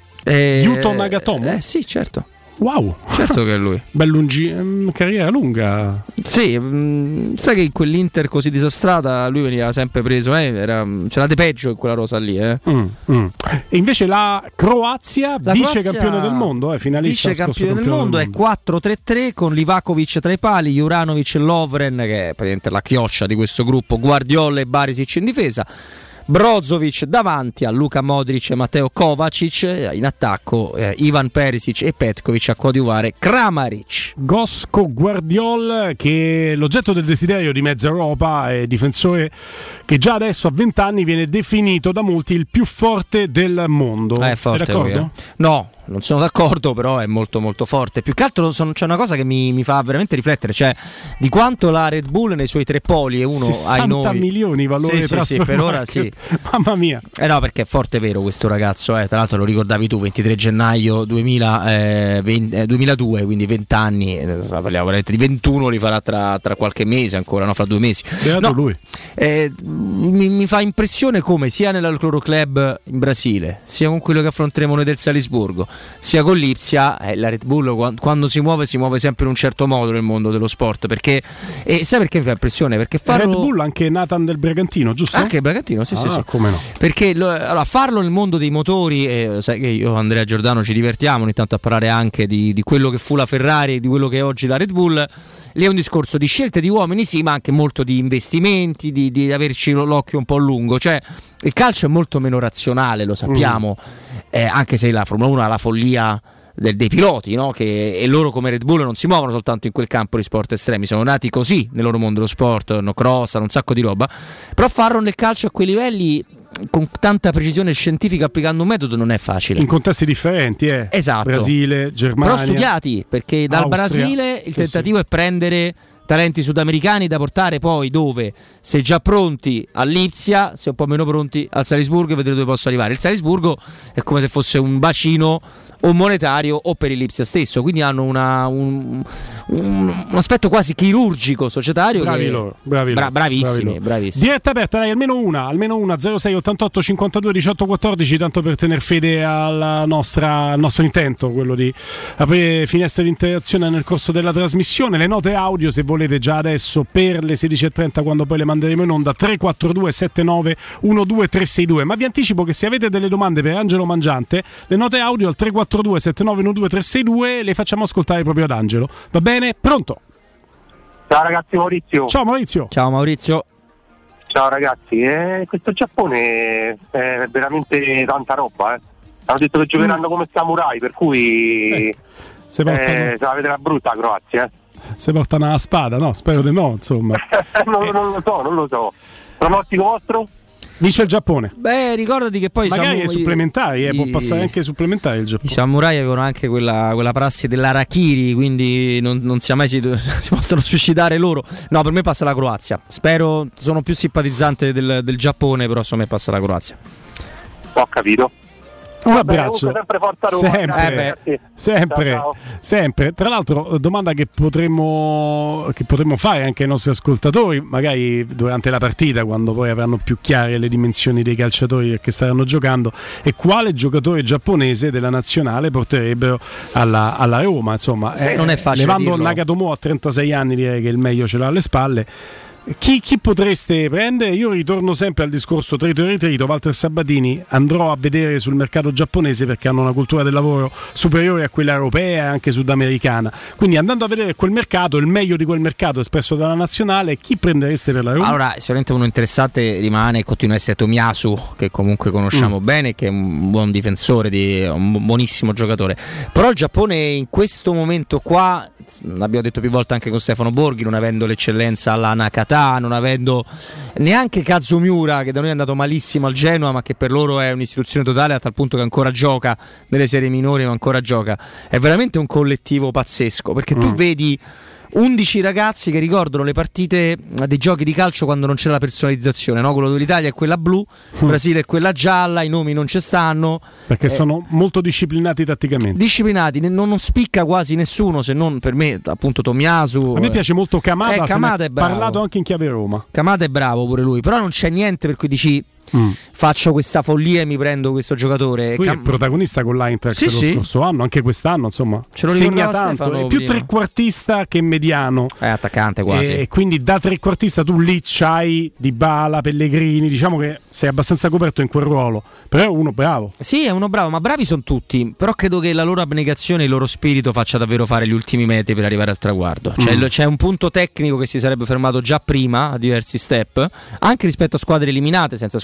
Yuto Nagatomo? Sì, certo. Wow, certo che è lui. Carriera lunga. Sì, sai che in quell'Inter così disastrata lui veniva sempre preso, c'era di peggio in quella rosa lì. E invece la Croazia, vice campione del mondo, finalista. Vice campione del mondo è 4-3-3 con Livakovic tra i pali, Juranovic e Lovren, che è praticamente la chioccia di questo gruppo, Guardiola e Barisic in difesa, Brozovic davanti a Luka Modric e Matteo Kovacic, in attacco Ivan Perisic e Petkovic a coadiuvare Kramaric. Gosko Guardiol, che è l'oggetto del desiderio di mezza Europa, è difensore che già adesso a 20 anni viene definito da molti il più forte del mondo. Sei d'accordo? No, non sono d'accordo, però è molto molto forte. Più che altro c'è una cosa che mi fa veramente riflettere, cioè di quanto la Red Bull nei suoi tre poli e uno 60 milioni valore sì, per ora sì. Mamma mia. No, perché è forte vero questo ragazzo, tra l'altro lo ricordavi tu, 23 gennaio 2002, quindi 20 anni, parliamo veramente di 21, li farà tra qualche mese ancora, no, fra 2 mesi. Lui. Mi fa impressione come sia nell'Alcloro Club in Brasile, sia con quello che affronteremo noi del Salisburgo, sia con l'Ipsia, la Red Bull quando si muove sempre in un certo modo nel mondo dello sport, perché sai perché mi fa impressione? Perché Red Bull anche Nathan del Bragantino, giusto? Anche il Bragantino, sì. Come no? Perché allora, farlo nel mondo dei motori, sai che io e Andrea Giordano ci divertiamo ogni tanto a parlare anche di quello che fu la Ferrari e di quello che è oggi la Red Bull. Lì è un discorso di scelte di uomini, sì, ma anche molto di investimenti, di averci l'occhio un po' lungo. Cioè il calcio è molto meno razionale, lo sappiamo, anche se la Formula 1 ha la follia dei piloti, no? E loro come Red Bull non si muovono soltanto in quel campo di sport estremi, sono nati così nel loro mondo dello sport, hanno crossano un sacco di roba, però farlo nel calcio a quei livelli con tanta precisione scientifica applicando un metodo non è facile, in contesti differenti, esatto. Brasile, Germania, però studiati, perché dal Austria. Brasile il tentativo è prendere talenti sudamericani da portare poi dove, se già pronti all'Ipsia, se un po' meno pronti al Salisburgo, e vedere dove posso arrivare. Il Salisburgo è come se fosse un bacino o monetario o per l'Ipsia stesso, quindi hanno un aspetto quasi chirurgico societario. Bravissimi. Diretta aperta, dai, almeno una 06 88 52 18 14, tanto per tener fede al nostro intento, quello di aprire finestre di interazione nel corso della trasmissione. Le note audio, se volete, già adesso per le 16.30, quando poi le manderemo in onda, 342 79 12362. Ma vi anticipo che se avete delle domande per Angelo Mangiante, le note audio al 342 79 12362 le facciamo ascoltare proprio ad Angelo. Va bene? Pronto? Ciao ragazzi, Maurizio. Ciao Maurizio. Ciao ragazzi, questo Giappone è veramente tanta roba. Hanno detto che giocheranno come samurai, per cui se la vedrà brutta la Croazia. Se portano la spada, no? Spero di no, insomma. non lo so. Pronostico vostro? Vince il Giappone. Beh, ricordati che poi magari è supplementari, può passare anche ai supplementari il Giappone. I samurai avevano anche quella prassi dell'Arakiri, quindi non sia mai si possono suicidare loro. No, per me passa la Croazia. Spero, sono più simpatizzante del Giappone, però secondo me passa la Croazia. Ho capito. Un abbraccio. Sempre forza Roma. Sempre. Tra l'altro, domanda che potremmo fare anche ai nostri ascoltatori, magari durante la partita, quando poi avranno più chiare le dimensioni dei calciatori che staranno giocando, e quale giocatore giapponese della nazionale porterebbero alla Roma. Insomma, non è facile levando dirlo. Nagatomo a 36 anni, direi che il meglio ce l'ha alle spalle. Chi potreste prendere? Io ritorno sempre al discorso trito e ritrito. Walter Sabatini, andrò a vedere sul mercato giapponese perché hanno una cultura del lavoro superiore a quella europea e anche sudamericana, quindi andando a vedere quel mercato, il meglio di quel mercato espresso dalla nazionale, chi prendereste per la Roma? Allora, sicuramente uno interessante rimane e continua a essere Tomiyasu, che comunque conosciamo bene, che è un buon difensore, un buonissimo giocatore. Però il Giappone in questo momento qua, l'abbiamo detto più volte anche con Stefano Borghi, non avendo l'eccellenza alla Nakata, non avendo neanche Kazuo Miura, che da noi è andato malissimo al Genoa, ma che per loro è un'istituzione totale, a tal punto che ancora gioca nelle serie minori, ma ancora gioca. È veramente un collettivo pazzesco, perché tu vedi 11 ragazzi che ricordano le partite dei giochi di calcio quando non c'era la personalizzazione, no? Quello dell'Italia è quella blu, il Brasile è quella gialla, i nomi non ci stanno perché sono molto disciplinati tatticamente. Non spicca quasi nessuno, se non per me appunto Tomiyasu. A me piace molto Kamada, Kamada è bravo. Parlato anche in chiave Roma. Kamada è bravo pure lui, però non c'è niente per cui dici faccio questa follia e mi prendo questo giocatore. Lui è protagonista con l'Eintracht lo scorso anno, anche quest'anno, insomma, ce lo segna tanto. Stefano, è più prima trequartista che mediano, è attaccante quasi, e quindi da trequartista tu lì c'hai Dybala, Pellegrini, diciamo che sei abbastanza coperto in quel ruolo, però è uno bravo. Sì, è uno bravo, ma bravi sono tutti, però credo che la loro abnegazione, il loro spirito faccia davvero fare gli ultimi metri per arrivare al traguardo. C'è un punto tecnico che si sarebbe fermato già prima a diversi step, anche rispetto a squadre eliminate, senza scontare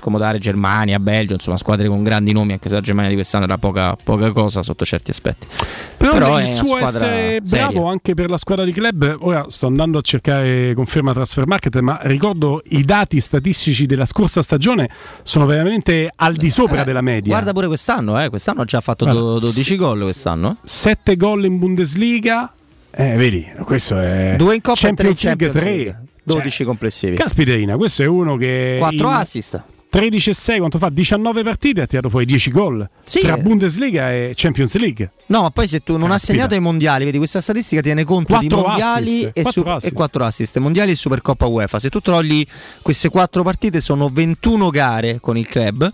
scomodare Germania, Belgio, insomma squadre con grandi nomi, anche se la Germania di quest'anno era poca cosa sotto certi aspetti. Però il il suo essere bravo anche per la squadra di club, ora sto andando a cercare conferma Transfermarkt, ma ricordo i dati statistici della scorsa stagione sono veramente al di sopra della media. Guarda pure quest'anno ha già fatto 12 gol quest'anno. 7 gol in Bundesliga, vedi, questo è 2 in Coppa Champions e 3 League, 3. 12 complessivi. Caspiterina, questo è uno che 4 assist. 13,6 quanto fa? 19 partite ha tirato fuori 10 gol tra Bundesliga e Champions League. No, ma poi se tu non hai segnato ai mondiali, vedi, questa statistica tiene conto di mondiali e 4 assist, mondiali e Supercoppa UEFA. Se tu togli queste 4 partite sono 21 gare con il club,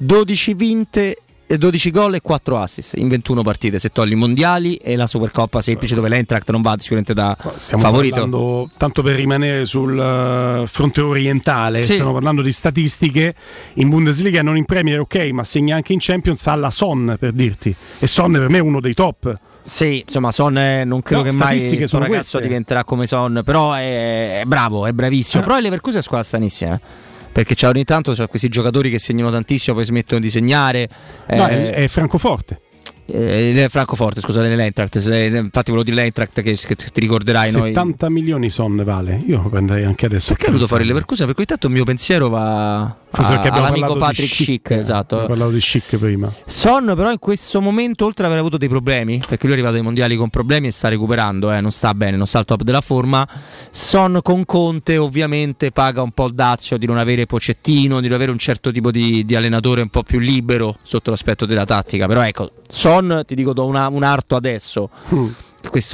12 vinte, 12 gol e 4 assist in 21 partite, se togli i mondiali e la Supercoppa semplice, dove l'Eintracht non va sicuramente da favorito. Parlando, tanto per rimanere sul fronte orientale, stiamo parlando di statistiche. In Bundesliga, non in Premier, ok, ma segna anche in Champions alla Son, per dirti, e Son per me è uno dei top. Sì, insomma, Son non credo che mai questo ragazzo diventerà come Son, però è bravo, è bravissimo. Però il Leverkusen è squadra stranissima, perché ogni tanto c'è questi giocatori che segnano tantissimo, poi smettono di segnare. No, è Francoforte. Francoforte, scusa, dell'Eintracht. Infatti volevo dire l'Eintracht che ti ricorderai. 70 milioni Son vale. Io prenderei anche adesso. Perché ha voluto fare il Leverkusen? Perché ogni tanto il mio pensiero va all'amico Patrick Schick. Esatto. Ho parlato di Schick prima. Son però in questo momento, oltre ad aver avuto dei problemi, perché lui è arrivato ai mondiali con problemi e sta recuperando, non sta bene, non sta al top della forma. Son con Conte ovviamente paga un po' il dazio di non avere Pochettino, di non avere un certo tipo di allenatore un po' più libero sotto l'aspetto della tattica. Però ecco, Son, ti dico, do un arto adesso. Questo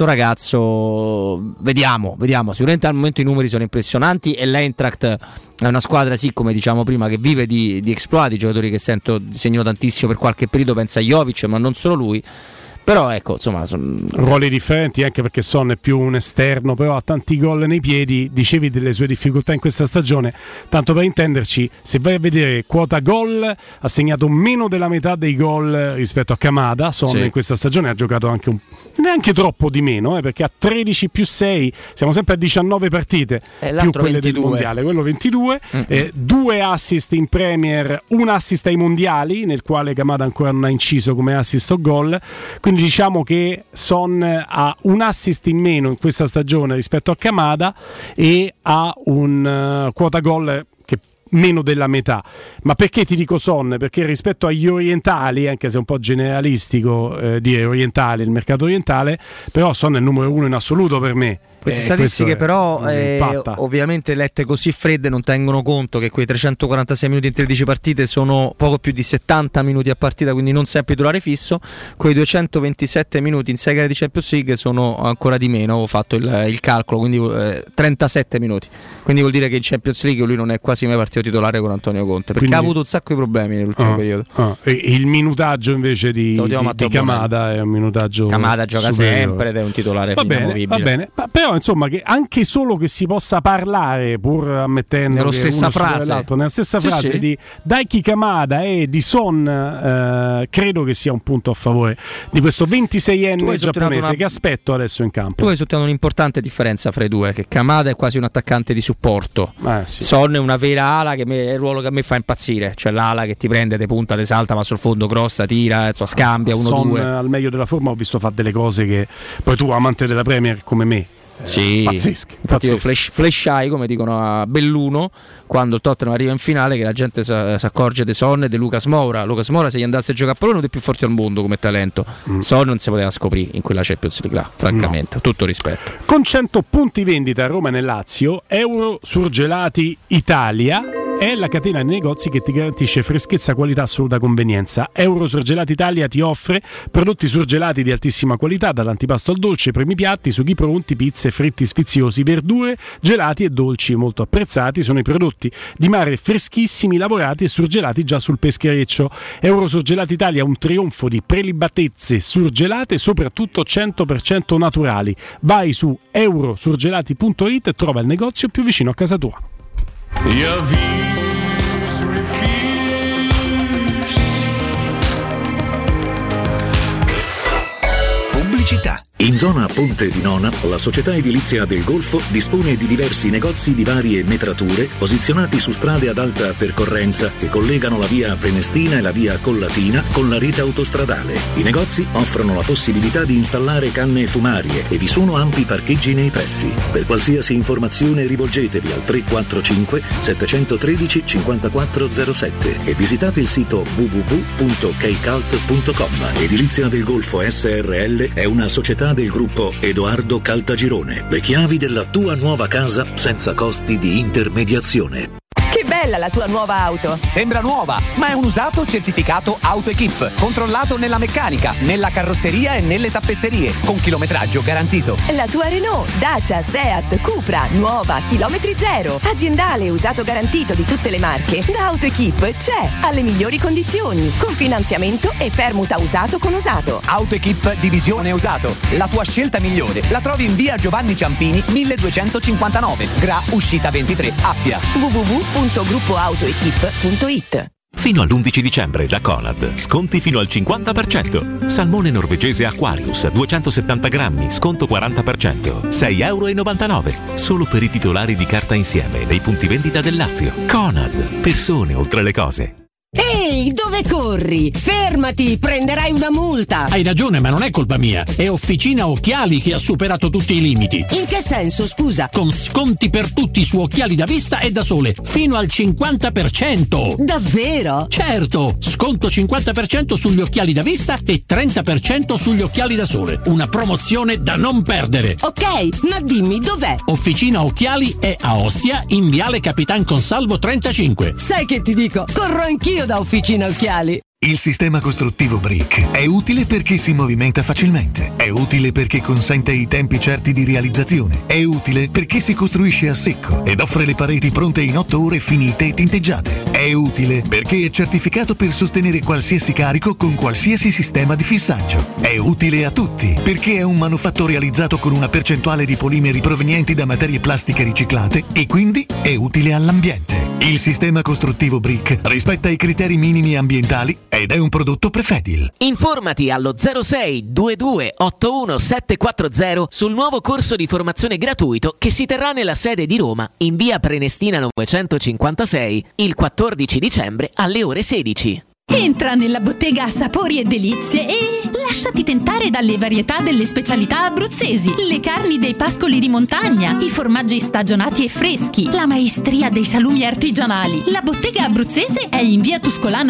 ragazzo, vediamo. Sicuramente al momento i numeri sono impressionanti e l'Eintracht è una squadra, sì, come diciamo prima, che vive di exploit, di giocatori che segnano tantissimo per qualche periodo, pensa a Jovic, ma non solo lui. Però ecco, insomma, ruoli differenti, anche perché Son è più un esterno, però ha tanti gol nei piedi. Dicevi delle sue difficoltà in questa stagione, tanto per intenderci, se vai a vedere quota gol, ha segnato meno della metà dei gol rispetto a Kamada. Son in questa stagione ha giocato anche neanche troppo di meno, perché ha 13 più 6, siamo sempre a 19 partite, più quelle 22. Del mondiale, quello 22, 2 assist in Premier, 1 assist ai mondiali, nel quale Kamada ancora non ha inciso come assist o gol. Quindi diciamo che Son ha un assist in meno in questa stagione rispetto a Kamada e ha un quota gol che meno della metà. Ma perché ti dico Son? Perché rispetto agli orientali, anche se è un po' generalistico dire orientali, il mercato orientale, però Son è il numero 1 in assoluto per me. Queste statistiche però ovviamente lette così fredde non tengono conto che quei 346 minuti in 13 partite sono poco più di 70 minuti a partita, quindi non sei titolare fisso. Quei 227 minuti in 6 gare di Champions League sono ancora di meno, ho fatto il calcolo, quindi 37 minuti, quindi vuol dire che in Champions League lui non è quasi mai partito titolare con Antonio Conte, perché ha avuto un sacco di problemi nell'ultimo periodo. E il minutaggio invece di Kamada è un minutaggio. Kamada gioca sempre ed è un titolare inamovibile. Va bene, ma però insomma, che anche solo che si possa parlare, pur ammettendo nella che stessa frase, nella stessa frase di Daiki Kamada e di Son, credo che sia un punto a favore di questo 26enne giapponese che aspetto adesso in campo. Tu hai sottolineato un'importante differenza fra i due, che Kamada è quasi un attaccante di supporto, Son è una vera ala, che è il ruolo che a me fa impazzire, cioè l'ala che ti prende, te punta, te salta, va sul fondo, crossa, tira, scambia 1-2. Son al meglio della forma ho visto fare delle cose che poi tu, amante della Premier come me, pazzesche. Infatti io flashai, come dicono a Belluno, quando il Tottenham arriva in finale, che la gente si accorge di Son e di Lucas Moura. Lucas Moura, se gli andasse a giocare a pallone, è uno dei più forti al mondo come talento. Son non si poteva scoprire in quella Champions League là, francamente, tutto rispetto. Con 100 punti vendita a Roma e nel Lazio, Euro Surgelati Italia è la catena di negozi che ti garantisce freschezza, qualità, assoluta convenienza. Euro Surgelati Italia ti offre prodotti surgelati di altissima qualità, dall'antipasto al dolce, primi piatti, sughi pronti, pizze, fritti sfiziosi, verdure, gelati e dolci molto apprezzati. Sono i prodotti di mare freschissimi, lavorati e surgelati già sul peschereccio. Euro Surgelati Italia è un trionfo di prelibatezze surgelate e soprattutto 100% naturali. Vai su eurosurgelati.it e trova il negozio più vicino a casa tua. Pubblicità. In zona Ponte di Nona, la società edilizia del Golfo dispone di diversi negozi di varie metrature posizionati su strade ad alta percorrenza che collegano la via Prenestina e la via Collatina con la rete autostradale. I negozi offrono la possibilità di installare canne fumarie e vi sono ampi parcheggi nei pressi. Per qualsiasi informazione rivolgetevi al 345 713 5407 e visitate il sito www.keicalt.com. Edilizia del Golfo SRL è una società del gruppo Edoardo Caltagirone. Le chiavi della tua nuova casa senza costi di intermediazione. Che bella la tua nuova auto! Sembra nuova, ma è un usato certificato AutoEquip, controllato nella meccanica, nella carrozzeria e nelle tappezzerie, con chilometraggio garantito. La tua Renault, Dacia, Seat, Cupra, nuova, chilometri zero, aziendale usato garantito di tutte le marche, da AutoEquip c'è, alle migliori condizioni, con finanziamento e permuta usato con usato. AutoEquip Divisione Usato, la tua scelta migliore, la trovi in via Giovanni Ciampini 1259, Gra Uscita 23, Appia. www.gruppoautoequip.it. Fino all'11 dicembre da Conad, sconti fino al 50%. Salmone norvegese Aquarius 270 grammi, sconto 40%, €6,99. Solo per i titolari di carta insieme nei punti vendita del Lazio. Conad, persone oltre le cose. Ehi, dove corri? Fermati, prenderai una multa. Hai ragione, ma non è colpa mia. È Officina Occhiali che ha superato tutti i limiti. In che senso, scusa? Con sconti per tutti su occhiali da vista e da sole, fino al 50%. Davvero? Certo, sconto 50% sugli occhiali da vista e 30% sugli occhiali da sole. Una promozione da non perdere. Ok, ma dimmi dov'è? Officina Occhiali è a Ostia, in Viale Capitan Consalvo 35. Sai che ti dico? Corro anch'io da Officina Occhiali. Il sistema costruttivo Brick è utile perché si movimenta facilmente, è utile perché consente i tempi certi di realizzazione, è utile perché si costruisce a secco ed offre le pareti pronte in 8 ore finite e tinteggiate, è utile perché è certificato per sostenere qualsiasi carico con qualsiasi sistema di fissaggio, è utile a tutti perché è un manufatto realizzato con una percentuale di polimeri provenienti da materie plastiche riciclate e quindi è utile all'ambiente. Il sistema costruttivo Brick rispetta i criteri minimi ambientali ed è un prodotto Prefedil. Informati allo 06 22 81 740 sul nuovo corso di formazione gratuito che si terrà nella sede di Roma in via Prenestina 956 il 14 dicembre alle ore 16. Entra nella bottega Sapori e Delizie e lasciati tentare dalle varietà delle specialità abruzzesi, le carni dei pascoli di montagna, i formaggi stagionati e freschi, la maestria dei salumi artigianali. La bottega abruzzese è in via Tuscolana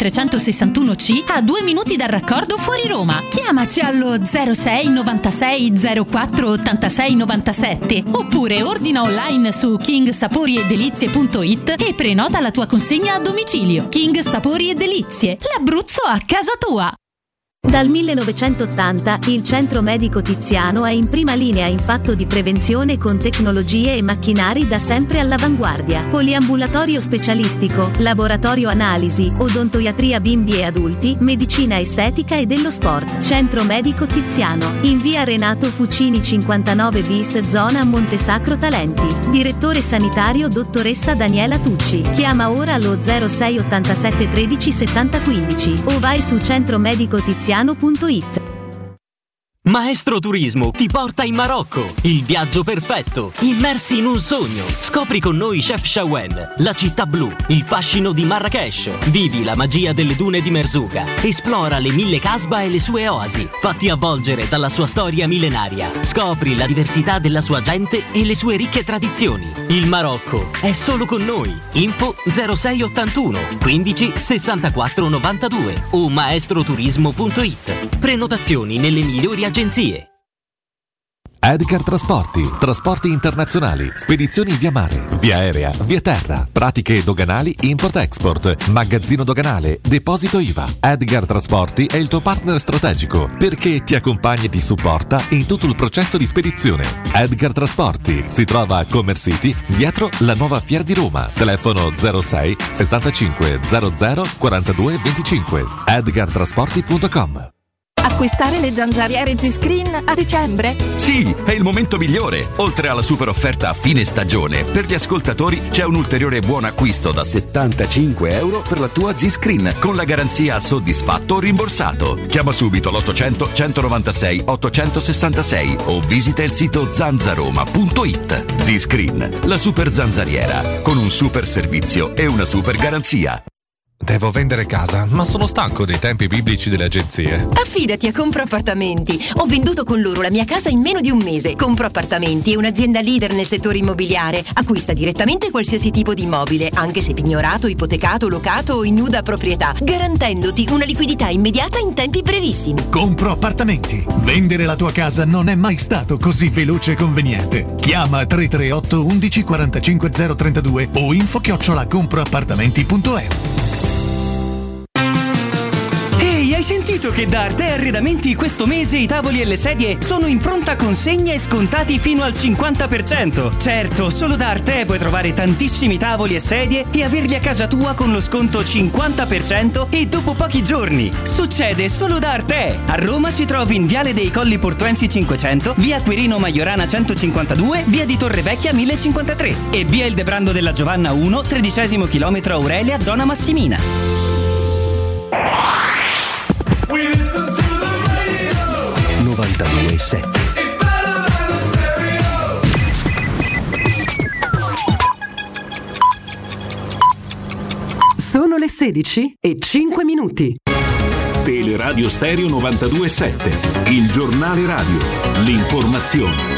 1361C a 2 minuti dal raccordo fuori Roma. Chiamaci allo 06 96 04 86 97 oppure ordina online su kingsaporiedelizie.it e prenota la tua consegna a domicilio. King Sapori e Delizie, l'Abruzzo a casa tua. Dal 1980 il Centro Medico Tiziano è in prima linea in fatto di prevenzione con tecnologie e macchinari da sempre all'avanguardia. Poliambulatorio specialistico, laboratorio analisi, odontoiatria bimbi e adulti, medicina estetica e dello sport. Centro Medico Tiziano, in via Renato Fucini 59 bis, zona Montesacro Talenti. Direttore sanitario dottoressa Daniela Tucci. Chiama ora allo 06 87 13 70 15 o vai su centromedicotiziano.it. Maestro Turismo ti porta in Marocco, il viaggio perfetto, immersi in un sogno. Scopri con noi Chef Shawen, la città blu, il fascino di Marrakesh. Vivi la magia delle dune di Merzouga. Esplora le 1000 casbah e le sue oasi. Fatti avvolgere dalla sua storia millenaria. Scopri la diversità della sua gente e le sue ricche tradizioni. Il Marocco è solo con noi. Info 0681 15 64 92 o maestroturismo.it. Prenotazioni nelle migliori agenzie. Edgar Trasporti internazionali, spedizioni via mare, via aerea, via terra, pratiche doganali, import-export, magazzino doganale, deposito IVA. Edgar Trasporti è il tuo partner strategico perché ti accompagna e ti supporta in tutto il processo di spedizione. Edgar Trasporti si trova a Commerce City, dietro la nuova Fiera di Roma. Telefono 06 65 00 42 25. edgartrasporti.com. A acquistare le zanzariere Z-Screen a dicembre? Sì, è il momento migliore. Oltre alla super offerta a fine stagione, per gli ascoltatori c'è un ulteriore buon acquisto da €75 per la tua Z-Screen con la garanzia soddisfatto o rimborsato. Chiama subito l'800 196 866 o visita il sito zanzaroma.it. Z-Screen, la super zanzariera, con un super servizio e una super garanzia. Devo vendere casa, ma sono stanco dei tempi biblici delle agenzie. Affidati a Compro Appartamenti. Ho venduto con loro la mia casa in meno di un mese. Compro Appartamenti è un'azienda leader nel settore immobiliare. Acquista direttamente qualsiasi tipo di immobile, anche se pignorato, ipotecato, locato o in nuda proprietà, garantendoti una liquidità immediata in tempi brevissimi. Compro Appartamenti. Vendere la tua casa non è mai stato così veloce e conveniente. Chiama 338 11 45 032 o info@comproappartamenti.eu. Hai sentito che da Arte Arredamenti questo mese i tavoli e le sedie sono in pronta consegna e scontati fino al 50%? Certo, solo da Arte puoi trovare tantissimi tavoli e sedie e averli a casa tua con lo sconto 50% e dopo pochi giorni. Succede solo da Arte. A Roma ci trovi in Viale dei Colli Portuensi 500, via Quirino Maiorana 152, via di Torrevecchia 1053 e via Il Debrando della Giovanna 1, 13° chilometro Aurelia, zona Massimina. 92.7. Sono le 16:05. Teleradio Stereo 92.7, il giornale radio, l'informazione.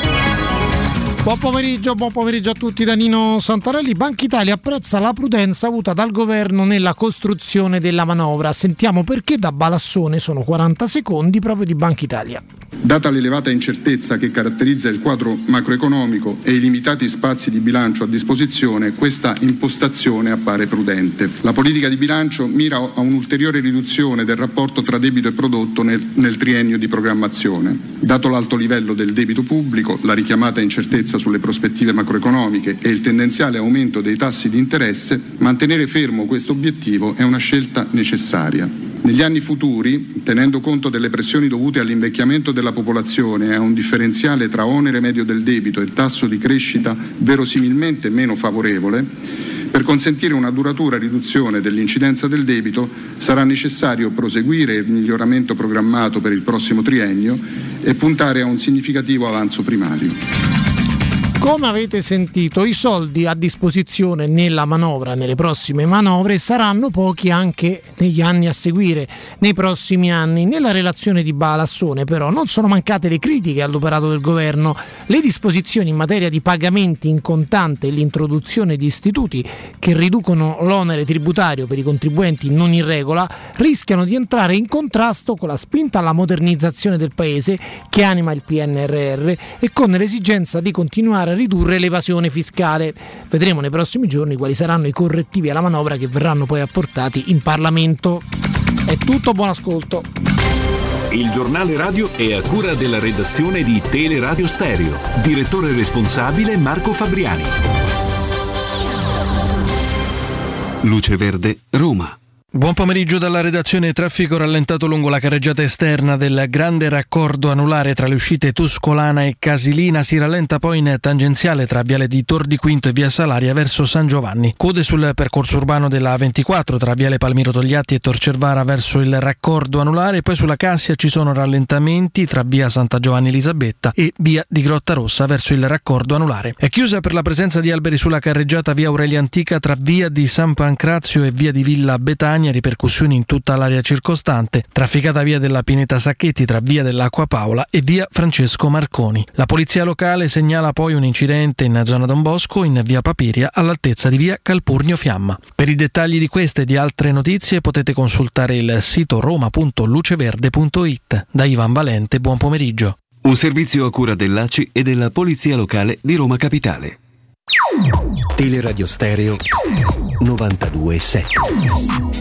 Buon pomeriggio a tutti da Nino Santarelli. Banca Italia apprezza la prudenza avuta dal governo nella costruzione della manovra. Sentiamo perché da Balassone, sono 40 secondi proprio di Banca Italia. Data l'elevata incertezza che caratterizza il quadro macroeconomico e i limitati spazi di bilancio a disposizione, questa impostazione appare prudente. La politica di bilancio mira a un'ulteriore riduzione del rapporto tra debito e prodotto nel triennio di programmazione. Dato l'alto livello del debito pubblico, la richiamata incertezza sulle prospettive macroeconomiche e il tendenziale aumento dei tassi di interesse, mantenere fermo questo obiettivo è una scelta necessaria. Negli anni futuri, tenendo conto delle pressioni dovute all'invecchiamento della popolazione e a un differenziale tra onere medio del debito e tasso di crescita verosimilmente meno favorevole, per consentire una duratura riduzione dell'incidenza del debito sarà necessario proseguire il miglioramento programmato per il prossimo triennio e puntare a un significativo avanzo primario. Come avete sentito, i soldi a disposizione nella manovra, nelle prossime manovre, saranno pochi anche negli anni a seguire, nei prossimi anni. Nella relazione di Balassone però non sono mancate le critiche all'operato del governo. Le disposizioni in materia di pagamenti in contante e l'introduzione di istituti che riducono l'onere tributario per i contribuenti non in regola rischiano di entrare in contrasto con la spinta alla modernizzazione del paese che anima il PNRR e con l'esigenza di continuare a ridurre l'evasione fiscale. Vedremo nei prossimi giorni quali saranno i correttivi alla manovra che verranno poi apportati in Parlamento. È tutto, buon ascolto. Il giornale radio è a cura della redazione di Teleradio Stereo. Direttore responsabile Marco Fabriani. Luce Verde, Roma. Buon pomeriggio dalla redazione. Traffico rallentato lungo la carreggiata esterna del grande raccordo anulare tra le uscite Tuscolana e Casilina. Si rallenta poi in tangenziale tra Viale di Tor di Quinto e Via Salaria verso San Giovanni. Code sul percorso urbano della A24 tra Viale Palmiro Togliatti e Tor Cervara verso il raccordo anulare. Poi sulla Cassia ci sono rallentamenti tra Via Santa Giovanni Elisabetta e Via di Grotta Rossa verso il raccordo anulare. È chiusa per la presenza di alberi sulla carreggiata Via Aurelia Antica tra Via di San Pancrazio e Via di Villa Betania. Ripercussioni in tutta l'area circostante. Trafficata Via della Pineta Sacchetti tra Via dell'Acqua Paola e Via Francesco Marconi. La polizia locale segnala poi un incidente in zona Don Bosco in Via Papiria all'altezza di Via Calpurnio Fiamma. Per i dettagli di queste e di altre notizie potete consultare il sito roma.luceverde.it. Da Ivan Valente, buon pomeriggio. Un servizio a cura dell'ACI e della Polizia Locale di Roma Capitale. Teleradio Stereo 92.7.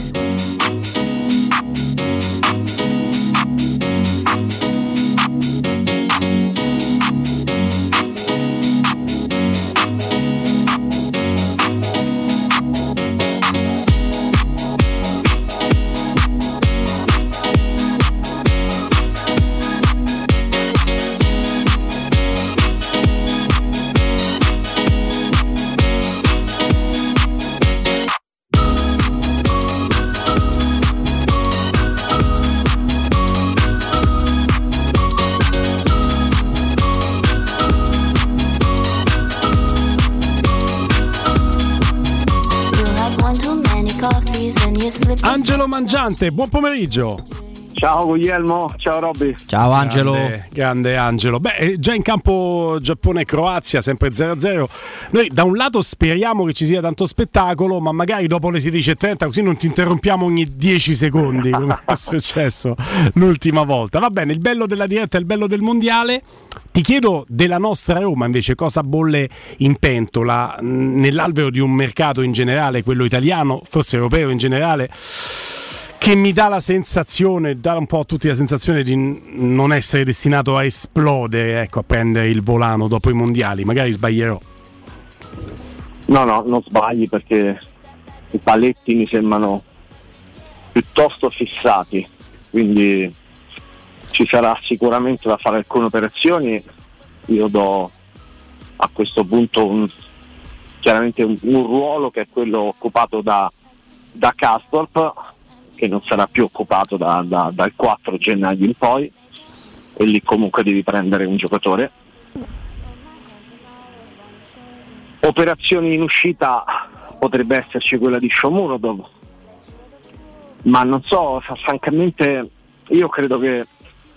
Angelo Mangiante, buon pomeriggio. Ciao Guglielmo, ciao Robby. Ciao Angelo. Grande Angelo. Beh, già in campo Giappone e Croazia, sempre 0-0. Noi da un lato speriamo che ci sia tanto spettacolo, ma magari dopo le 16:30 così non ti interrompiamo ogni 10 secondi, come è successo l'ultima volta. Va bene, il bello della diretta è il bello del mondiale. Ti chiedo della nostra Roma invece, cosa bolle in pentola nell'alveo di un mercato in generale, quello italiano, forse europeo in generale, che mi dà la sensazione, dà un po' a tutti la sensazione di non essere destinato a esplodere, ecco, a prendere il volano dopo i mondiali. Magari sbaglierò. No, non sbagli, perché i paletti mi sembrano piuttosto fissati, quindi ci sarà sicuramente da fare alcune operazioni. Io do a questo punto chiaramente un ruolo che è quello occupato da Karsdorp, che non sarà più occupato dal 4 gennaio in poi, e lì comunque devi prendere un giocatore. Operazioni in uscita potrebbe esserci quella di Shomurodov, ma non so, francamente io credo che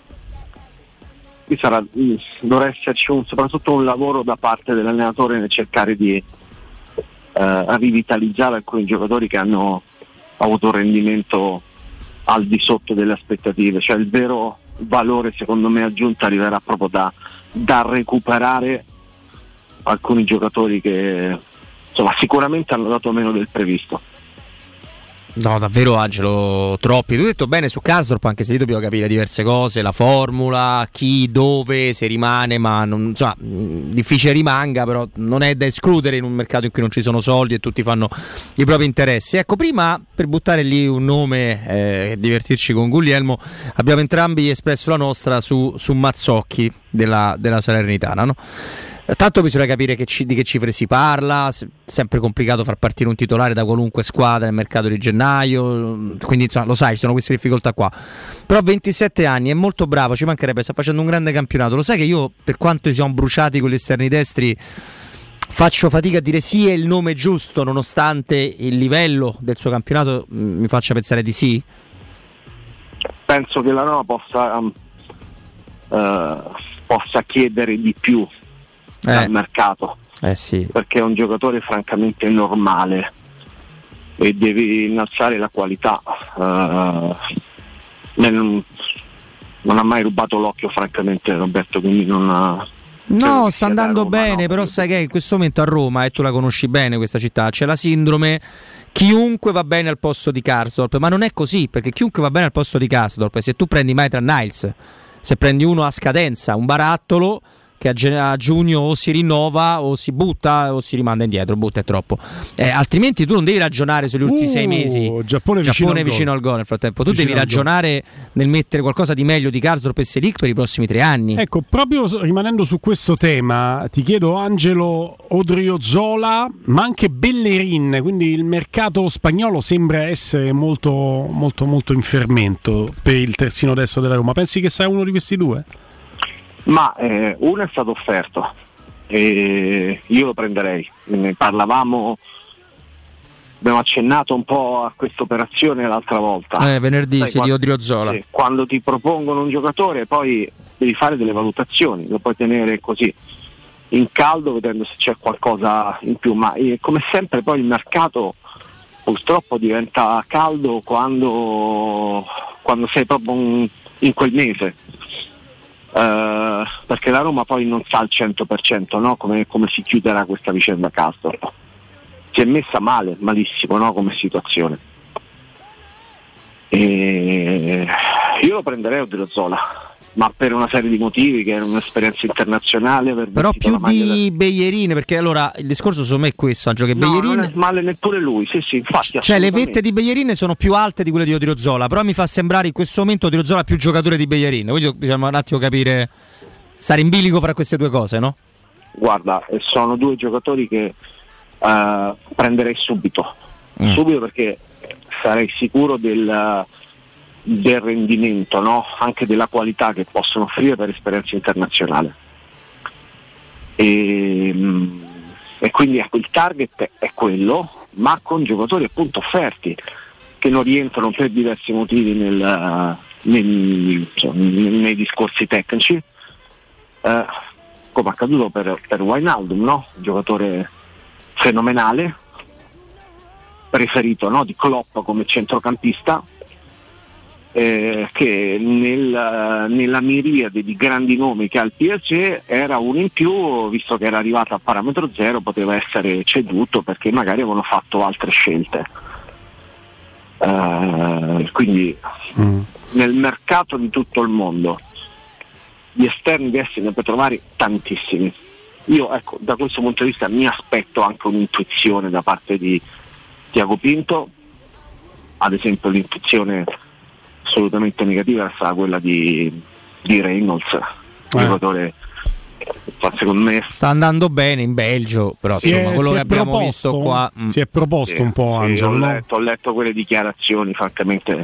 dovrà esserci soprattutto un lavoro da parte dell'allenatore nel cercare di rivitalizzare alcuni giocatori che hanno avuto un rendimento al di sotto delle aspettative. Cioè il vero valore secondo me aggiunto arriverà proprio da recuperare alcuni giocatori che insomma sicuramente hanno dato meno del previsto. No, davvero Angelo, troppi. Tu hai detto bene su Karsdorp, anche se lì dobbiamo capire diverse cose, la formula, chi, dove, se rimane, ma non, insomma, difficile rimanga, però non è da escludere in un mercato in cui non ci sono soldi e tutti fanno i propri interessi. Ecco, prima per buttare lì un nome e divertirci con Guglielmo, abbiamo entrambi espresso la nostra su Mazzocchi della Salernitana, no? Tanto bisogna capire di che cifre si parla, sempre complicato far partire un titolare da qualunque squadra nel mercato di gennaio, quindi insomma, lo sai, ci sono queste difficoltà qua. Però 27 anni, è molto bravo, ci mancherebbe, sta facendo un grande campionato. Lo sai che io, per quanto siamo bruciati con gli esterni destri, faccio fatica a dire sì è il nome giusto, nonostante il livello del suo campionato mi faccia pensare di sì? Penso che la Roma possa chiedere di più dal mercato, sì, perché è un giocatore francamente normale e devi innalzare la qualità. Non ha mai rubato l'occhio francamente Roberto, quindi non no, sta andando bene, però sai che in questo momento a Roma, e tu la conosci bene questa città, c'è la sindrome chiunque va bene al posto di Karsdorp, ma non è così, perché chiunque va bene al posto di Karsdorp, se tu prendi Maitland-Niles, se prendi uno a scadenza, un barattolo che a giugno o si rinnova o si butta o si rimanda indietro, butta è troppo, altrimenti tu non devi ragionare sugli ultimi 6 mesi. Giappone vicino al gol nel frattempo, tu devi ragionare nel mettere qualcosa di meglio di Karsdorp e Selic per i prossimi 3 anni. Ecco, proprio rimanendo su questo tema, ti chiedo Angelo, Odriozola ma anche Bellerin, quindi il mercato spagnolo sembra essere molto molto molto in fermento per il terzino destro della Roma. Pensi che sarà uno di questi due? Ma uno è stato offerto e io lo prenderei. Ne parlavamo, abbiamo accennato un po' a questa operazione l'altra volta. Venerdì di Odriozola. Quando ti propongono un giocatore poi devi fare delle valutazioni, lo puoi tenere così in caldo vedendo se c'è qualcosa in più, ma come sempre poi il mercato purtroppo diventa caldo quando sei proprio in quel mese. Perché la Roma poi non sa al 100%, no? come si chiuderà questa vicenda Karsdorp. Si è messa male, malissimo, no? Come situazione. E io lo prenderei Odriozola, ma per una serie di motivi, che è un'esperienza internazionale, però più di Bellerin, perché allora il discorso secondo me è questo, Angelo, che Bellerin non è male neppure lui, sì infatti, cioè le vette di Bellerin sono più alte di quelle di Odriozola, però mi fa sembrare in questo momento Odriozola più giocatore di Bellerin, quindi bisogna un attimo capire, stare in bilico fra queste due cose, no? Guarda, sono due giocatori che prenderei subito, perché sarei sicuro del rendimento, no? Anche della qualità che possono offrire per esperienza internazionale, e quindi ecco, il target è quello, ma con giocatori appunto offerti, che non rientrano per diversi motivi nei discorsi tecnici, come accaduto per Wijnaldum, no? Un giocatore fenomenale, preferito, no? Di Klopp come centrocampista, che nella miriade di grandi nomi che ha il PSG era uno in più, visto che era arrivato a parametro zero, poteva essere ceduto perché magari avevano fatto altre scelte. Quindi nel mercato di tutto il mondo gli esterni destri ne puoi trovare tantissimi. Io, ecco, da questo punto di vista mi aspetto anche un'intuizione da parte di Tiago Pinto, ad esempio l'intuizione assolutamente negativa sarà quella di Reynolds, giocatore secondo me sta andando bene in Belgio, però quello che abbiamo visto qua si è proposto un po', Angelo. Ho letto quelle dichiarazioni, francamente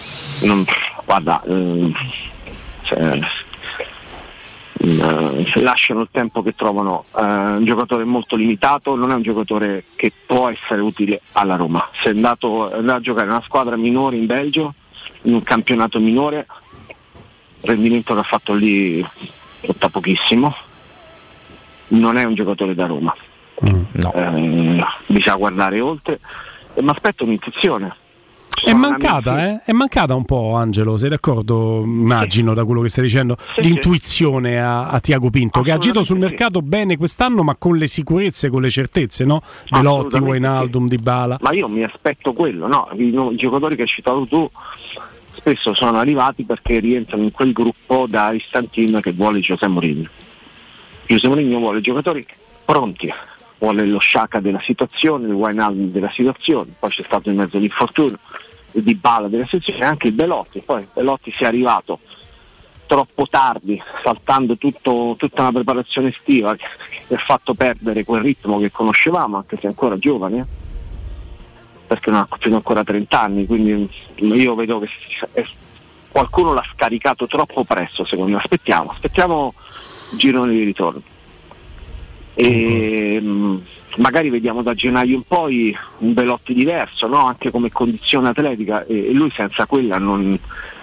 lasciano il tempo che trovano. Un giocatore molto limitato, non è un giocatore che può essere utile alla Roma. Se è andato a giocare in una squadra minore in Belgio, in un campionato minore, il rendimento che ha fatto lì costa pochissimo, non è un giocatore da Roma. Bisogna guardare oltre e mi aspetto un'intuizione. È mancata un po', Angelo, sei d'accordo? Immagino da quello che stai dicendo, l'intuizione a Tiago Pinto, che ha agito sul mercato bene quest'anno, ma con le sicurezze, con le certezze, no? Belotti, Wijnaldum, Dybala. Ma io mi aspetto quello, no? I giocatori che hai citato tu spesso sono arrivati perché rientrano in quel gruppo da Istantin che vuole José Mourinho. José Mourinho vuole giocatori pronti, vuole lo Xhaka della situazione, il Wijnaldum della situazione, poi c'è stato in mezzo l'infortunio, il Dybala della situazione e anche il Belotti. Poi Belotti si è arrivato troppo tardi, saltando tutta una preparazione estiva che ha fatto perdere quel ritmo che conoscevamo, anche se è ancora giovane, perché non ha compiuto ancora 30 anni, quindi io vedo che qualcuno l'ha scaricato troppo presto, secondo me. Aspettiamo il girone di ritorno e magari vediamo da gennaio in poi un Belotti diverso, no? Anche come condizione atletica, e lui senza quella non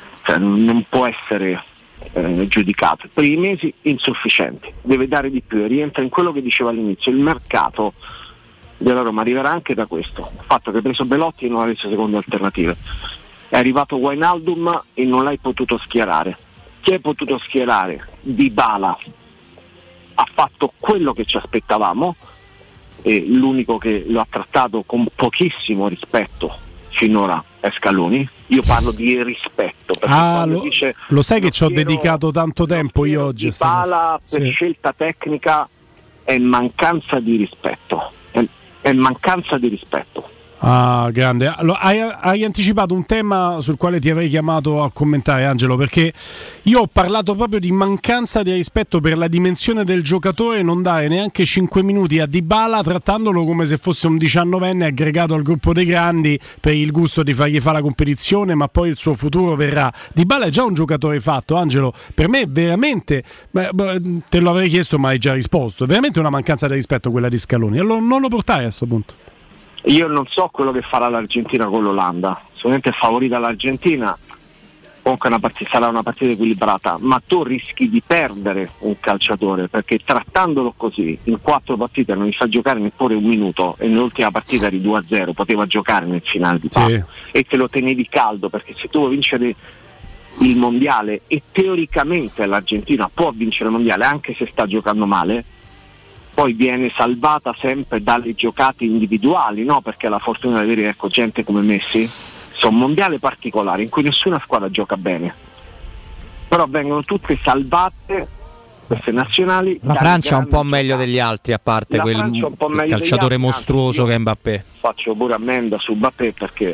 può essere giudicato. Per i mesi insufficienti, deve dare di più e rientra in quello che dicevo all'inizio, il mercato della Roma arriverà anche da questo, il fatto che hai preso Belotti e non hai messo seconde alternative. È arrivato Wijnaldum e non l'hai potuto schierare. Chi hai potuto schierare? Dybala ha fatto quello che ci aspettavamo, e l'unico che lo ha trattato con pochissimo rispetto finora è Scaloni. Io parlo di rispetto, perché lo sai che ci ho dedicato tanto tempo io oggi. Dybala per scelta tecnica è mancanza di rispetto. È mancanza di rispetto. Ah, grande. Allora, hai anticipato un tema sul quale ti avrei chiamato a commentare, Angelo, perché io ho parlato proprio di mancanza di rispetto per la dimensione del giocatore, non dare neanche 5 minuti a Dybala, trattandolo come se fosse un 19enne aggregato al gruppo dei grandi per il gusto di fargli fare la competizione, ma poi il suo futuro verrà. Dybala è già un giocatore fatto, Angelo. Per me è veramente, te lo avrei chiesto ma hai già risposto, è veramente una mancanza di rispetto quella di Scaloni. Allora non lo portare a questo punto. Io non so quello che farà l'Argentina con l'Olanda, sicuramente è favorita l'Argentina, comunque sarà una partita equilibrata, ma tu rischi di perdere un calciatore, perché trattandolo così in 4 partite non gli fa giocare neppure un minuto, e nell'ultima partita eri 2-0, poteva giocare nel finale di Papa, e te lo tenevi caldo, perché se tu vuoi vincere il mondiale, e teoricamente l'Argentina può vincere il mondiale anche se sta giocando male, poi viene salvata sempre dalle giocate individuali, no? Perché ha la fortuna di avere gente come Messi. Sono mondiali particolari in cui nessuna squadra gioca bene, però vengono tutte salvate queste nazionali. La Francia è un po' meglio degli altri, a parte quel calciatore mostruoso che è Mbappé. Faccio pure ammenda su Mbappé, perché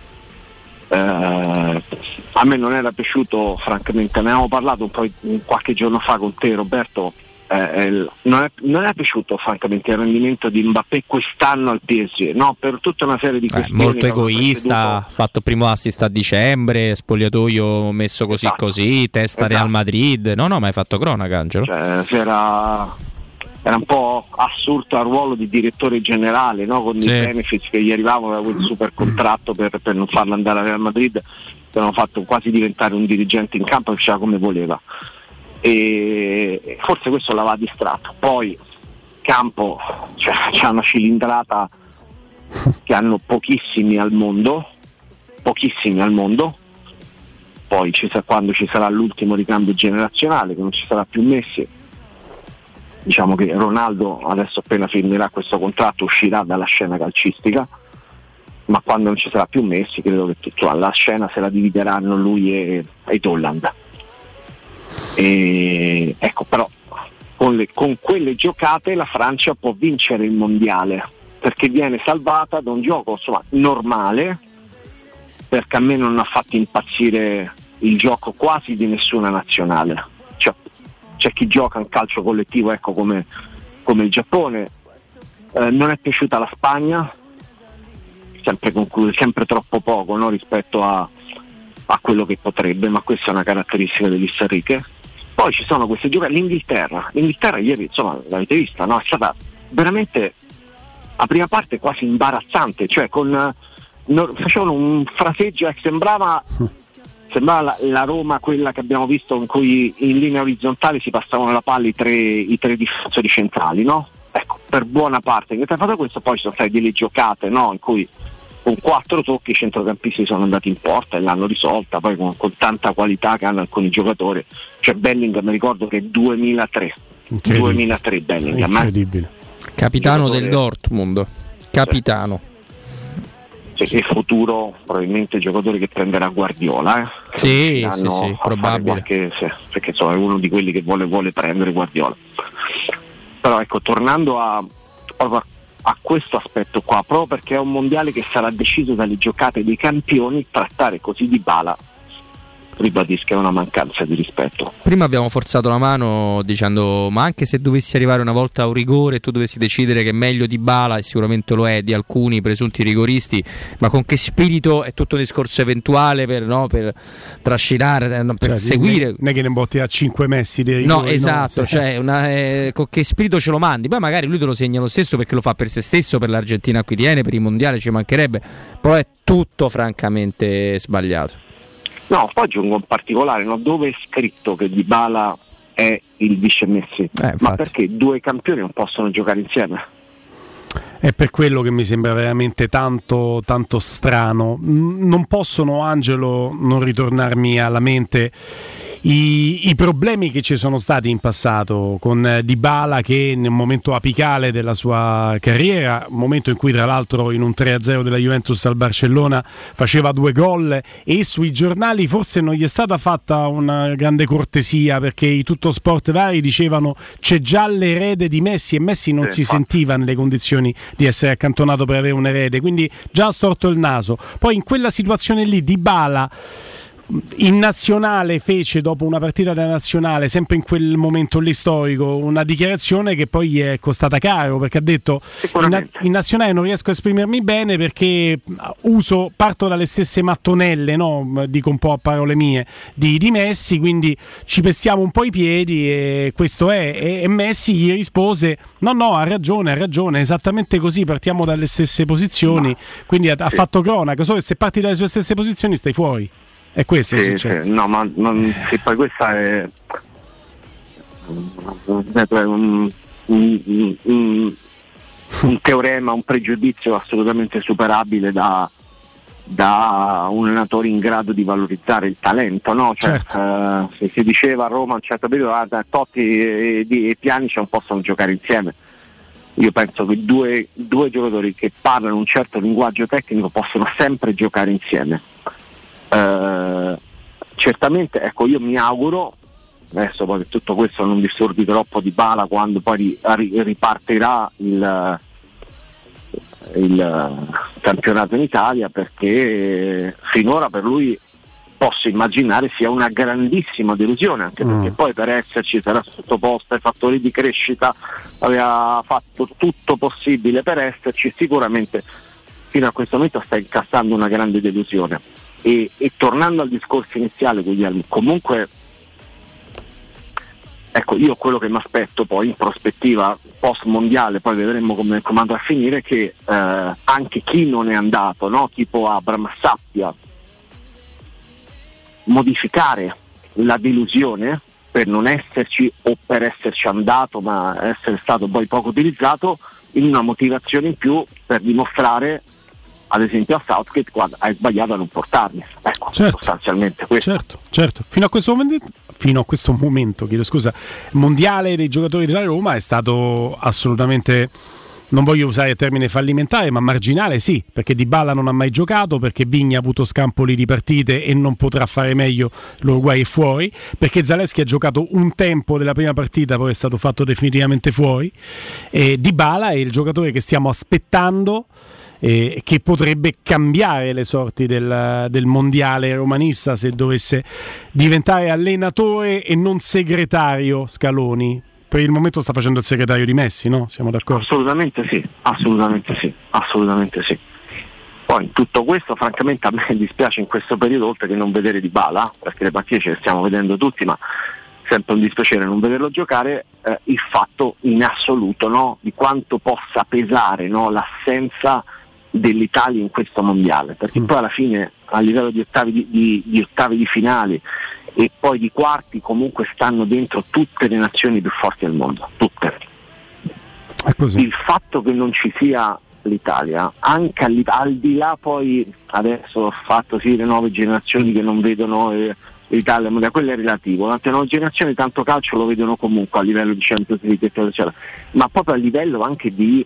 a me non era piaciuto, francamente, ne avevamo parlato un po' qualche giorno fa con te, Roberto. Non è piaciuto francamente il rendimento di Mbappé quest'anno al PSG, no? Per tutta una serie di questioni. Molto egoista, ha fatto primo assist a dicembre, spogliatoio messo così, testa Real Madrid. No, ma hai fatto cronaca, Angelo. Cioè, era un po' assurdo al ruolo di direttore generale, no? Con i benefits che gli arrivavano da quel super contratto per non farlo andare a Real Madrid, l'hanno fatto quasi diventare un dirigente in campo che faceva come voleva, e forse questo l'aveva distratto. Poi campo, cioè, c'ha una cilindrata che hanno pochissimi al mondo, poi quando ci sarà l'ultimo ricambio generazionale, che non ci sarà più Messi, diciamo che Ronaldo adesso appena firmerà questo contratto uscirà dalla scena calcistica, ma quando non ci sarà più Messi credo che la scena se la divideranno lui e Holland. E ecco, però con quelle giocate la Francia può vincere il mondiale, perché viene salvata da un gioco insomma normale, perché a me non ha fatto impazzire il gioco quasi di nessuna nazionale. Cioè, c'è chi gioca un calcio collettivo, ecco, come il Giappone. Non è piaciuta la Spagna, sempre troppo poco, no, rispetto a quello che potrebbe, ma questa è una caratteristica degli Luis Enrique. Poi ci sono queste giocate. L'Inghilterra ieri, insomma, l'avete vista, no? È stata veramente la prima parte quasi imbarazzante, cioè facevano un fraseggio che sembrava la Roma, quella che abbiamo visto, in cui in linea orizzontale si passavano la palla i tre difensori centrali, no? Ecco, per buona parte che ha fatto questo. Poi ci sono state delle giocate, no, in cui con 4 tocchi i centrocampisti sono andati in porta e l'hanno risolta, poi con tanta qualità che hanno alcuni giocatori. Cioè Bellingham, mi ricordo che è 2003 Bellingham, incredibile, capitano del Dortmund, capitano. Cioè, il futuro probabilmente giocatore che prenderà Guardiola, sì, probabile, perché insomma è uno di quelli che vuole prendere Guardiola. Però ecco, tornando proprio a questo aspetto qua, proprio perché è un mondiale che sarà deciso dalle giocate dei campioni, trattare così Dybala, ribadisco, è una mancanza di rispetto. Prima abbiamo forzato la mano dicendo, ma anche se dovessi arrivare una volta a un rigore e tu dovessi decidere che è meglio Dybala, e sicuramente lo è di alcuni presunti rigoristi, ma con che spirito? È tutto un discorso eventuale per trascinare, per seguire. Non è che ne botti a 5 Messi dei rigori, no, esatto, cioè con che spirito ce lo mandi? Poi magari lui te lo segna lo stesso perché lo fa per se stesso, per l'Argentina a cui tiene, per il mondiale ci mancherebbe, però è tutto francamente sbagliato. No, poi aggiungo un particolare, no? Dove è scritto che Dybala è il vice Messi? Ma perché 2 campioni non possono giocare insieme? È per quello che mi sembra veramente tanto, tanto strano. Non possono, Angelo, non ritornarmi alla mente i problemi che ci sono stati in passato con Dybala, che nel momento apicale della sua carriera, momento in cui tra l'altro in un 3-0 della Juventus al Barcellona faceva 2 gol, e sui giornali forse non gli è stata fatta una grande cortesia, perché i Tutto Sport vari dicevano c'è già l'erede di Messi, e Messi non si sentiva nelle condizioni di essere accantonato per avere un erede, quindi già ha storto il naso. Poi in quella situazione lì Dybala in nazionale fece, dopo una partita da nazionale, sempre in quel momento lì storico, una dichiarazione che poi gli è costata caro, perché ha detto in nazionale non riesco a esprimermi bene perché parto dalle stesse mattonelle, no? Dico un po' a parole mie, di Messi, quindi ci pestiamo un po' i piedi, e questo è. E Messi gli rispose no, ha ragione, esattamente così, partiamo dalle stesse posizioni, quindi ha fatto cronaca, solo che se parti dalle sue stesse posizioni stai fuori. È questo è successo. Sì, no, ma se poi questa è un teorema, un pregiudizio assolutamente superabile da un allenatore in grado di valorizzare il talento, no? Cioè, certo. Se si diceva a Roma a un certo periodo Totti e Pjanic non possono giocare insieme. Io penso che due giocatori che parlano un certo linguaggio tecnico possono sempre giocare insieme. Certamente, ecco, io mi auguro adesso poi che tutto questo non disturbi troppo Dybala quando poi ripartirà il campionato in Italia, perché finora per lui posso immaginare sia una grandissima delusione, anche perché poi per esserci sarà sottoposto ai fattori di crescita, aveva fatto tutto possibile per esserci, sicuramente fino a questo momento sta incassando una grande delusione. E tornando al discorso iniziale, Guglielmo, comunque ecco, io quello che mi aspetto poi in prospettiva post mondiale, poi vedremo come andrà a finire, che anche chi non è andato, no? Tipo Abram sappia modificare la delusione per non esserci o per esserci andato ma essere stato poi poco utilizzato in una motivazione in più per dimostrare ad esempio a Southgate: guarda, hai sbagliato a non portarmi, ecco, sostanzialmente questo. Certo. Fino a questo momento, chiedo scusa, il mondiale dei giocatori della Roma è stato assolutamente, non voglio usare il termine fallimentare, ma marginale sì, perché Dybala non ha mai giocato, perché Vigna ha avuto scampoli di partite e non potrà fare meglio, l'Uruguay è fuori, perché Zalewski ha giocato un tempo della prima partita, poi è stato fatto definitivamente fuori, e Dybala è il giocatore che stiamo aspettando, che potrebbe cambiare le sorti del mondiale romanista se dovesse diventare allenatore e non segretario Scaloni. Per il momento sta facendo il segretario di Messi, no? Siamo d'accordo? Assolutamente sì. Poi in tutto questo francamente a me dispiace in questo periodo, oltre che non vedere Dybala, perché le partite ce le stiamo vedendo tutti, ma sempre un dispiacere non vederlo giocare, il fatto in assoluto, no, di quanto possa pesare, no, l'assenza dell'Italia in questo mondiale, perché poi alla fine a livello di ottavi di finali e poi di quarti comunque stanno dentro tutte le nazioni più forti del mondo, tutte. È così. Il fatto che non ci sia l'Italia, anche al di là poi adesso ho fatto sì le nuove generazioni che non vedono l'Italia, ma quello è relativo, le nuove generazioni tanto calcio lo vedono comunque a livello di Champions League eccetera, ma proprio a livello anche di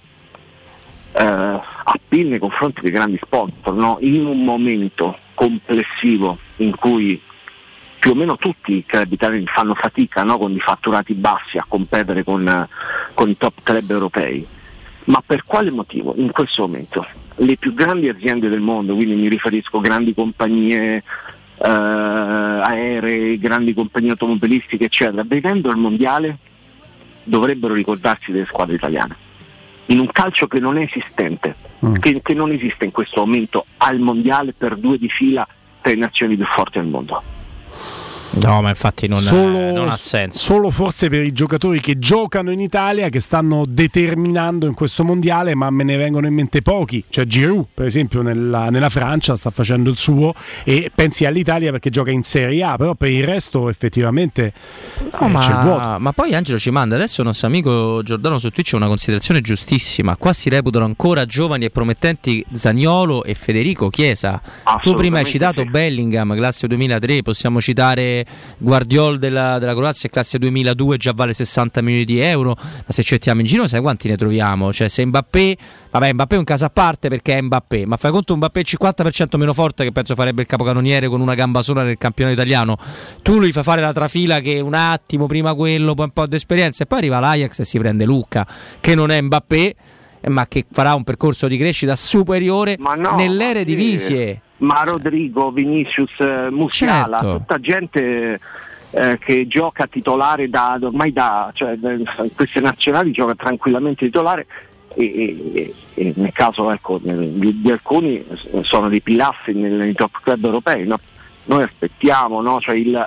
appeal nei confronti dei grandi sponsor, no? In un momento complessivo in cui più o meno tutti i club italiani fanno fatica, no? Con i fatturati bassi a competere con i top club europei, ma per quale motivo in questo momento le più grandi aziende del mondo, quindi mi riferisco a grandi compagnie aeree, grandi compagnie automobilistiche eccetera, vedendo il mondiale dovrebbero ricordarsi delle squadre italiane in un calcio che non è esistente, che non esiste in questo momento al mondiale per 2 di fila tra le nazioni più forti del mondo. No, ma infatti non ha senso. Solo forse per i giocatori che giocano in Italia, che stanno determinando in questo mondiale, ma me ne vengono in mente pochi. Cioè Giroud, per esempio, nella Francia sta facendo il suo, e pensi all'Italia perché gioca in Serie A, però per il resto effettivamente c'è il vuoto. Ma poi Angelo ci manda adesso il nostro amico Giordano su Twitch una considerazione giustissima. Qua si reputano ancora giovani e promettenti Zaniolo e Federico Chiesa. Tu prima hai citato Bellingham, classe 2003, possiamo citare Guardiol della Croazia, classe 2002, già vale 60 milioni di euro, ma se ci mettiamo in giro sai quanti ne troviamo? Cioè se Mbappé è un caso a parte perché è Mbappé, ma fai conto un Mbappé 50% meno forte, che penso farebbe il capocannoniere con una gamba sola nel campionato italiano, tu lui fai fare la trafila che un attimo prima quello, poi un po' di esperienza, e poi arriva l'Ajax e si prende Lucca, che non è Mbappé ma che farà un percorso di crescita superiore nell'Eredivisie. Ma Rodrigo, Vinicius, Musiala, tutta gente che gioca titolare cioè queste nazionali gioca tranquillamente titolare e nel caso di alcuni sono dei pilastri nei top club europei, no? Noi aspettiamo, no? Cioè il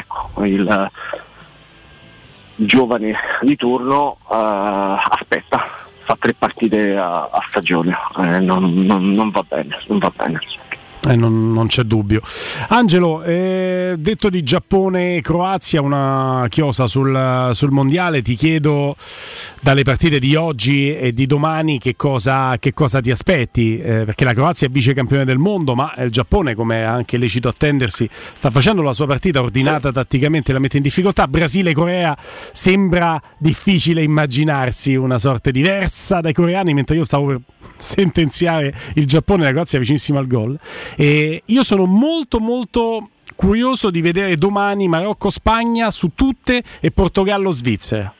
giovane di turno aspetta, fa 3 partite a stagione, non va bene. Non c'è dubbio. Angelo, detto di Giappone e Croazia, una chiosa sul mondiale, ti chiedo dalle partite di oggi e di domani che cosa ti aspetti, perché la Croazia è vice campione del mondo, ma il Giappone, come è anche lecito attendersi, sta facendo la sua partita ordinata tatticamente, la mette in difficoltà. Brasile e Corea, sembra difficile immaginarsi una sorte diversa dai coreani, mentre io stavo per sentenziare il Giappone e la Croazia vicinissima al gol. E io sono molto molto curioso di vedere domani Marocco-Spagna su tutte e Portogallo-Svizzera.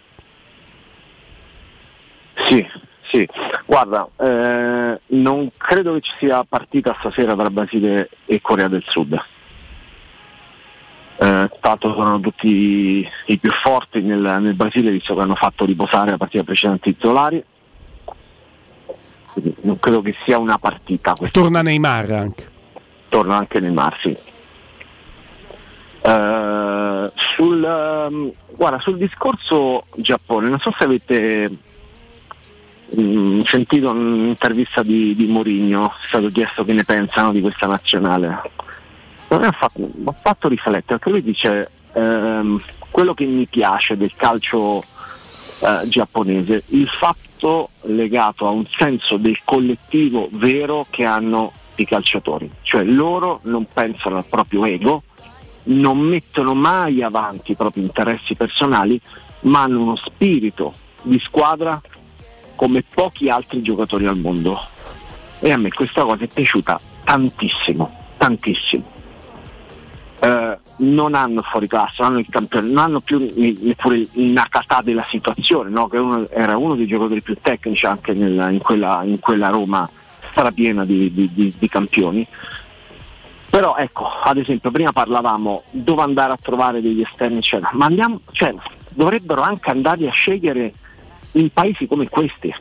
Sì, guarda, non credo che ci sia partita stasera tra Brasile e Corea del Sud. Tanto sono tutti i più forti nel Brasile, visto che hanno fatto riposare la partita precedente i titolari. Quindi non credo che sia una partita. Torna Neymar anche. Torna anche Neymar, sì. sul discorso Giappone, non so se avete sentito un'intervista di Mourinho, è stato chiesto che ne pensano di questa nazionale. Mi ha fatto riflettere, perché lui dice quello che mi piace del calcio giapponese, il fatto legato a un senso del collettivo vero che hanno i calciatori, cioè loro non pensano al proprio ego, non mettono mai avanti i propri interessi personali, ma hanno uno spirito di squadra come pochi altri giocatori al mondo, e a me questa cosa è piaciuta tantissimo. Non hanno fuori classe, non hanno il campione, non hanno più neppure il Nakata della situazione, no? Che era uno dei giocatori più tecnici anche in quella Roma strapiena di campioni. Però ecco, ad esempio prima parlavamo dove andare a trovare degli esterni eccetera, ma dovrebbero anche andare a scegliere in paesi come questi.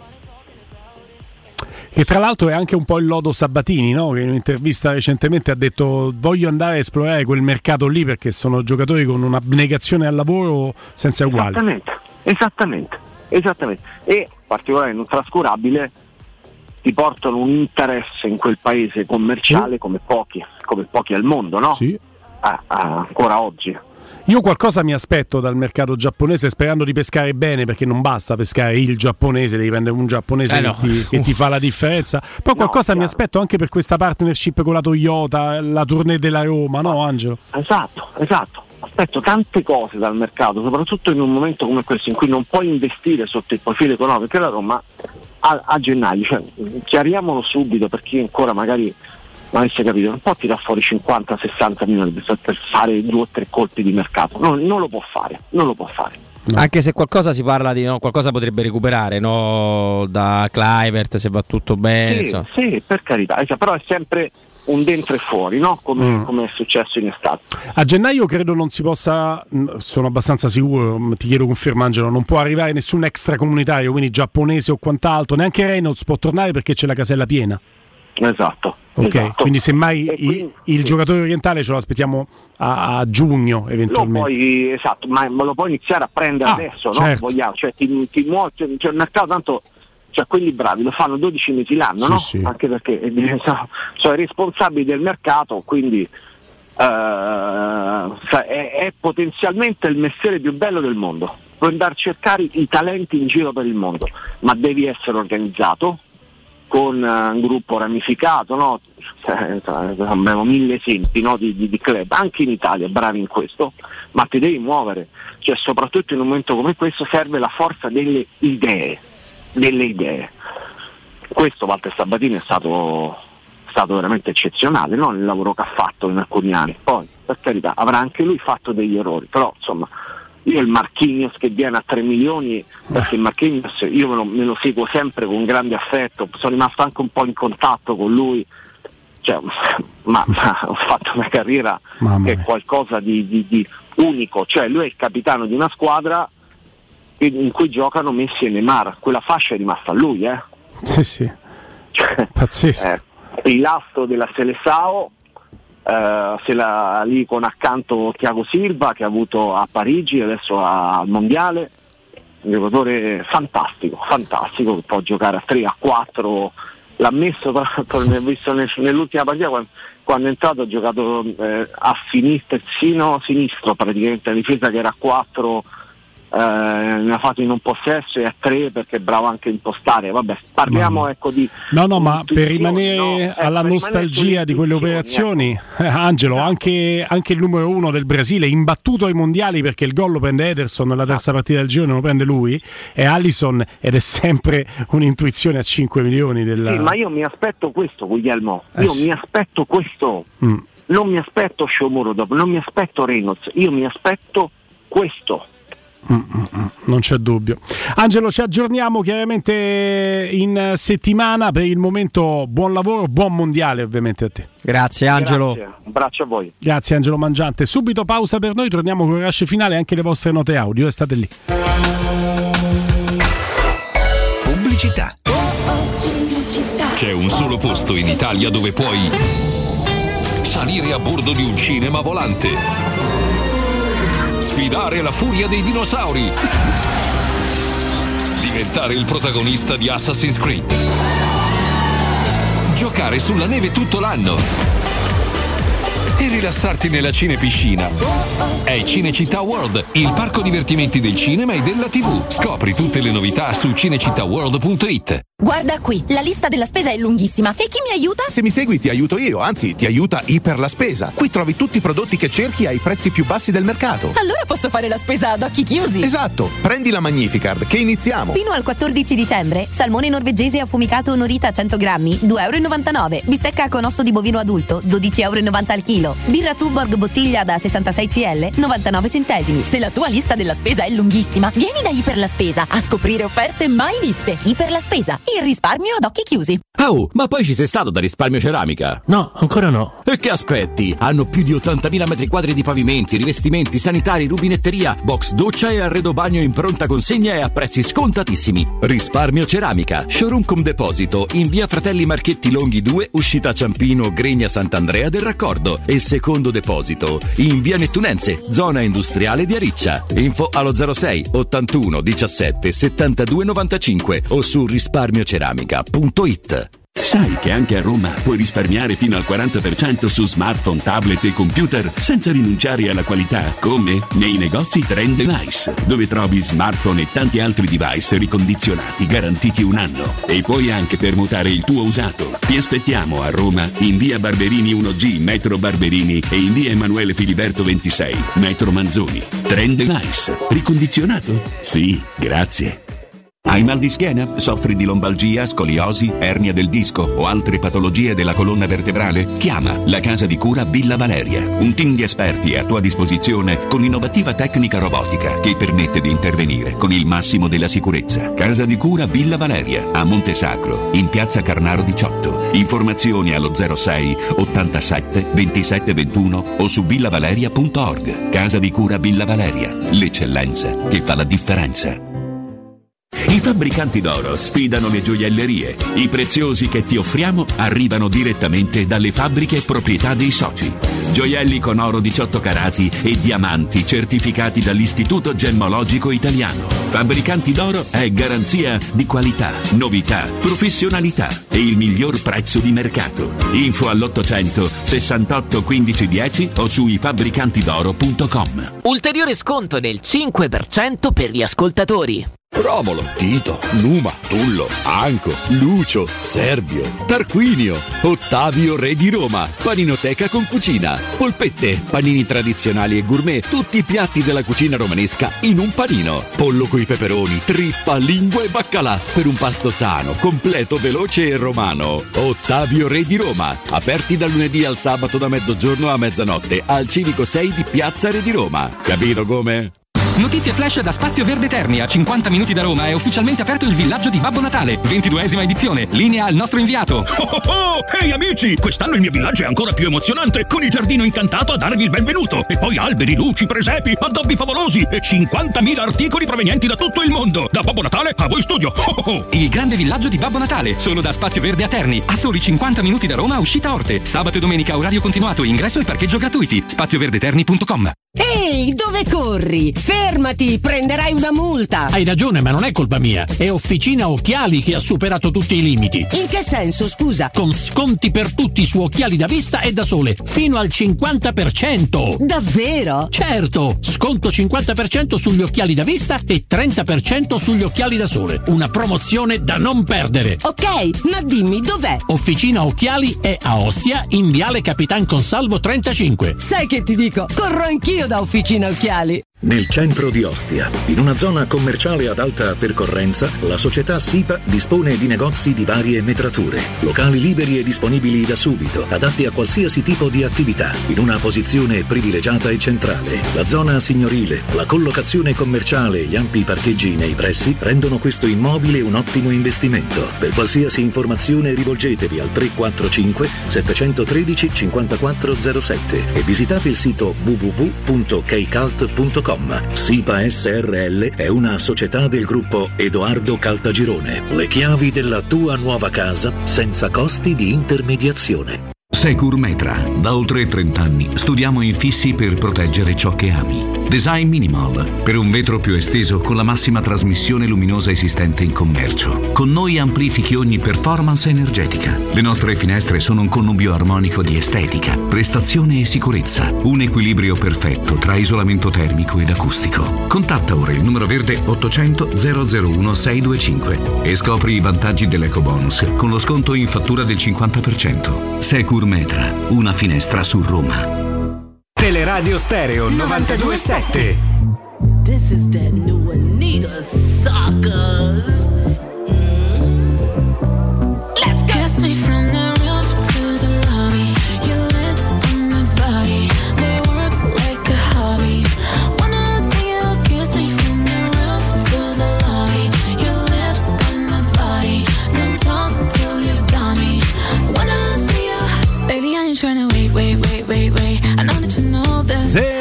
E tra l'altro è anche un po' il lodo Sabatini, no? Che in un'intervista recentemente ha detto voglio andare a esplorare quel mercato lì perché sono giocatori con un'abnegazione al lavoro senza uguali. Esattamente. E in particolare non trascurabile, ti portano un interesse in quel paese commerciale come pochi al mondo, no? Sì. Ancora oggi. Io qualcosa mi aspetto dal mercato giapponese, sperando di pescare bene, perché non basta pescare il giapponese, devi prendere un giapponese che ti fa la differenza. Però qualcosa mi aspetto anche per questa partnership con la Toyota, la tournée della Roma, no Angelo? Esatto. Aspetto tante cose dal mercato, soprattutto in un momento come questo in cui non puoi investire sotto il profilo economico, che la Roma a gennaio, cioè, chiariamolo subito per chi ancora magari non avesse capito, non può tirare fuori 50-60 milioni per fare 2 o 3 colpi di mercato, non lo può fare. No. Anche se qualcosa si parla di qualcosa potrebbe recuperare, no? Da Kluivert, se va tutto bene. Sì, per carità, però è sempre un dentro e fuori, no? Come è successo in estate. A gennaio credo non si possa, sono abbastanza sicuro, ti chiedo conferma Angelo, non può arrivare nessun extracomunitario, quindi giapponese o quant'altro, neanche Reynolds può tornare perché c'è la casella piena. Esatto. Quindi semmai il giocatore orientale ce lo aspettiamo a giugno eventualmente. Ma lo puoi iniziare a prendere adesso, no? Certo. Vogliamo, cioè ti muovi, cioè il mercato tanto, cioè quelli bravi lo fanno 12 mesi l'anno, no? Sì. Anche perché sono i responsabili del mercato, quindi è potenzialmente il mestiere più bello del mondo. Puoi andare a cercare i talenti in giro per il mondo, ma devi essere organizzato con un gruppo ramificato, no? Abbiamo 1000 esempi, no? di club anche in Italia bravi in questo, ma ti devi muovere, cioè soprattutto in un momento come questo serve la forza delle idee. Questo Walter Sabatini è stato veramente eccezionale, no? Nel lavoro che ha fatto in alcuni anni. Poi per carità avrà anche lui fatto degli errori, però insomma io il Marquinhos che viene a 3 milioni, perché il Marquinhos io me lo seguo sempre con grande affetto, sono rimasto anche un po' in contatto con lui, cioè, ma ho fatto una carriera che è qualcosa di unico, cioè lui è il capitano di una squadra in cui giocano Messi e Neymar, quella fascia è rimasta a lui, Sì. Pazzesco. Il astro della Seleção, se la lì con accanto Thiago Silva che ha avuto a Parigi e adesso al Mondiale, un giocatore fantastico che può giocare a 3, a 4, l'ha messo tra l'altro, ne ho visto nell'ultima partita quando è entrato, ha giocato a terzino sinistro praticamente, la difesa che era a 4 ne ha fatto in un possesso e a 3 perché è bravo anche a impostare. Vabbè, parliamo di ma per rimanere alla nostalgia di quelle operazioni, Angelo, anche il numero 1 del Brasile imbattuto ai mondiali, perché il gol lo prende Ederson nella terza partita del girone, lo prende lui, è Alisson, ed è sempre un'intuizione a 5 milioni Sì, ma io mi aspetto questo, Guglielmo, mi aspetto questo, non mi aspetto Sciomuro dopo, non mi aspetto Reynolds, io mi aspetto questo. Non c'è dubbio. Angelo, ci aggiorniamo chiaramente in settimana. Per il momento buon lavoro, buon mondiale ovviamente a te. Grazie Angelo. Grazie. Un braccio a voi. Grazie Angelo Mangiante. Subito pausa per noi, torniamo con il rush finale e anche le vostre note audio, state lì. Pubblicità. C'è un solo posto in Italia dove puoi salire a bordo di un cinema volante, Sfidare la furia dei dinosauri. Diventare il protagonista di Assassin's Creed. Giocare sulla neve tutto l'anno. E rilassarti nella cinepiscina. È Cinecittà World, il parco divertimenti del cinema e della TV. Scopri tutte le novità su cinecittàworld.it. Guarda qui, la lista della spesa è lunghissima. E chi mi aiuta? Se mi segui ti aiuto io, anzi ti aiuta Iper la Spesa. Qui trovi tutti i prodotti che cerchi ai prezzi più bassi del mercato. Allora posso fare la spesa ad occhi chiusi. Esatto, prendi la Magnificard che iniziamo. Fino al 14 dicembre, salmone norvegese affumicato Norita 100 grammi, €2,99. Bistecca con osso di bovino adulto, €12,90 al chilo. Birra Tuborg bottiglia da 66 CL, 99 centesimi. Se la tua lista della spesa è lunghissima, vieni da Iper la Spesa a scoprire offerte mai viste. Iper la Spesa, il risparmio ad occhi chiusi. Oh, ma poi ci sei stato da Risparmio Ceramica? No, ancora no. E che aspetti? Hanno più di 80.000 metri quadri di pavimenti, rivestimenti, sanitari, rubinetteria, box doccia e arredo bagno in pronta consegna e a prezzi scontatissimi. Risparmio Ceramica, showroom con deposito in via Fratelli Marchetti Longhi 2, uscita Ciampino, Gregna Sant'Andrea del Raccordo, e secondo deposito in via Nettunense, zona industriale di Ariccia. Info allo 06 81 17 72 95 o su risparmioceramica.it. Sai che anche a Roma puoi risparmiare fino al 40% su smartphone, tablet e computer senza rinunciare alla qualità? Come? Nei negozi Trend Nice, dove trovi smartphone e tanti altri device ricondizionati garantiti un anno. E puoi anche permutare il tuo usato. Ti aspettiamo a Roma in via Barberini 1G, metro Barberini, e in via Emanuele Filiberto 26, metro Manzoni. Trend Nice. Ricondizionato? Sì, grazie. Hai mal di schiena? Soffri di lombalgia, scoliosi, ernia del disco o altre patologie della colonna vertebrale? Chiama la casa di cura Villa Valeria. Un team di esperti è a tua disposizione con innovativa tecnica robotica che permette di intervenire con il massimo della sicurezza. Casa di cura Villa Valeria a Montesacro, in piazza Carnaro 18. Informazioni allo 06 87 27 21 o su villavaleria.org. Casa di cura Villa Valeria, l'eccellenza che fa la differenza. I fabbricanti d'oro sfidano le gioiellerie. I preziosi che ti offriamo arrivano direttamente dalle fabbriche proprietà dei soci. Gioielli con oro 18 carati e diamanti certificati dall'Istituto Gemmologico Italiano. Fabbricanti d'oro è garanzia di qualità, novità, professionalità e il miglior prezzo di mercato. Info all'800 68 15 10 o su ifabbricantidoro.com. Ulteriore sconto del 5% per gli ascoltatori. Romolo, Tito, Numa, Tullo, Anco, Lucio, Servio, Tarquinio, Ottavio Re di Roma, paninoteca con cucina, polpette, panini tradizionali e gourmet, tutti i piatti della cucina romanesca in un panino, pollo coi peperoni, trippa, lingua e baccalà, per un pasto sano, completo, veloce e romano. Ottavio Re di Roma, aperti dal lunedì al sabato da mezzogiorno a mezzanotte al Civico 6 di Piazza Re di Roma. Capito come? Notizie flash da Spazio Verde Terni. A 50 minuti da Roma è ufficialmente aperto il villaggio di Babbo Natale, 22esima edizione. Linea al nostro inviato. Ehi amici, quest'anno il mio villaggio è ancora più emozionante, con il giardino incantato a darvi il benvenuto. E poi alberi, luci, presepi, addobbi favolosi e 50.000 articoli provenienti da tutto il mondo. Da Babbo Natale a voi studio. Il grande villaggio di Babbo Natale, solo da Spazio Verde a Terni, a soli 50 minuti da Roma, uscita Orte. Sabato e domenica orario continuato, ingresso e parcheggio gratuiti. spazioverdeterni.com. Ehi, dove corri? Fermati, prenderai una multa. Hai ragione, ma non è colpa mia. È Officina Occhiali che ha superato tutti i limiti. In che senso, scusa? Con sconti per tutti su occhiali da vista e da sole, fino al 50%. Davvero? Certo, sconto 50% sugli occhiali da vista e 30% sugli occhiali da sole. Una promozione da non perdere. Ok, ma dimmi dov'è? Officina Occhiali è a Ostia, in Viale Capitan Consalvo 35. Sai che ti dico? Corro anch'io da Officina Occhiali. Nel centro di Ostia, in una zona commerciale ad alta percorrenza, la società SIPA dispone di negozi di varie metrature, locali liberi e disponibili da subito, adatti a qualsiasi tipo di attività, in una posizione privilegiata e centrale. La zona signorile, la collocazione commerciale e gli ampi parcheggi nei pressi rendono questo immobile un ottimo investimento. Per qualsiasi informazione rivolgetevi al 345 713 5407 e visitate il sito www.kcalt.com. SIPA SRL è una società del gruppo Edoardo Caltagirone. Le chiavi della tua nuova casa senza costi di intermediazione. Securmetra. Da oltre 30 anni studiamo infissi per proteggere ciò che ami. Design Minimal. Per un vetro più esteso con la massima trasmissione luminosa esistente in commercio. Con noi amplifichi ogni performance energetica. Le nostre finestre sono un connubio armonico di estetica, prestazione e sicurezza. Un equilibrio perfetto tra isolamento termico ed acustico. Contatta ora il numero verde 800 001 625 e scopri i vantaggi dell'ecobonus con lo sconto in fattura del 50%. Securmetra, una finestra su Roma. Teleradio Stereo 92.7. This is that new Anita suckers. Let's go. Kiss me from the roof to the lobby. Your lips on my body, they work like a hobby. Wanna see you kiss me from the roof to the lobby. Your lips on my body, don't talk till you got me. Wanna see you, baby, I ain't tryna wait. I know that you know that.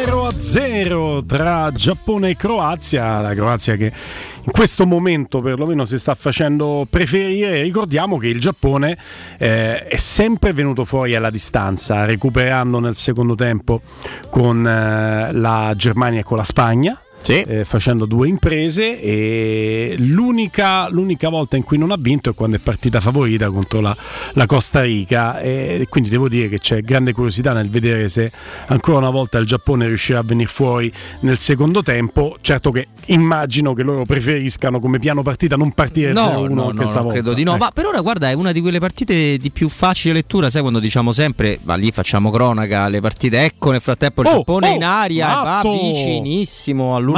0-0 tra Giappone e Croazia, la Croazia che in questo momento perlomeno si sta facendo preferire. Ricordiamo che il Giappone è sempre venuto fuori alla distanza, recuperando nel secondo tempo con la Germania e con la Spagna. Sì. Facendo due imprese, e l'unica volta in cui non ha vinto è quando è partita favorita contro la Costa Rica, e quindi devo dire che c'è grande curiosità nel vedere se ancora una volta il Giappone riuscirà a venire fuori nel secondo tempo. Certo che immagino che loro preferiscano come piano partita non partire 0-1 questa volta. Credo di no, ma per ora guarda, è una di quelle partite di più facile lettura, sai, quando diciamo sempre, ma lì facciamo cronaca, le partite, ecco, nel frattempo il Giappone in aria va vicinissimo all'1-0.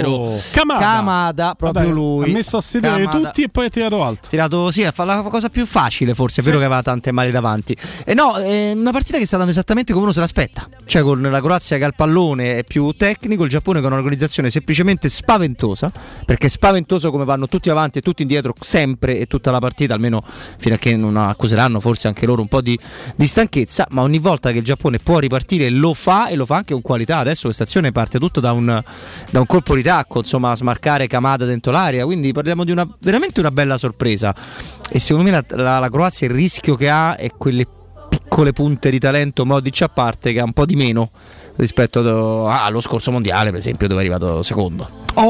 Kamada, proprio lui ha messo a sedere tutti e poi ha tirato alto. Sì, fa la cosa più facile forse, è vero che aveva tante mani davanti. E no, è una partita che sta dando esattamente come uno se l'aspetta, cioè con la Croazia che al pallone è più tecnico, il Giappone con un'organizzazione semplicemente spaventosa, perché è spaventoso come vanno tutti avanti e tutti indietro sempre e tutta la partita, almeno fino a che non accuseranno forse anche loro un po' di stanchezza, ma ogni volta che il Giappone può ripartire lo fa, e lo fa anche con qualità. Adesso questa azione parte tutto da un colpo di tacco, insomma, a smarcare Kamada dentro l'area, quindi parliamo di veramente una bella sorpresa. E secondo me la Croazia, il rischio che ha è quelle piccole punte di talento, Modric a parte, che ha un po' di meno rispetto allo scorso mondiale, per esempio, dove è arrivato seconda.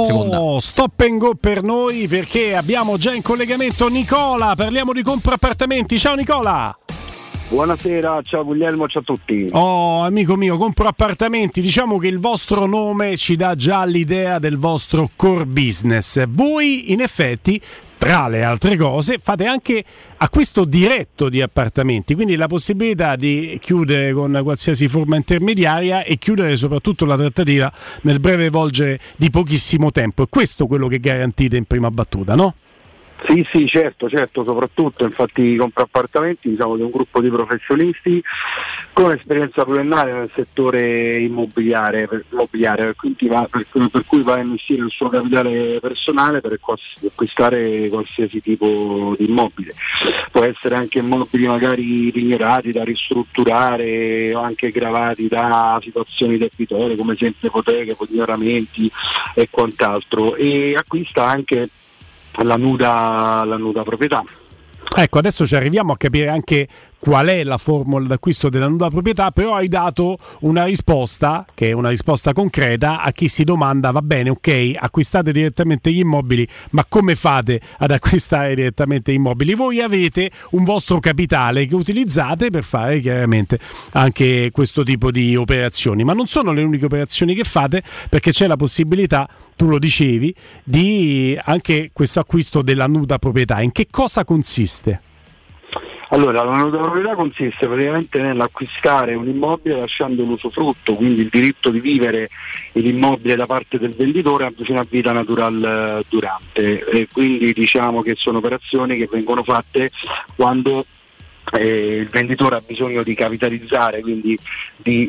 Stop and go per noi, perché abbiamo già in collegamento Nicola. Parliamo di compra appartamenti. Ciao Nicola. Buonasera, ciao Guglielmo, ciao a tutti. Amico mio, compro appartamenti. Diciamo che il vostro nome ci dà già l'idea del vostro core business. Voi in effetti, tra le altre cose, fate anche acquisto diretto di appartamenti, quindi la possibilità di chiudere con qualsiasi forma intermediaria e chiudere soprattutto la trattativa nel breve volgere di pochissimo tempo. È questo quello che garantite in prima battuta, no? Sì, certo, soprattutto infatti compra appartamenti, diciamo che è un gruppo di professionisti con esperienza pluriennale nel settore immobiliare, quindi per cui va a investire il suo capitale personale per acquistare qualsiasi tipo di immobile. Può essere anche immobili magari pignorati da ristrutturare o anche gravati da situazioni debitorie come esempio ipoteche, pignoramenti e quant'altro, e acquista anche la nuda proprietà. Ecco, adesso ci arriviamo a capire anche qual è la formula d'acquisto della nuda proprietà, però hai dato una risposta che è una risposta concreta a chi si domanda: va bene, ok, acquistate direttamente gli immobili, ma come fate ad acquistare direttamente gli immobili? Voi avete un vostro capitale che utilizzate per fare chiaramente anche questo tipo di operazioni, ma non sono le uniche operazioni che fate, perché c'è la possibilità, tu lo dicevi, di anche questo acquisto della nuda proprietà. In che cosa consiste? Allora, la nuda proprietà consiste praticamente nell'acquistare un immobile lasciando l'usufrutto, quindi il diritto di vivere l'immobile da parte del venditore fino a vita natural durante, e quindi diciamo che sono operazioni che vengono fatte quando il venditore ha bisogno di capitalizzare, quindi di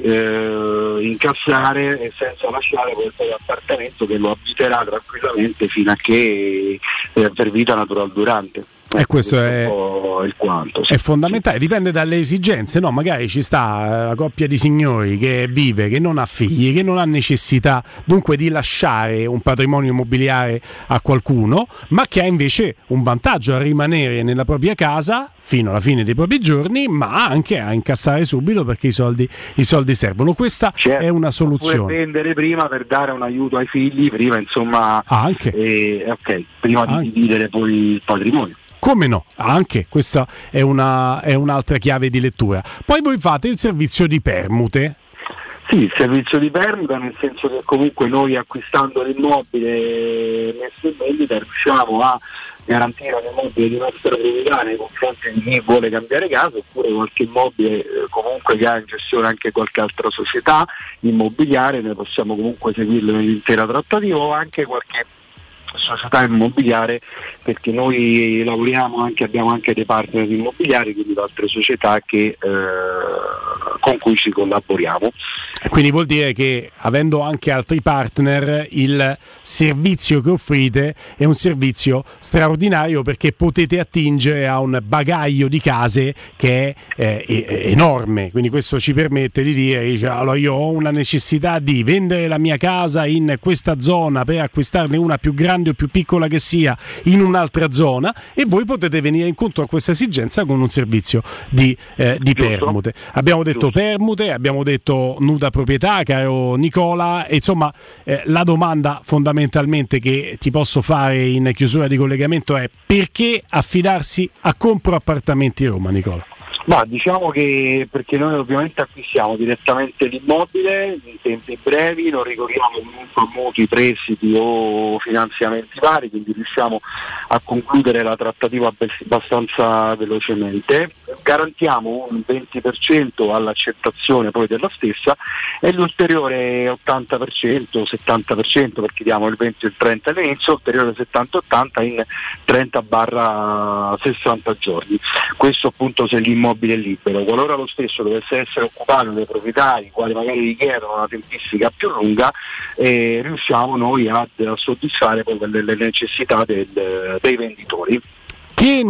incassare, e senza lasciare quel appartamento che lo abiterà tranquillamente fino a che per vita natural durante. E questo è il quanto. È fondamentale, dipende dalle esigenze, no? Magari ci sta la coppia di signori che vive, che non ha figli, che non ha necessità dunque di lasciare un patrimonio immobiliare a qualcuno, ma che ha invece un vantaggio a rimanere nella propria casa fino alla fine dei propri giorni, ma anche a incassare subito perché i soldi servono. Questa è una soluzione. Oppure vendere prima per dare un aiuto ai figli, prima insomma prima di dividere poi il patrimonio. Come no? Anche questa è un'altra chiave di lettura. Poi voi fate il servizio di permute. Sì, il servizio di permuta, nel senso che comunque noi acquistando l'immobile messo in vendita riusciamo a garantire un immobile di nostra proprietà nei confronti di chi vuole cambiare casa, oppure qualche immobile comunque che ha in gestione anche qualche altra società immobiliare, noi possiamo comunque seguirlo nell'intera trattativa, o anche qualche società immobiliare, perché noi lavoriamo abbiamo anche dei partner immobiliari, quindi altre società con cui ci collaboriamo. Quindi vuol dire che, avendo anche altri partner, il servizio che offrite è un servizio straordinario, perché potete attingere a un bagaglio di case che è enorme. Quindi questo ci permette di dire, allora io ho una necessità di vendere la mia casa in questa zona per acquistarne una più grande o più piccola che sia in un'altra zona, e voi potete venire incontro a questa esigenza con un servizio di permute. Abbiamo detto permute, abbiamo detto nuda proprietà, caro Nicola, e insomma la domanda fondamentalmente che ti posso fare in chiusura di collegamento è: perché affidarsi a Compro Appartamenti Roma, Nicola? Ma diciamo che perché noi ovviamente acquistiamo direttamente l'immobile in tempi brevi, non ricorriamo comunque a mutui, prestiti o finanziamenti vari, quindi riusciamo a concludere la trattativa abbastanza velocemente, garantiamo un 20% all'accettazione poi della stessa e l'ulteriore 80%, 70%, perché diamo il 20 e il 30 all'inizio, ulteriore 70-80 in 30-60 giorni. Questo appunto se l'immobile è libero. Qualora lo stesso dovesse essere occupato dai proprietari, quali magari richiedono una tempistica più lunga, riusciamo noi a soddisfare poi le necessità dei venditori. Che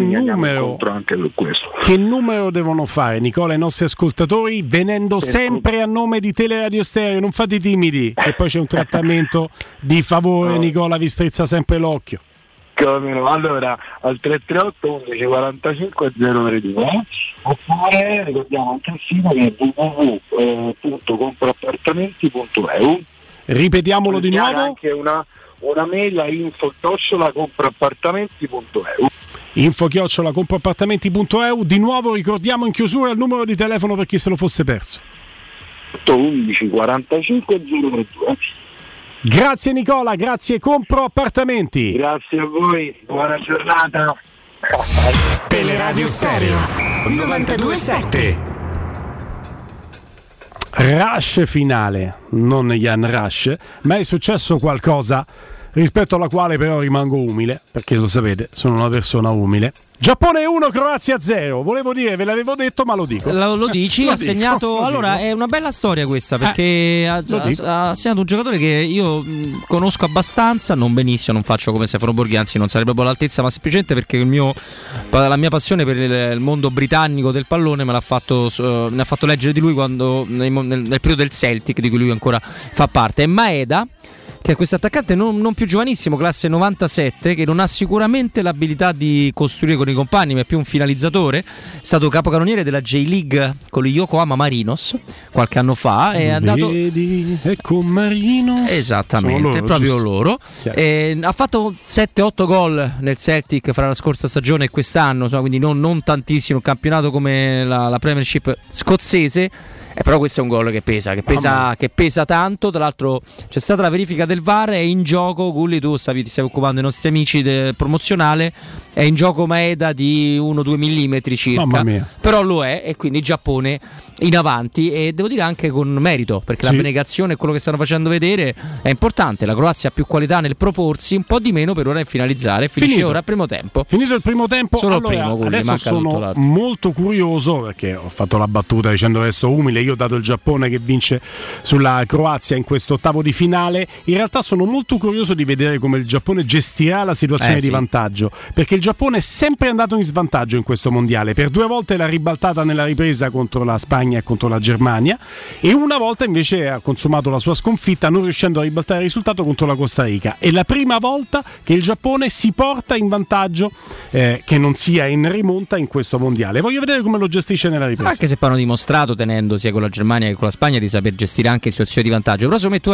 numero devono fare, Nicola, i nostri ascoltatori, venendo sempre a nome di Teleradio Stereo? Non fate i timidi, che poi c'è un trattamento di favore, Nicola vi strizza sempre l'occhio. Allora al 338 11 45 032, oppure ricordiamo anche il sito che è www.comproappartamenti.eu. Ripetiamolo di nuovo. Anche una mail a info@comproappartamenti.eu. info@comproappartamenti.eu. Di nuovo ricordiamo in chiusura il numero di telefono per chi se lo fosse perso. 11 45 032. Grazie Nicola, grazie Compro Appartamenti. Grazie a voi, buona giornata. Teleradio Stereo 92.7. Rush finale, non Jan Rush, ma è successo qualcosa rispetto alla quale però rimango umile, perché lo sapete, sono una persona umile. Giappone 1, Croazia 0. Volevo dire, ve l'avevo detto, ma lo dico. Lo dici? Ha segnato. Allora, è una bella storia questa, perché ha segnato un giocatore che io conosco abbastanza, non benissimo, non faccio come Stefano Borghi, anzi non sarebbe proprio all'altezza, ma semplicemente perché la mia passione per il mondo britannico del pallone me ha fatto leggere di lui quando nel periodo del Celtic, di cui lui ancora fa parte. È Maeda, che è questo attaccante non più giovanissimo, classe 97, che non ha sicuramente l'abilità di costruire con i compagni, ma è più un finalizzatore. È stato capocannoniere della J-League con gli Yokohama Marinos qualche anno fa. È andato. Ecco Marinos. Esattamente, loro, proprio giusto. Loro. Ha fatto 7-8 gol nel Celtic fra la scorsa stagione e quest'anno, quindi non tantissimo, un campionato come la Premiership scozzese. Però questo è un gol che pesa tanto. Tra l'altro c'è stata la verifica del VAR, è in gioco, Gulli, tu ti stai occupando dei nostri amici del promozionale, è in gioco Maeda di 1-2 millimetri circa, però lo è, e quindi Giappone in avanti, e devo dire anche con merito, perché sì, l'abnegazione e quello che stanno facendo vedere è importante. La Croazia ha più qualità nel proporsi, un po' di meno per ora in finalizzare. Finisce ora il primo tempo. Finito il primo tempo, solo allora, il primo, Gulli, adesso sono molto curioso, perché ho fatto la battuta dicendo resto umile. io ho dato il Giappone che vince sulla Croazia in questo ottavo di finale. In realtà sono molto curioso di vedere come il Giappone gestirà la situazione di vantaggio, perché il Giappone è sempre andato in svantaggio in questo mondiale. Per 2 volte l'ha ribaltata nella ripresa contro la Spagna e contro la Germania, e una volta invece ha consumato la sua sconfitta non riuscendo a ribaltare il risultato contro la Costa Rica. È la prima volta che il Giappone si porta in vantaggio, che non sia in rimonta in questo mondiale. Voglio vedere come lo gestisce nella ripresa. Anche se poi hanno dimostrato, tenendo sia con la Germania che con la Spagna, di saper gestire anche situazioni di vantaggio. Però secondo me tu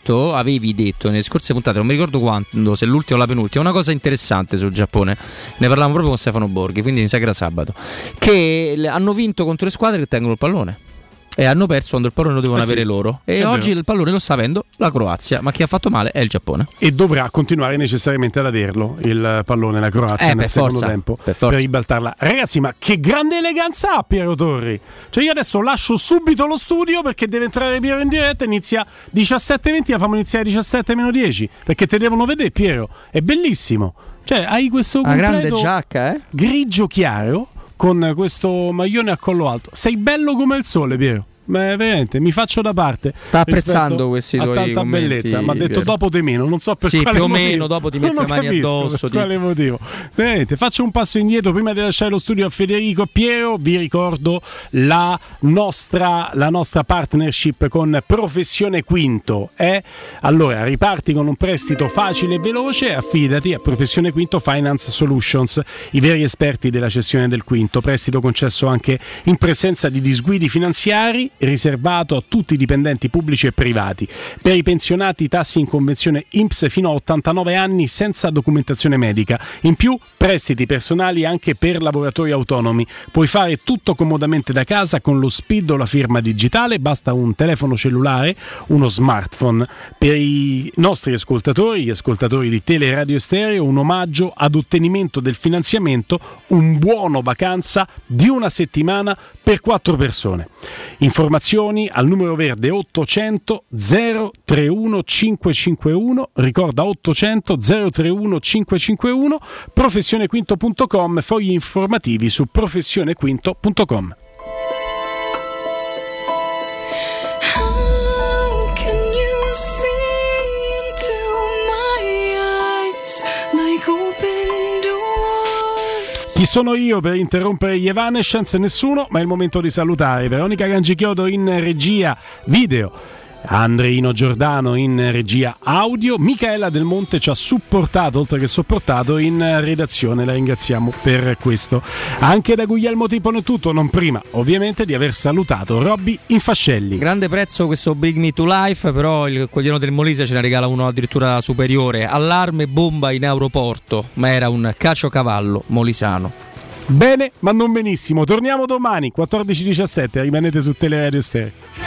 avevi detto nelle scorse puntate, non mi ricordo quando, se l'ultima o la penultima, una cosa interessante sul Giappone. Ne parlavamo proprio con Stefano Borghi, quindi mi sa che era sabato, che hanno vinto contro le squadre che tengono il pallone e hanno perso quando il pallone lo devono avere loro, e oggi il pallone lo sta avendo la Croazia, ma chi ha fatto male è il Giappone, e dovrà continuare necessariamente ad averlo il pallone la Croazia nel secondo tempo per ribaltarla. Ragazzi, ma che grande eleganza ha Piero Torri, cioè io adesso lascio subito lo studio perché deve entrare Piero in diretta, inizia 17:20, la fanno iniziare 17:10 perché te devono vedere. Piero, è bellissimo, cioè hai questo grande giacca grigio chiaro con questo maglione a collo alto. Sei bello come il sole, Piero. Ma veramente mi faccio da parte. Sta apprezzando questi tuoi tanta commenti, bellezza. Mi ha detto dopo te meno, non so per quale più o motivo. meno dopo ti mette le mani addosso. Per quale motivo? Veramente, faccio un passo indietro prima di lasciare lo studio a Federico e Piero. Vi ricordo la nostra partnership con Professione Quinto. Allora, riparti con un prestito facile e veloce, affidati a Professione Quinto Finance Solutions, i veri esperti della cessione del quinto. Prestito concesso anche in presenza di disguidi finanziari, riservato a tutti i dipendenti pubblici e privati. Per i pensionati tassi in convenzione INPS fino a 89 anni senza documentazione medica. In più prestiti personali anche per lavoratori autonomi. Puoi fare tutto comodamente da casa con lo SPID o la firma digitale, basta un telefono cellulare, uno smartphone. Per i nostri ascoltatori, gli ascoltatori di Teleradio Stereo, un omaggio ad ottenimento del finanziamento, un buono vacanza di una settimana per 4 persone. Informazioni al numero verde 800 031 551, ricorda 800 031 551, professionequinto.com, fogli informativi su professionequinto.com. Chi sono io per interrompere gli Evanescence? Nessuno, ma è il momento di salutare Veronica Gangichiodo in regia video, Andreino Giordano in regia audio, Michaela Del Monte ci ha supportato, oltre che sopportato, in redazione, la ringraziamo per questo. Anche da Guglielmo Tipone è tutto, non prima ovviamente di aver salutato Robby Infascelli. Grande prezzo questo Bring Me to Life, però il Coglieno del Molise ce ne regala uno addirittura superiore. Allarme bomba in aeroporto, ma era un caciocavallo molisano. Bene, ma non benissimo. Torniamo domani 14:17, rimanete su Teleradio Stereo.